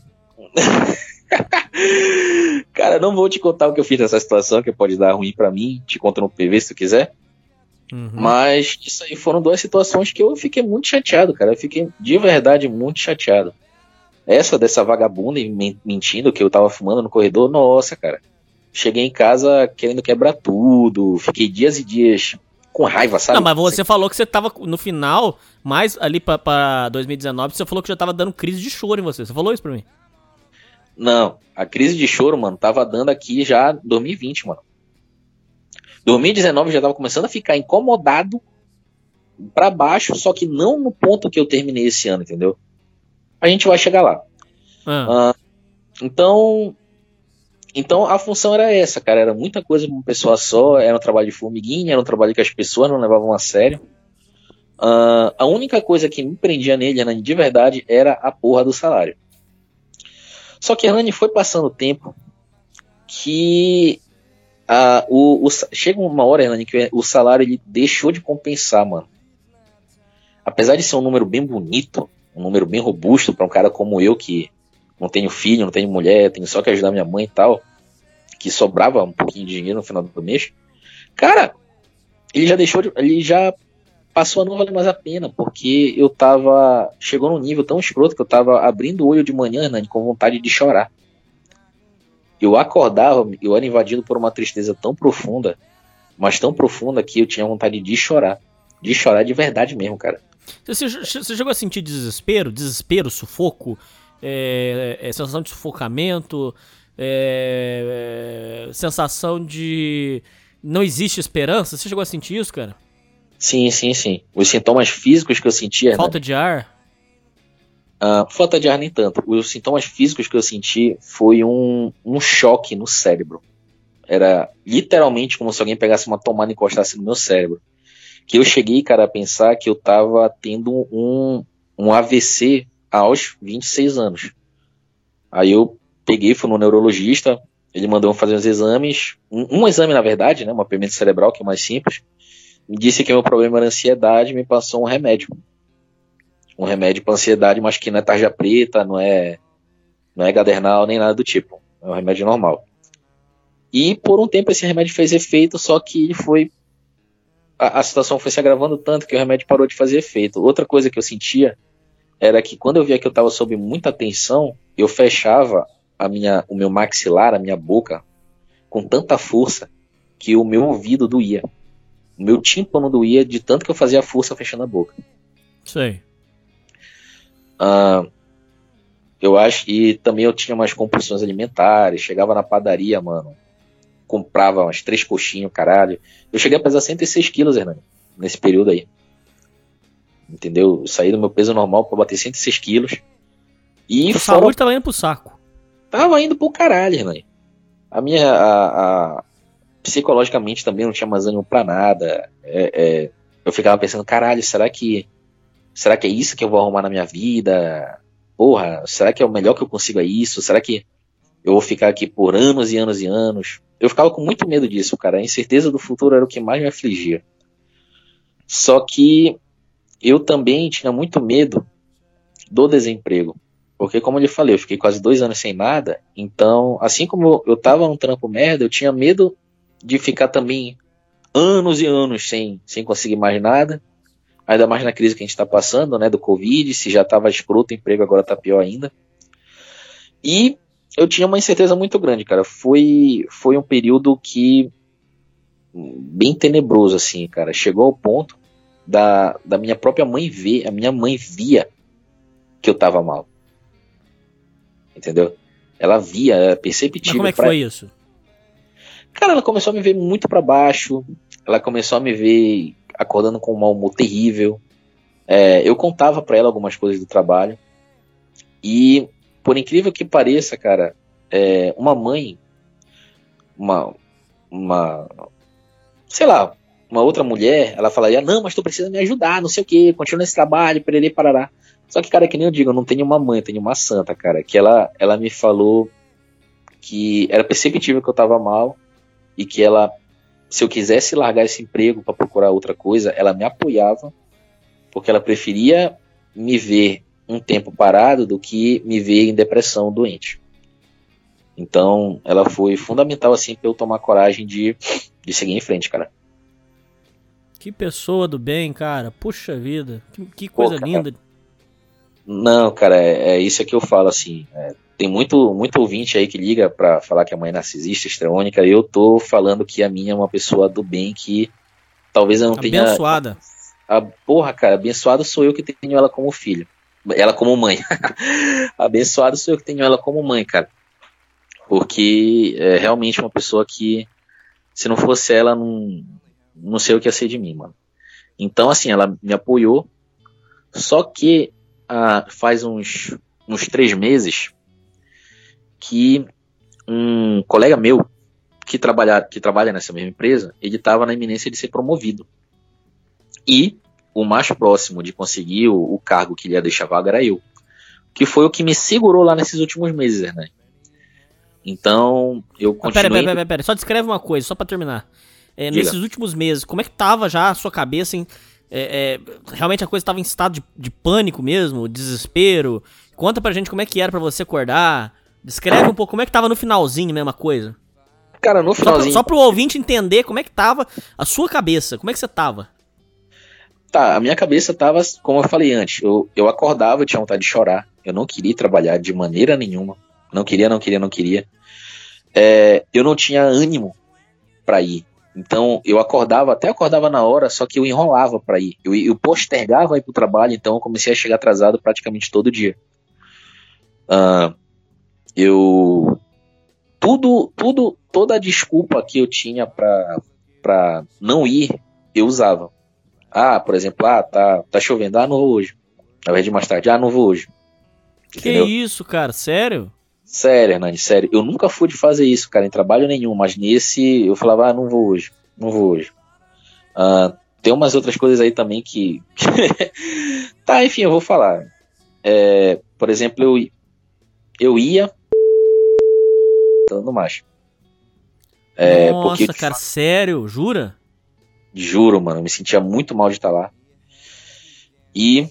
Cara, não vou te contar o que eu fiz nessa situação, que pode dar ruim pra mim. Te conto no P V se tu quiser. Uhum. Mas isso aí foram duas situações que eu fiquei muito chateado, cara. Eu fiquei de verdade muito chateado. Essa dessa vagabunda mentindo que eu tava fumando no corredor, nossa, cara. Cheguei em casa querendo quebrar tudo. Fiquei dias e dias com raiva, sabe? Não, mas você falou que você tava no final, mais ali pra, pra dois mil e dezenove, você falou que já tava dando crise de choro em você. Você falou isso pra mim? Não, a crise de choro, mano, tava dando aqui já em dois mil e vinte, mano. dois mil e dezenove eu já tava começando a ficar incomodado pra baixo, só que não no ponto que eu terminei esse ano, entendeu? A gente vai chegar lá. Ah. Uh, então, então a função era essa, cara. Era muita coisa pra uma pessoa só, era um trabalho de formiguinha, era um trabalho que as pessoas não levavam a sério. Uh, a única coisa que me prendia nele, Hernani, de verdade, era a porra do salário. Só que, Hernani, foi passando o tempo que uh, o, o, chega uma hora, Hernani, que o salário ele deixou de compensar, mano. Apesar de ser um número bem bonito, um número bem robusto para um cara como eu, que não tenho filho, não tenho mulher, tenho só que ajudar minha mãe e tal, que sobrava um pouquinho de dinheiro no final do mês, cara, ele já deixou de, ele já passou a não valer mais a pena, porque eu tava, chegou num nível tão escroto que eu tava abrindo o olho de manhã, né, com vontade de chorar. Eu acordava, eu era invadido por uma tristeza tão profunda, mas tão profunda que eu tinha vontade de chorar, de chorar de verdade mesmo, cara. Você, você chegou a sentir desespero, desespero, sufoco, é, é, sensação de sufocamento, é, é, sensação de não existe esperança? Você chegou a sentir isso, cara? Sim, sim, sim. Os sintomas físicos que eu sentia... Falta, né? De ar? Uh, falta de ar nem tanto. Os sintomas físicos que eu senti foi um, um choque no cérebro. Era literalmente como se alguém pegasse uma tomada e encostasse no meu cérebro. Que eu cheguei, cara, a pensar que eu tava tendo um, um A V C aos vinte e seis anos. Aí eu peguei, fui no neurologista, ele mandou fazer uns exames, um, um exame na verdade, né, uma mapeamento cerebral, que é mais simples, me disse que meu problema era ansiedade, me passou um remédio. Um remédio para ansiedade, mas que não é tarja preta, não é, não é gadernal, nem nada do tipo. É um remédio normal. E por um tempo esse remédio fez efeito, só que ele foi... A, a situação foi se agravando tanto que o remédio parou de fazer efeito. Outra coisa que eu sentia era que quando eu via que eu estava sob muita tensão, eu fechava a minha, o meu maxilar, a minha boca, com tanta força que o meu ouvido doía. O meu tímpano doía de tanto que eu fazia força fechando a boca. Sei. Uh, eu acho que também eu tinha umas compulsões alimentares. Chegava na padaria, mano, comprava umas três coxinhas, caralho. Eu cheguei a pesar cento e seis quilos, Hernani, nesse período aí. Entendeu? Eu saí do meu peso normal pra bater cento e seis quilos. E a fora... saúde tava indo pro saco. Tava indo pro caralho, Hernani. A minha... A, a... Psicologicamente também não tinha mais ânimo pra nada. É, é... Eu ficava pensando, caralho, será que... Será que é isso que eu vou arrumar na minha vida? Porra, será que é o melhor que eu consigo é isso? Será que eu vou ficar aqui por anos e anos e anos? Eu ficava com muito medo disso, cara. A incerteza do futuro era o que mais me afligia. Só que eu também tinha muito medo do desemprego. Porque, como eu lhe falei, eu fiquei quase dois anos sem nada. Então, assim como eu tava num trampo merda, eu tinha medo de ficar também anos e anos sem, sem conseguir mais nada. Ainda mais na crise que a gente tá passando, né, do Covid. Se já tava escroto o emprego, agora tá pior ainda. E eu tinha uma incerteza muito grande, cara. Foi, foi um período que... bem tenebroso, assim, cara. Chegou ao ponto da, da minha própria mãe ver. A minha mãe via que eu tava mal. Entendeu? Ela via, era perceptível. Mas como é que pra... foi isso? Cara, ela começou a me ver muito pra baixo. Ela começou a me ver acordando com um mau humor terrível. É, eu contava pra ela algumas coisas do trabalho. E, por incrível que pareça, cara, é, uma mãe, uma, uma, sei lá, uma outra mulher, ela falaria, não, mas tu precisa me ajudar, não sei o que, continua nesse trabalho, pererê, parará. Só que, cara, que nem eu digo, eu não tenho uma mãe, eu tenho uma santa, cara, que ela, ela me falou que era perceptível que eu tava mal e que ela, se eu quisesse largar esse emprego pra procurar outra coisa, ela me apoiava, porque ela preferia me ver um tempo parado do que me ver em depressão, doente. Então, ela foi fundamental, assim, pra eu tomar coragem de, de seguir em frente, cara. Que pessoa do bem, cara. Puxa vida. Que, que coisa Pô, cara, linda. Não, cara, é, é isso que eu falo, assim. É, tem muito, muito ouvinte aí que liga pra falar que a mãe é narcisista, histriônica. Eu tô falando que a minha é uma pessoa do bem que talvez eu não tenha... Abençoada. A, porra, cara, abençoado sou eu que tenho ela como filho. Ela como mãe. Abençoado sou eu que tenho ela como mãe, cara. Porque é realmente uma pessoa que, se não fosse ela, não, não sei o que ia ser de mim, mano. Então, assim, ela me apoiou. Só que ah, faz uns, uns três meses que um colega meu que trabalha, que trabalha nessa mesma empresa, ele estava na iminência de ser promovido. E o mais próximo de conseguir o, o cargo que ele ia deixar vaga era eu. Que foi o que me segurou lá nesses últimos meses, Hernani. Então, eu continuei... Ah, pera, pera, pera, pera, só descreve uma coisa, só pra terminar. É, nesses últimos meses, como é que tava já a sua cabeça, hein? É, é, realmente a coisa tava em estado de, de pânico mesmo, desespero? Conta pra gente como é que era pra você acordar. Descreve um pouco como é que tava no finalzinho mesmo a coisa. Cara, no finalzinho... Só, pra, só pro ouvinte entender como é que tava a sua cabeça, como é que você tava? Tá, a minha cabeça tava, como eu falei antes, eu, eu acordava, eu tinha vontade de chorar, eu não queria trabalhar de maneira nenhuma, não queria, não queria, não queria, é, eu não tinha ânimo pra ir, então eu acordava, até acordava na hora, só que eu enrolava pra ir, eu, eu postergava ir pro trabalho, então eu comecei a chegar atrasado praticamente todo dia. Uh, eu, tudo, tudo, toda a desculpa que eu tinha pra, pra não ir, eu usava. Ah, por exemplo, ah, tá, tá chovendo, ah, não vou hoje. Ao invés de mais tarde, ah, não vou hoje. Entendeu? Que isso, cara, sério? Sério, Hernani, sério. Eu nunca fui de fazer isso, cara, em trabalho nenhum, mas nesse eu falava, ah, não vou hoje, não vou hoje. Ah, tem umas outras coisas aí também que... tá, enfim, eu vou falar. É, por exemplo, eu, eu ia... Falando mais. É, Nossa, porque... cara, sério? Jura? Juro, mano, eu me sentia muito mal de estar lá. E,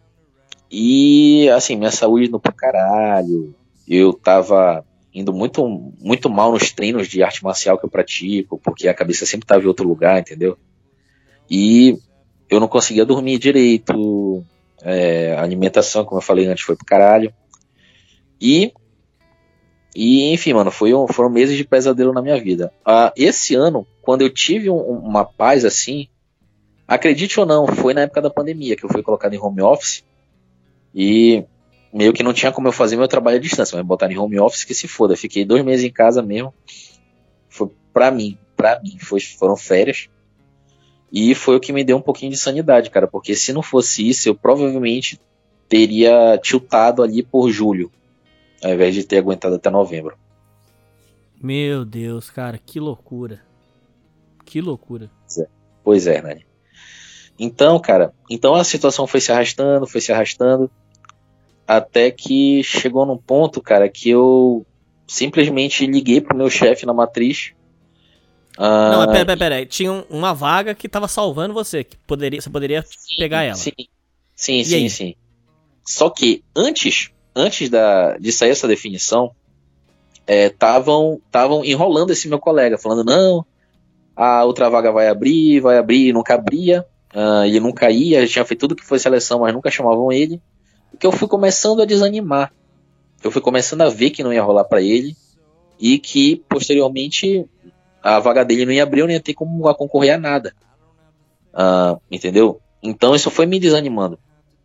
e assim, minha saúde indo pro caralho. Eu tava indo muito, muito mal nos treinos de arte marcial que eu pratico, porque a cabeça sempre tava em outro lugar, entendeu? E eu não conseguia dormir direito. É, a alimentação, como eu falei antes, foi pro caralho. E, e enfim, mano, foi um, foram meses de pesadelo na minha vida. Ah, esse ano, quando eu tive um, uma paz assim, acredite ou não, foi na época da pandemia que eu fui colocado em home office e meio que não tinha como eu fazer meu trabalho à distância, mas botar em home office que se foda. Fiquei dois meses em casa mesmo. Foi pra mim, pra mim, foi, foram férias. E foi o que me deu um pouquinho de sanidade, cara, porque se não fosse isso, eu provavelmente teria tiltado ali por julho, ao invés de ter aguentado até novembro. Meu Deus, cara, que loucura. Que loucura. Pois é, Hernani. Então, cara, então a situação foi se arrastando, foi se arrastando, até que chegou num ponto, cara, que eu simplesmente liguei pro meu chefe na matriz. Ah, não, pera, pera, pera, tinha uma vaga que tava salvando você, que poderia, você poderia sim, pegar ela. Sim, sim, sim, aí? sim. Só que antes, antes da, de sair essa definição, estavam é, enrolando esse meu colega, falando, não, a outra vaga vai abrir, vai abrir, e nunca abria, uh, ele nunca ia, tinha feito tudo que foi seleção, mas nunca chamavam ele, porque eu fui começando a desanimar, eu fui começando a ver que não ia rolar pra ele, e que, posteriormente, a vaga dele não ia abrir, eu não ia ter como concorrer a nada, uh, entendeu? Então isso foi me desanimando.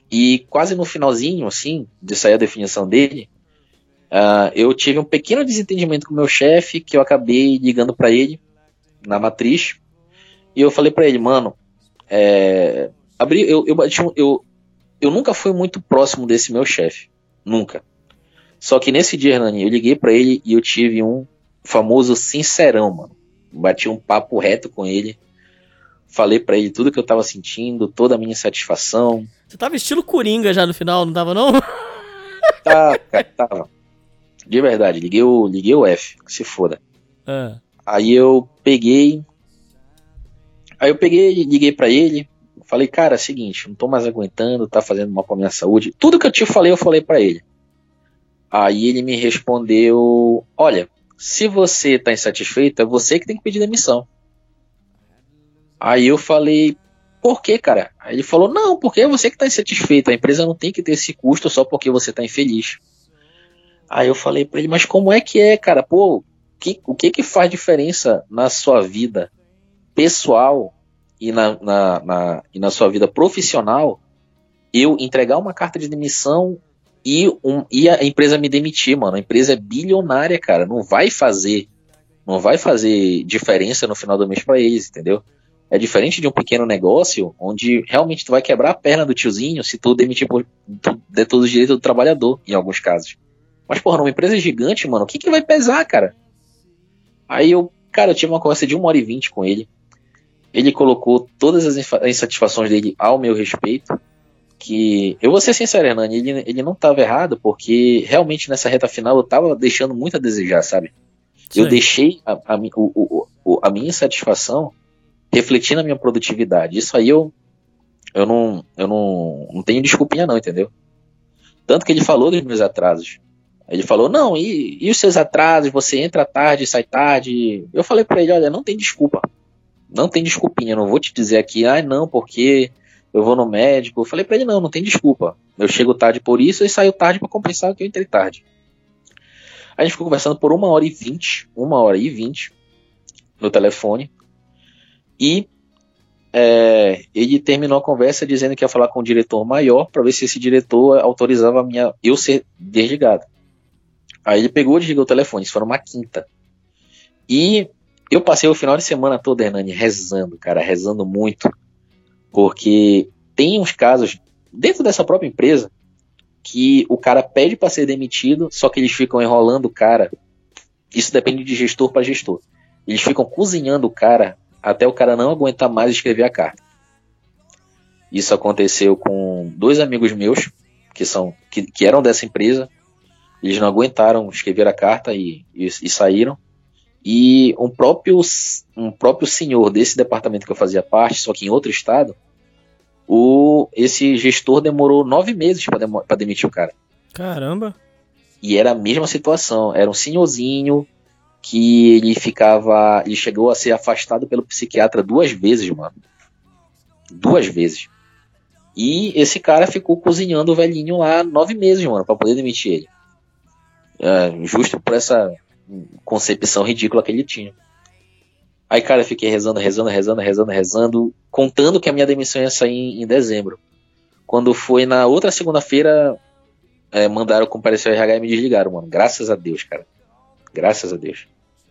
E quase no finalzinho, assim, de sair a definição dele, uh, eu tive um pequeno desentendimento com o meu chefe, que eu acabei ligando pra ele, na matriz, e eu falei pra ele, mano, é, abri, eu, eu, eu, eu, eu nunca fui muito próximo desse meu chefe, nunca. Só que nesse dia, Hernani, eu liguei pra ele e eu tive um famoso sincerão, mano. Bati um papo reto com ele, falei pra ele tudo que eu tava sentindo, toda a minha insatisfação. Você tava estilo Coringa já no final, não tava não? Tá, cara, tava. De verdade, liguei o, liguei o F, que se foda. Ah. Aí eu peguei... Aí eu peguei, liguei pra ele, falei, cara, é o seguinte, não tô mais aguentando, tá fazendo mal pra minha saúde. Tudo que eu te falei, eu falei pra ele. Aí ele me respondeu, olha, se você tá insatisfeito, é você que tem que pedir demissão. Aí eu falei, por que, cara? Aí ele falou, não, porque é você que tá insatisfeito, a empresa não tem que ter esse custo só porque você tá infeliz. Aí eu falei pra ele, mas como é que é, cara? Pô, que, o que que faz diferença na sua vida pessoal e na, na, na, e na sua vida profissional eu entregar uma carta de demissão e, um, e a empresa me demitir, mano? A empresa é bilionária, cara, não vai fazer não vai fazer diferença no final do mês pra eles, entendeu? É diferente de um pequeno negócio onde realmente tu vai quebrar a perna do tiozinho se tu demitir por tu der todos os direitos do trabalhador, em alguns casos. Mas, porra, numa empresa gigante, mano, o que que vai pesar, cara? Aí eu, cara, eu tive uma conversa de uma hora e vinte com ele. Ele colocou todas as insatisfações dele ao meu respeito. Que, eu vou ser sincero, Hernani, ele, ele não estava errado, porque realmente nessa reta final eu estava deixando muito a desejar, sabe? Sim. Eu deixei a, a, o, o, a minha insatisfação refletir na minha produtividade. Isso aí eu, eu, não, eu não, não tenho desculpinha não, entendeu? Tanto que ele falou dos meus atrasos. Ele falou, não, e, e os seus atrasos? Você entra tarde, sai tarde. Eu falei pra ele, olha, não tem desculpa. Não tem desculpinha, não vou te dizer aqui, ah, não, porque eu vou no médico. Eu falei pra ele, não, não tem desculpa. Eu chego tarde por isso e saio tarde pra compensar que eu entrei tarde. A gente ficou conversando por uma hora e vinte, uma hora e vinte no telefone. E é, ele terminou a conversa dizendo que ia falar com o diretor maior para ver se esse diretor autorizava a minha, eu ser desligado. Aí ele pegou e desligou o telefone, isso foi numa quinta. E eu passei o final de semana todo, Hernani, rezando, cara, rezando muito. Porque tem uns casos dentro dessa própria empresa que o cara pede para ser demitido, só que eles ficam enrolando o cara. Isso depende de gestor para gestor. Eles ficam cozinhando o cara até o cara não aguentar mais escrever a carta. Isso aconteceu com dois amigos meus que, são, que, que eram dessa empresa. Eles não aguentaram escrever a carta e, e, e saíram. E um próprio, um próprio senhor desse departamento que eu fazia parte, só que em outro estado, o, esse gestor demorou nove meses para demitir o cara. Caramba! E era a mesma situação. Era um senhorzinho que ele ficava... Ele chegou a ser afastado pelo psiquiatra duas vezes, mano. Duas vezes. E esse cara ficou cozinhando o velhinho lá nove meses, mano, para poder demitir ele. É, justo por essa concepção ridícula que ele tinha. Aí, cara, eu fiquei rezando, rezando, rezando, rezando, rezando, contando que a minha demissão ia sair em, em dezembro. Quando foi na outra segunda-feira, é, mandaram comparecer ao R H e me desligaram, mano. Graças a Deus, cara. Graças a Deus.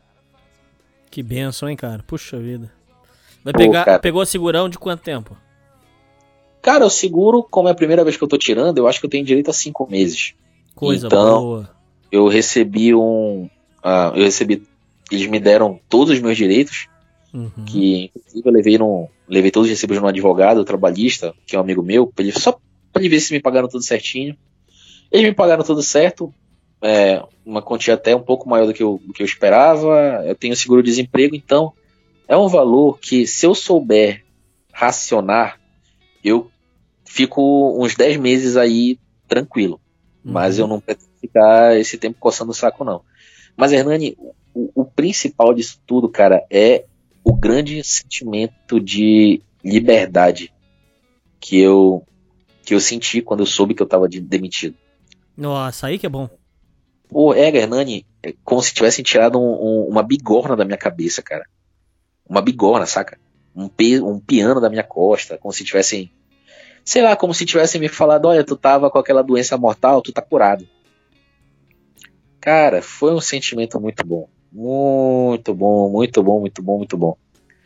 Que benção, hein, cara? Puxa vida. Vai Pô, pegar, cara. Pegou segurão de quanto tempo? Cara, o seguro, como é a primeira vez que eu tô tirando, eu acho que eu tenho direito a cinco meses. Coisa então, boa. Eu recebi um... Uh, eu recebi... Eles me deram todos os meus direitos, uhum. que inclusive eu levei, no, levei todos os recibos num advogado trabalhista, que é um amigo meu, pra ele, só pra ele ver se me pagaram tudo certinho. Eles me pagaram tudo certo, é, uma quantia até um pouco maior do que eu, do que eu esperava. Eu tenho seguro-desemprego, então é um valor que, se eu souber racionar, eu fico uns dez meses aí tranquilo. Uhum. Mas eu não pretendo ficar esse tempo coçando o saco, não. Mas, Hernani, o, o principal disso tudo, cara, é o grande sentimento de liberdade que eu, que eu senti quando eu soube que eu tava de, demitido. Nossa, aí que é bom. Pô, é, Hernani, é como se tivessem tirado um, um, uma bigorna da minha cabeça, cara. Uma bigorna, saca? Um, pe, um piano da minha costa, como se tivessem sei lá, como se tivessem me falado, olha, tu tava com aquela doença mortal, tu tá curado. Cara, foi um sentimento muito bom. Muito bom, muito bom, muito bom, muito bom.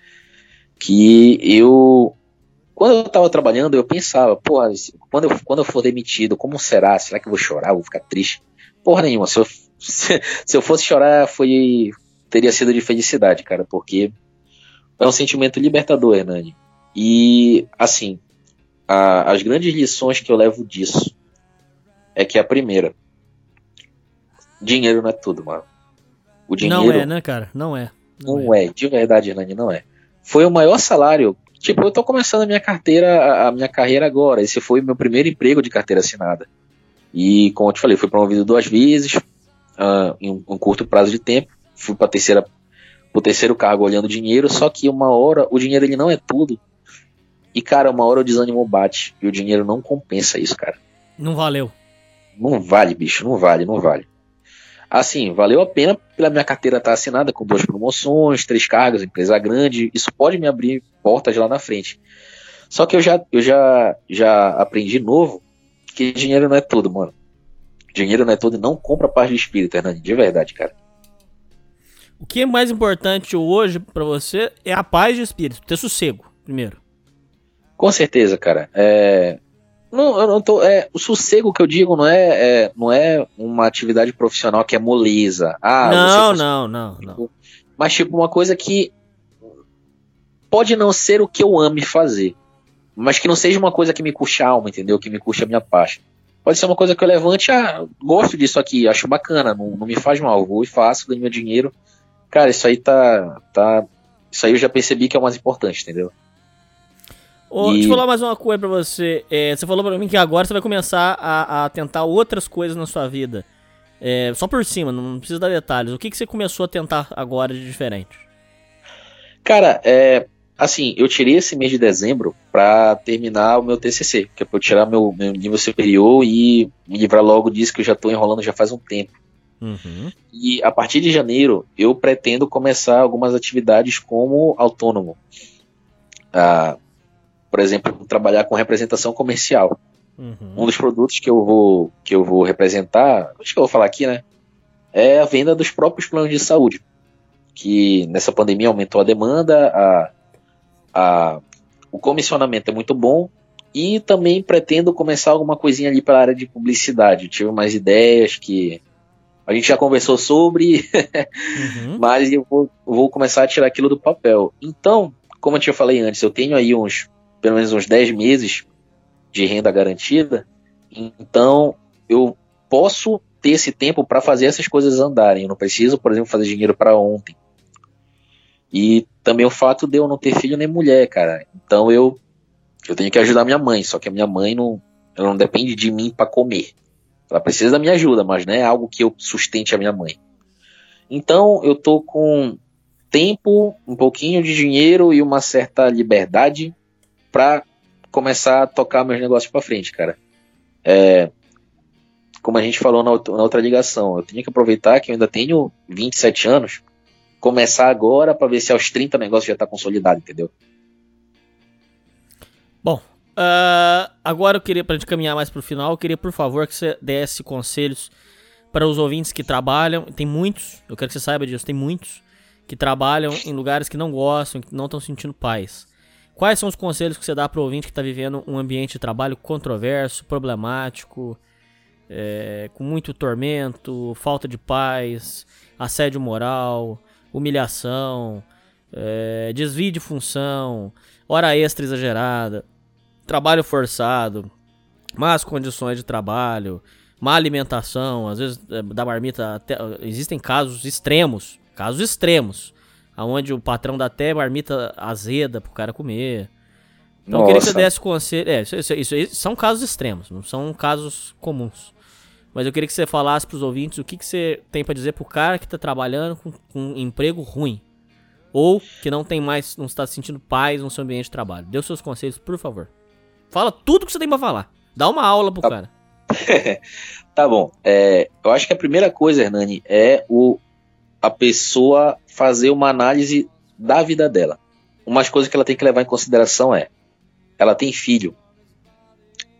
Que eu... Quando eu tava trabalhando, eu pensava, porra, quando eu, quando eu for demitido, como será? Será que eu vou chorar? Vou ficar triste? Porra nenhuma. Se eu, se, se eu fosse chorar, foi, teria sido de felicidade, cara, porque é um sentimento libertador, Hernani. E, assim, a, as grandes lições que eu levo disso é que a primeira, dinheiro não é tudo, mano. O dinheiro... Não é, né, cara? Não é. Não, não é. é, de verdade, Hernani, não é. Foi o maior salário. Tipo, eu tô começando a minha carteira, a minha carreira agora. Esse foi o meu primeiro emprego de carteira assinada. E, como eu te falei, fui promovido duas vezes, uh, em um, um curto prazo de tempo. Fui para terceira, pro terceiro cargo olhando dinheiro, só que uma hora, o dinheiro ele não é tudo. E, cara, uma hora o desânimo bate. E o dinheiro não compensa isso, cara. Não valeu. Não vale, bicho, não vale, não vale. Assim, valeu a pena pela minha carteira estar assinada com duas promoções, três cargos, empresa grande. Isso pode me abrir portas lá na frente. Só que eu já, eu já, já aprendi novo que dinheiro não é tudo, mano. Dinheiro não é tudo e não compra paz de espírito, Hernani, de verdade, cara. O que é mais importante hoje pra você é a paz de espírito, ter sossego, primeiro. Com certeza, cara. É... Não, eu não tô, é, o sossego que eu digo não é, é, não é uma atividade profissional que é moleza. Ah, não, você... não, não, não. Mas tipo, uma coisa que pode não ser o que eu ame fazer, mas que não seja uma coisa que me custe a alma, entendeu? Que me custe a minha paz. Pode ser uma coisa que eu levante, ah, gosto disso aqui, acho bacana, não, não me faz mal, vou e faço, ganho meu dinheiro. Cara, isso aí tá, tá... Isso aí eu já percebi que é o mais importante, entendeu? Ô, e... Deixa eu falar mais uma coisa pra você. É, você falou pra mim que agora você vai começar a, a tentar outras coisas na sua vida. É, só por cima, não precisa dar detalhes. O que, que você começou a tentar agora de diferente? Cara, é... Assim, eu tirei esse mês de dezembro pra terminar o meu T C C, que é pra eu tirar meu, meu nível superior e me livrar logo disso que eu já tô enrolando já faz um tempo. Uhum. E a partir de janeiro eu pretendo começar algumas atividades como autônomo. Ah, por exemplo, trabalhar com representação comercial. Uhum. Um dos produtos que eu vou, que eu vou representar, acho que eu vou falar aqui, né? É a venda dos próprios planos de saúde. Que nessa pandemia aumentou a demanda, a, a, o comissionamento é muito bom. E também pretendo começar alguma coisinha ali para a área de publicidade. Eu tive umas ideias que a gente já conversou sobre, uhum. mas eu vou, vou começar a tirar aquilo do papel. Então, como eu te falei antes, eu tenho aí uns pelo menos uns dez meses de renda garantida, então eu posso ter esse tempo para fazer essas coisas andarem. Eu não preciso, por exemplo, fazer dinheiro para ontem. E também o fato de eu não ter filho nem mulher, cara. Então eu, eu tenho que ajudar minha mãe, só que a minha mãe não, ela não depende de mim para comer. Ela precisa da minha ajuda, mas não é algo que eu sustente a minha mãe. Então eu tô com tempo, um pouquinho de dinheiro e uma certa liberdade para começar a tocar meus negócios para frente, cara. É, como a gente falou na, na outra ligação, eu tenho que aproveitar que eu ainda tenho vinte e sete anos, começar agora para ver se aos trinta o negócio já tá consolidado, entendeu? Bom, uh, agora eu queria, pra gente caminhar mais pro final, eu queria, por favor, que você desse conselhos para os ouvintes que trabalham, tem muitos, eu quero que você saiba disso, tem muitos que trabalham em lugares que não gostam, que não estão sentindo paz. Quais são os conselhos que você dá para o ouvinte que está vivendo um ambiente de trabalho controverso, problemático, é, com muito tormento, falta de paz, assédio moral, humilhação, é, desvio de função, hora extra exagerada, trabalho forçado, más condições de trabalho, má alimentação, às vezes da marmita, até, existem casos extremos, casos extremos, onde o patrão dá até marmita azeda pro cara comer. Então Nossa. Eu queria que você desse conselho. É, isso, isso, isso, isso são casos extremos, não são casos comuns. Mas eu queria que você falasse pros ouvintes o que, que você tem pra dizer pro cara que tá trabalhando com, com um emprego ruim. Ou que não tem mais, não está sentindo paz no seu ambiente de trabalho. Dê os seus conselhos, por favor. Fala tudo que você tem pra falar. Dá uma aula pro tá. cara. Tá bom. É, eu acho que a primeira coisa, Hernani, é o, a pessoa fazer uma análise da vida dela. Umas coisas que ela tem que levar em consideração é, ela tem filho.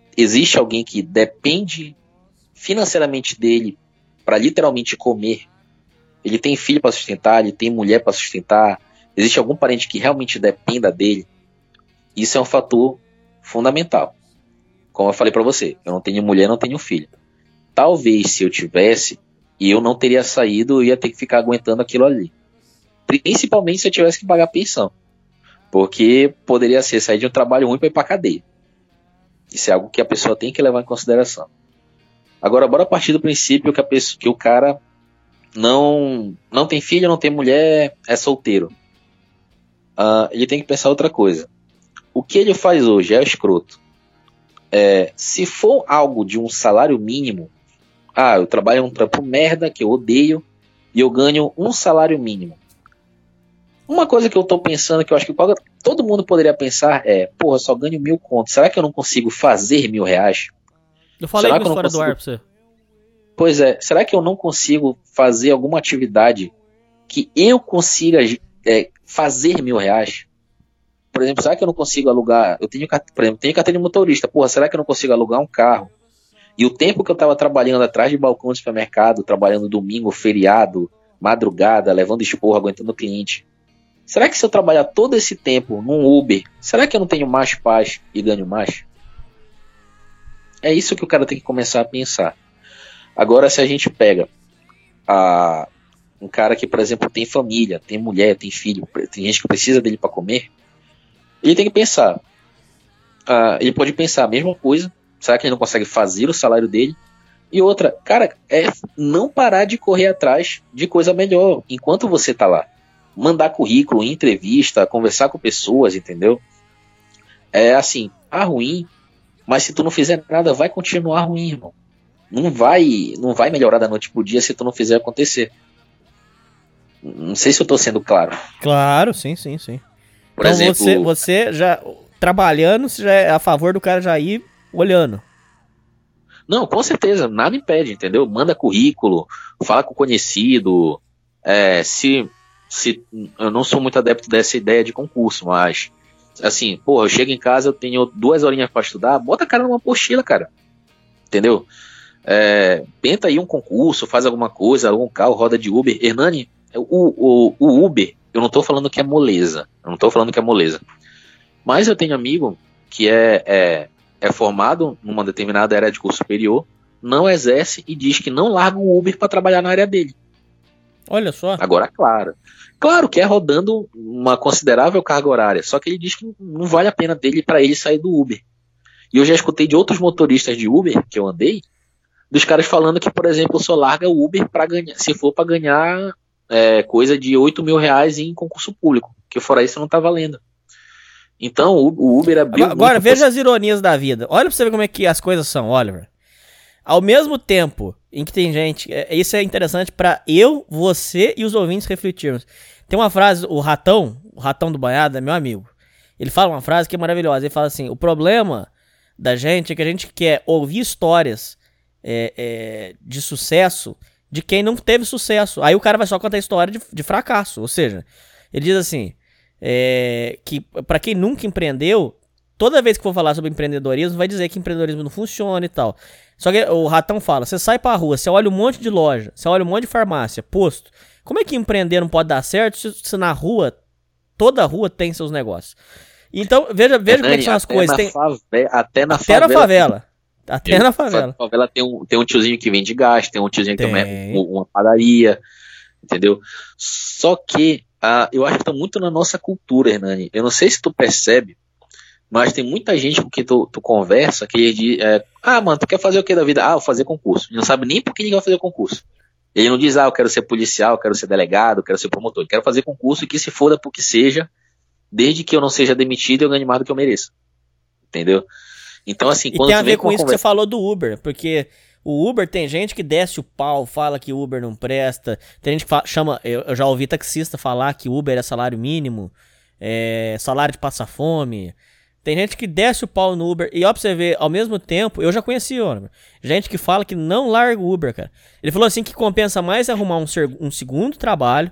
existe alguém que depende financeiramente dele para literalmente comer, ele tem filho para sustentar, ele tem mulher para sustentar, existe algum parente que realmente dependa dele, isso é um fator fundamental. Como eu falei para você, eu não tenho mulher, não tenho filho. Talvez se eu tivesse, eu não teria saído, eu ia ter que ficar aguentando aquilo ali. Principalmente se eu tivesse que pagar pensão. Porque poderia ser sair de um trabalho ruim para ir para cadeia. Isso é algo que a pessoa tem que levar em consideração. Agora, bora partir do princípio que, a pessoa, que o cara não, não tem filho, não tem mulher, é solteiro. Uh, ele tem que pensar outra coisa. O que ele faz hoje é escroto. É, se for algo de um salário mínimo, ah, eu trabalho em um trampo merda que eu odeio e eu ganho um salário mínimo. Uma coisa que eu tô pensando, que eu acho que todo mundo poderia pensar é, porra, só ganho mil contos. Será que eu não consigo fazer mil reais? Eu falei será isso fora consigo... do ar pra você. Pois é, será que eu não consigo fazer alguma atividade que eu consiga é, fazer mil reais? Por exemplo, será que eu não consigo alugar... Eu tenho, por exemplo, tenho carteira de motorista. Porra, será que eu não consigo alugar um carro? E o tempo que eu tava trabalhando atrás de balcão de supermercado, trabalhando domingo, feriado, madrugada, levando esporro, aguentando cliente... Será que se eu trabalhar todo esse tempo num Uber, será que eu não tenho mais paz e ganho mais? É isso que o cara tem que começar a pensar. Agora, se a gente pega a, um cara que, por exemplo, tem família, tem mulher, tem filho, tem gente que precisa dele para comer, ele tem que pensar. Uh, ele pode pensar a mesma coisa. Será que ele não consegue fazer o salário dele? E outra, cara, é não parar de correr atrás de coisa melhor enquanto você tá lá. Mandar currículo, entrevista, conversar com pessoas, entendeu? É assim, tá ruim, mas se tu não fizer nada, vai continuar ruim, irmão. Não vai, não vai melhorar da noite pro dia se tu não fizer acontecer. Não sei se eu tô sendo claro. Claro, sim, sim, sim. Por então exemplo, você, você já, trabalhando, você já é a favor do cara já ir olhando. Não, com certeza, nada impede, entendeu? Manda currículo, fala com o conhecido, é, se... Se, eu não sou muito adepto dessa ideia de concurso, mas assim, porra, eu chego em casa, eu tenho duas horinhas pra estudar, bota a cara numa apostila, cara, entendeu? É, tenta aí um concurso, faz alguma coisa, algum carro, roda de Uber. Hernani, o, o, o Uber, eu não tô falando que é moleza, eu não tô falando que é moleza, mas eu tenho amigo que é, é, é formado numa determinada área de curso superior, não exerce e diz que não larga o Uber pra trabalhar na área dele. Olha só. Agora, claro. Claro que é rodando uma considerável carga horária, só que ele diz que não vale a pena dele para ele sair do Uber. E eu já escutei de outros motoristas de Uber que eu andei, dos caras falando que, por exemplo, só larga o Uber para ganhar, se for para ganhar é, coisa de oito mil reais em concurso público, que fora isso não tá valendo. Então o Uber abriu. Agora veja poss... as ironias da vida. Olha pra você ver como é que as coisas são, Oliver. Ao mesmo tempo em que tem gente... Isso é interessante pra eu, você e os ouvintes refletirmos. Tem uma frase, o Ratão, o Ratão do Banhada, é meu amigo. Ele fala uma frase que é maravilhosa. Ele fala assim, o problema da gente é que a gente quer ouvir histórias é, é, de sucesso de quem não teve sucesso. Aí o cara vai só contar a história de, de fracasso. Ou seja, ele diz assim, é, que pra quem nunca empreendeu, toda vez que for falar sobre empreendedorismo, vai dizer que empreendedorismo não funciona e tal. Só que o Ratão fala, você sai pra rua, você olha um monte de loja, você olha um monte de farmácia, posto. Como é que empreender não pode dar certo se, se na rua, toda rua tem seus negócios? Então, veja, veja como é que são as coisas. Tem, fave... Até na até favela. Na favela. Tem, até tem, na favela. Na favela tem um, tem um tiozinho que vende gás, tem um tiozinho que tem, tem uma, uma padaria, entendeu? Só que uh, eu acho que tá muito na nossa cultura, Hernani. Eu não sei se tu percebe, mas tem muita gente com quem tu, tu conversa que diz, é, ah, mano, tu quer fazer o que da vida? Ah, eu vou fazer concurso. Ele não sabe nem por que ele vai fazer concurso. Ele não diz, ah, eu quero ser policial, eu quero ser delegado, eu quero ser promotor. Eu quero fazer concurso e que se foda por que seja, desde que eu não seja demitido, eu ganhe mais do que eu mereço. Entendeu? Então, assim, e quando tem a ver com com isso conversa... que você falou do Uber, porque o Uber tem gente que desce o pau, fala que Uber não presta, tem gente que fala, chama, eu, eu já ouvi taxista falar que Uber é salário mínimo, é salário de passa-fome. Tem gente que desce o pau no Uber. E ó, pra você ver, ao mesmo tempo, eu já conheci, ó, gente que fala que não larga o Uber, cara. Ele falou assim que compensa mais arrumar um, um segundo trabalho,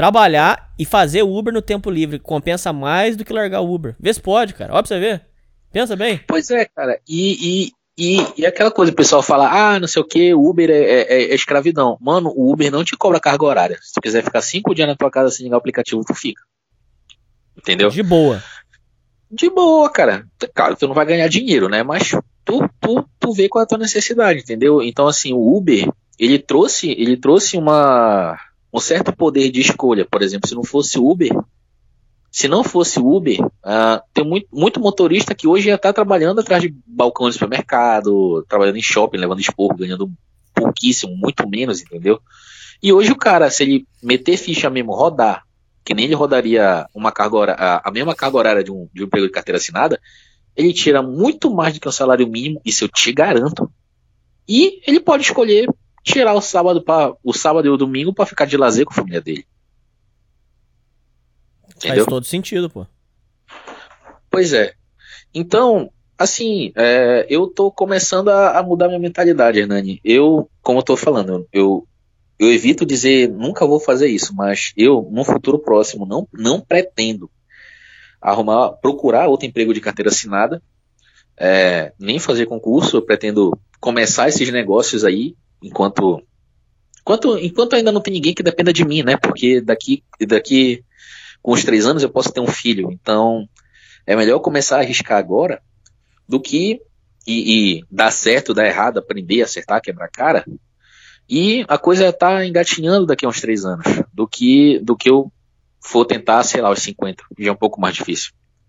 trabalhar e fazer o Uber no tempo livre. Compensa mais do que largar o Uber. Vê se pode, cara. Ó, pra você ver. Pensa bem. Pois é, cara. E, e, e, e aquela coisa, o pessoal fala, ah, não sei o que, o Uber é, é, é escravidão. Mano, o Uber não te cobra carga horária. Se tu quiser ficar cinco dias na tua casa sem ligar o aplicativo, tu fica. Entendeu? De boa. De boa, cara. Claro, tu não vai ganhar dinheiro, né? Mas tu, tu, tu vê qual é a tua necessidade, entendeu? Então, assim, o Uber, ele trouxe, ele trouxe uma, um certo poder de escolha. Por exemplo, se não fosse Uber, se não fosse Uber, uh, tem muito, muito motorista que hoje já está trabalhando atrás de balcão de supermercado, trabalhando em shopping, levando esporro, ganhando pouquíssimo, muito menos, entendeu? E hoje o cara, se ele meter ficha mesmo, rodar, que nem ele rodaria uma carga horária, a, a mesma carga horária de um, de um emprego de carteira assinada, ele tira muito mais do que um salário mínimo, isso eu te garanto. E ele pode escolher tirar o sábado, pra, o sábado e o domingo para ficar de lazer com a família dele. Entendeu? Faz todo sentido, pô. Pois é. Então, assim, é, eu tô começando a, a mudar minha mentalidade, Hernani. Eu, como eu tô falando, eu, eu evito dizer nunca vou fazer isso, mas eu, no futuro próximo, não, não pretendo arrumar, procurar outro emprego de carteira assinada, é, nem fazer concurso. Eu pretendo começar esses negócios aí, enquanto, enquanto, enquanto ainda não tem ninguém que dependa de mim, né? Porque daqui, daqui com os três anos eu posso ter um filho. Então, é melhor começar a arriscar agora do que e, e dar certo, dar errado, aprender, acertar, quebrar a cara. E a coisa tá engatinhando daqui a uns três anos, do que, do que eu for tentar, sei lá, aos cinquenta, já é um pouco mais difícil.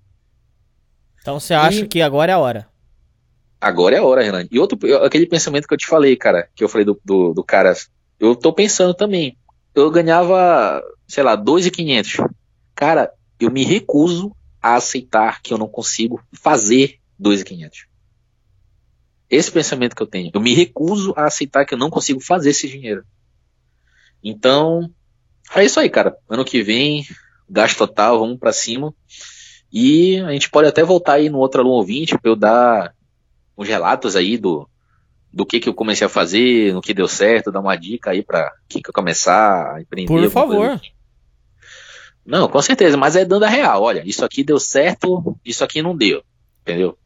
Então você acha e... que agora é a hora? Agora é a hora, Renan. E outro, aquele pensamento que eu te falei, cara, que eu falei do, do, do cara, eu tô pensando também. Eu ganhava, sei lá, dois mil e quinhentos. Cara, eu me recuso a aceitar que eu não consigo fazer dois mil e quinhentos. Esse pensamento que eu tenho. Eu me recuso a aceitar que eu não consigo fazer esse dinheiro. Então, é isso aí, cara. Ano que vem, gasto total, vamos pra cima. E a gente pode até voltar aí no outro aluno ouvinte pra eu dar uns relatos aí do, do que que eu comecei a fazer, no que deu certo, dar uma dica aí pra que que eu começar a empreender. Por favor. Não, com certeza, mas é dando a real. Olha, isso aqui deu certo, isso aqui não deu. Entendeu?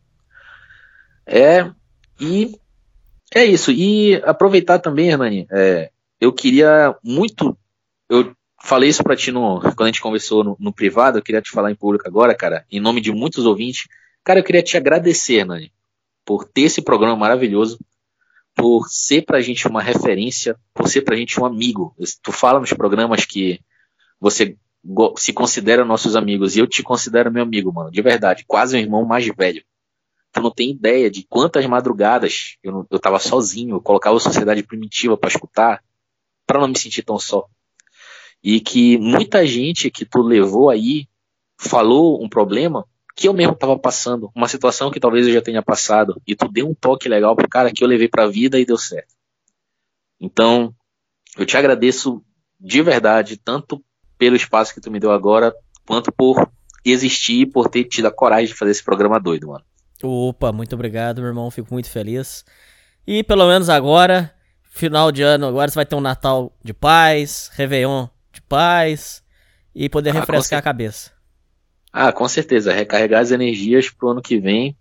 É, e é isso. E aproveitar também, Hernani, é, eu queria muito, eu falei isso pra ti no, quando a gente conversou no, no privado, eu queria te falar em público agora, cara, em nome de muitos ouvintes. Cara, eu queria te agradecer, Hernani, por ter esse programa maravilhoso, por ser pra gente uma referência, por ser pra gente um amigo. Tu fala nos programas que você se considera nossos amigos, e eu te considero meu amigo, mano, de verdade, quase um irmão mais velho. Tu não tem ideia de quantas madrugadas eu, não, eu tava sozinho, eu colocava a Sociedade Primitiva pra escutar, pra não me sentir tão só. E que muita gente que tu levou aí falou um problema que eu mesmo tava passando, uma situação que talvez eu já tenha passado, e tu deu um toque legal pro cara que eu levei pra vida e deu certo. Então, eu te agradeço de verdade, tanto pelo espaço que tu me deu agora, quanto por existir, por ter tido a coragem de fazer esse programa doido, mano. Opa, muito obrigado, meu irmão, fico muito feliz. E pelo menos agora, final de ano, agora você vai ter um Natal de paz, Réveillon de paz, e poder ah, refrescar a cabeça. Ah, com certeza, recarregar as energias pro ano que vem.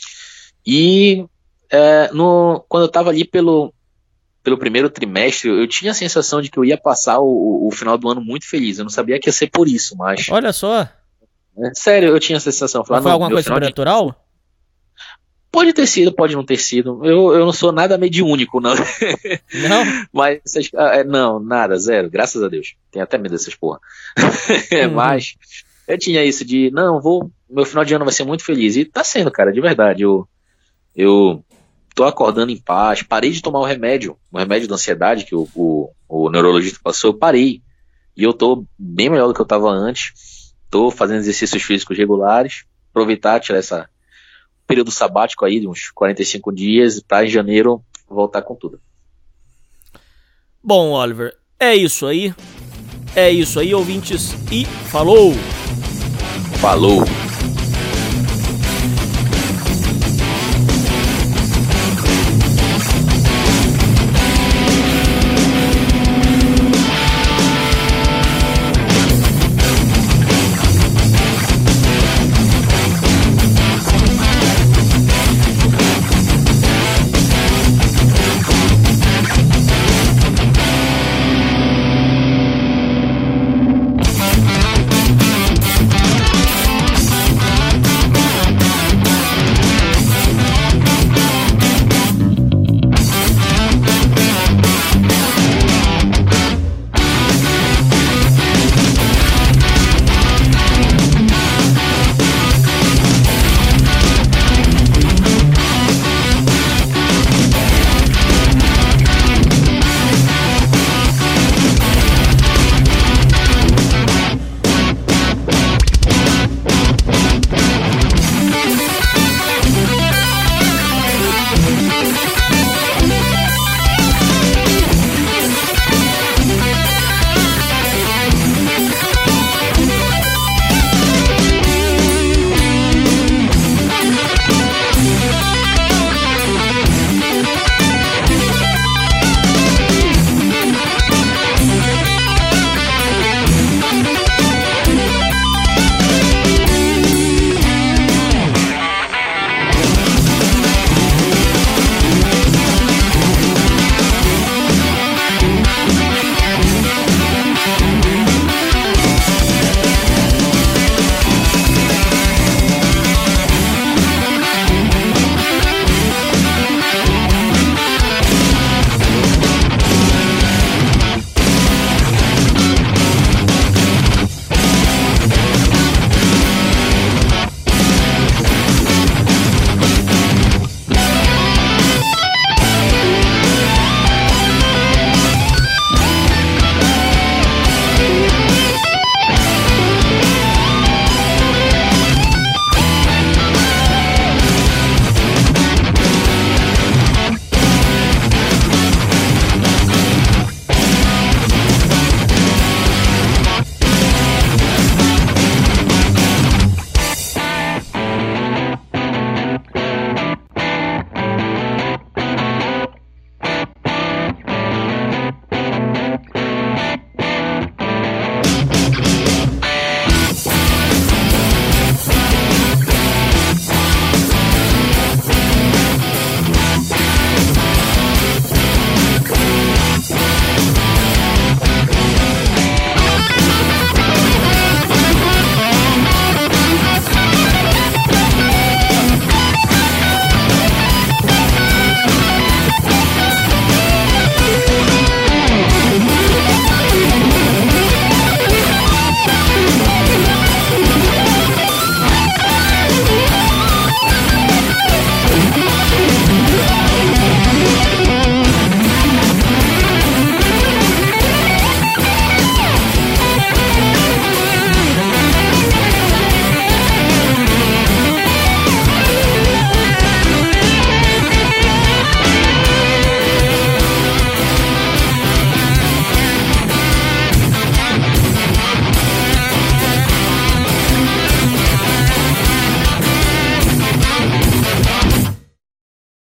E é, no, quando eu tava ali pelo, pelo primeiro trimestre, eu tinha a sensação de que eu ia passar o, o final do ano muito feliz. Eu não sabia que ia ser por isso, mas... Olha só. É, sério, eu tinha a sensação. Falar, foi alguma coisa sobrenatural? De... Pode ter sido, pode não ter sido. Eu, eu não sou nada mediúnico, não. Não? Mas, não, nada, zero. Graças a Deus. Tenho até medo dessas porra. Uhum. Mas eu tinha isso de, não, vou, meu final de ano vai ser muito feliz. E tá sendo, cara, de verdade. Eu, eu tô acordando em paz. Parei de tomar o remédio, o remédio da ansiedade que o, o, o neurologista passou. Eu parei. E eu tô bem melhor do que eu tava antes. Tô fazendo exercícios físicos regulares. Aproveitar, tirar essa período sabático aí de uns quarenta e cinco dias para em janeiro voltar com tudo. Bom, Oliver, é isso aí. É isso aí, ouvintes. E falou! Falou!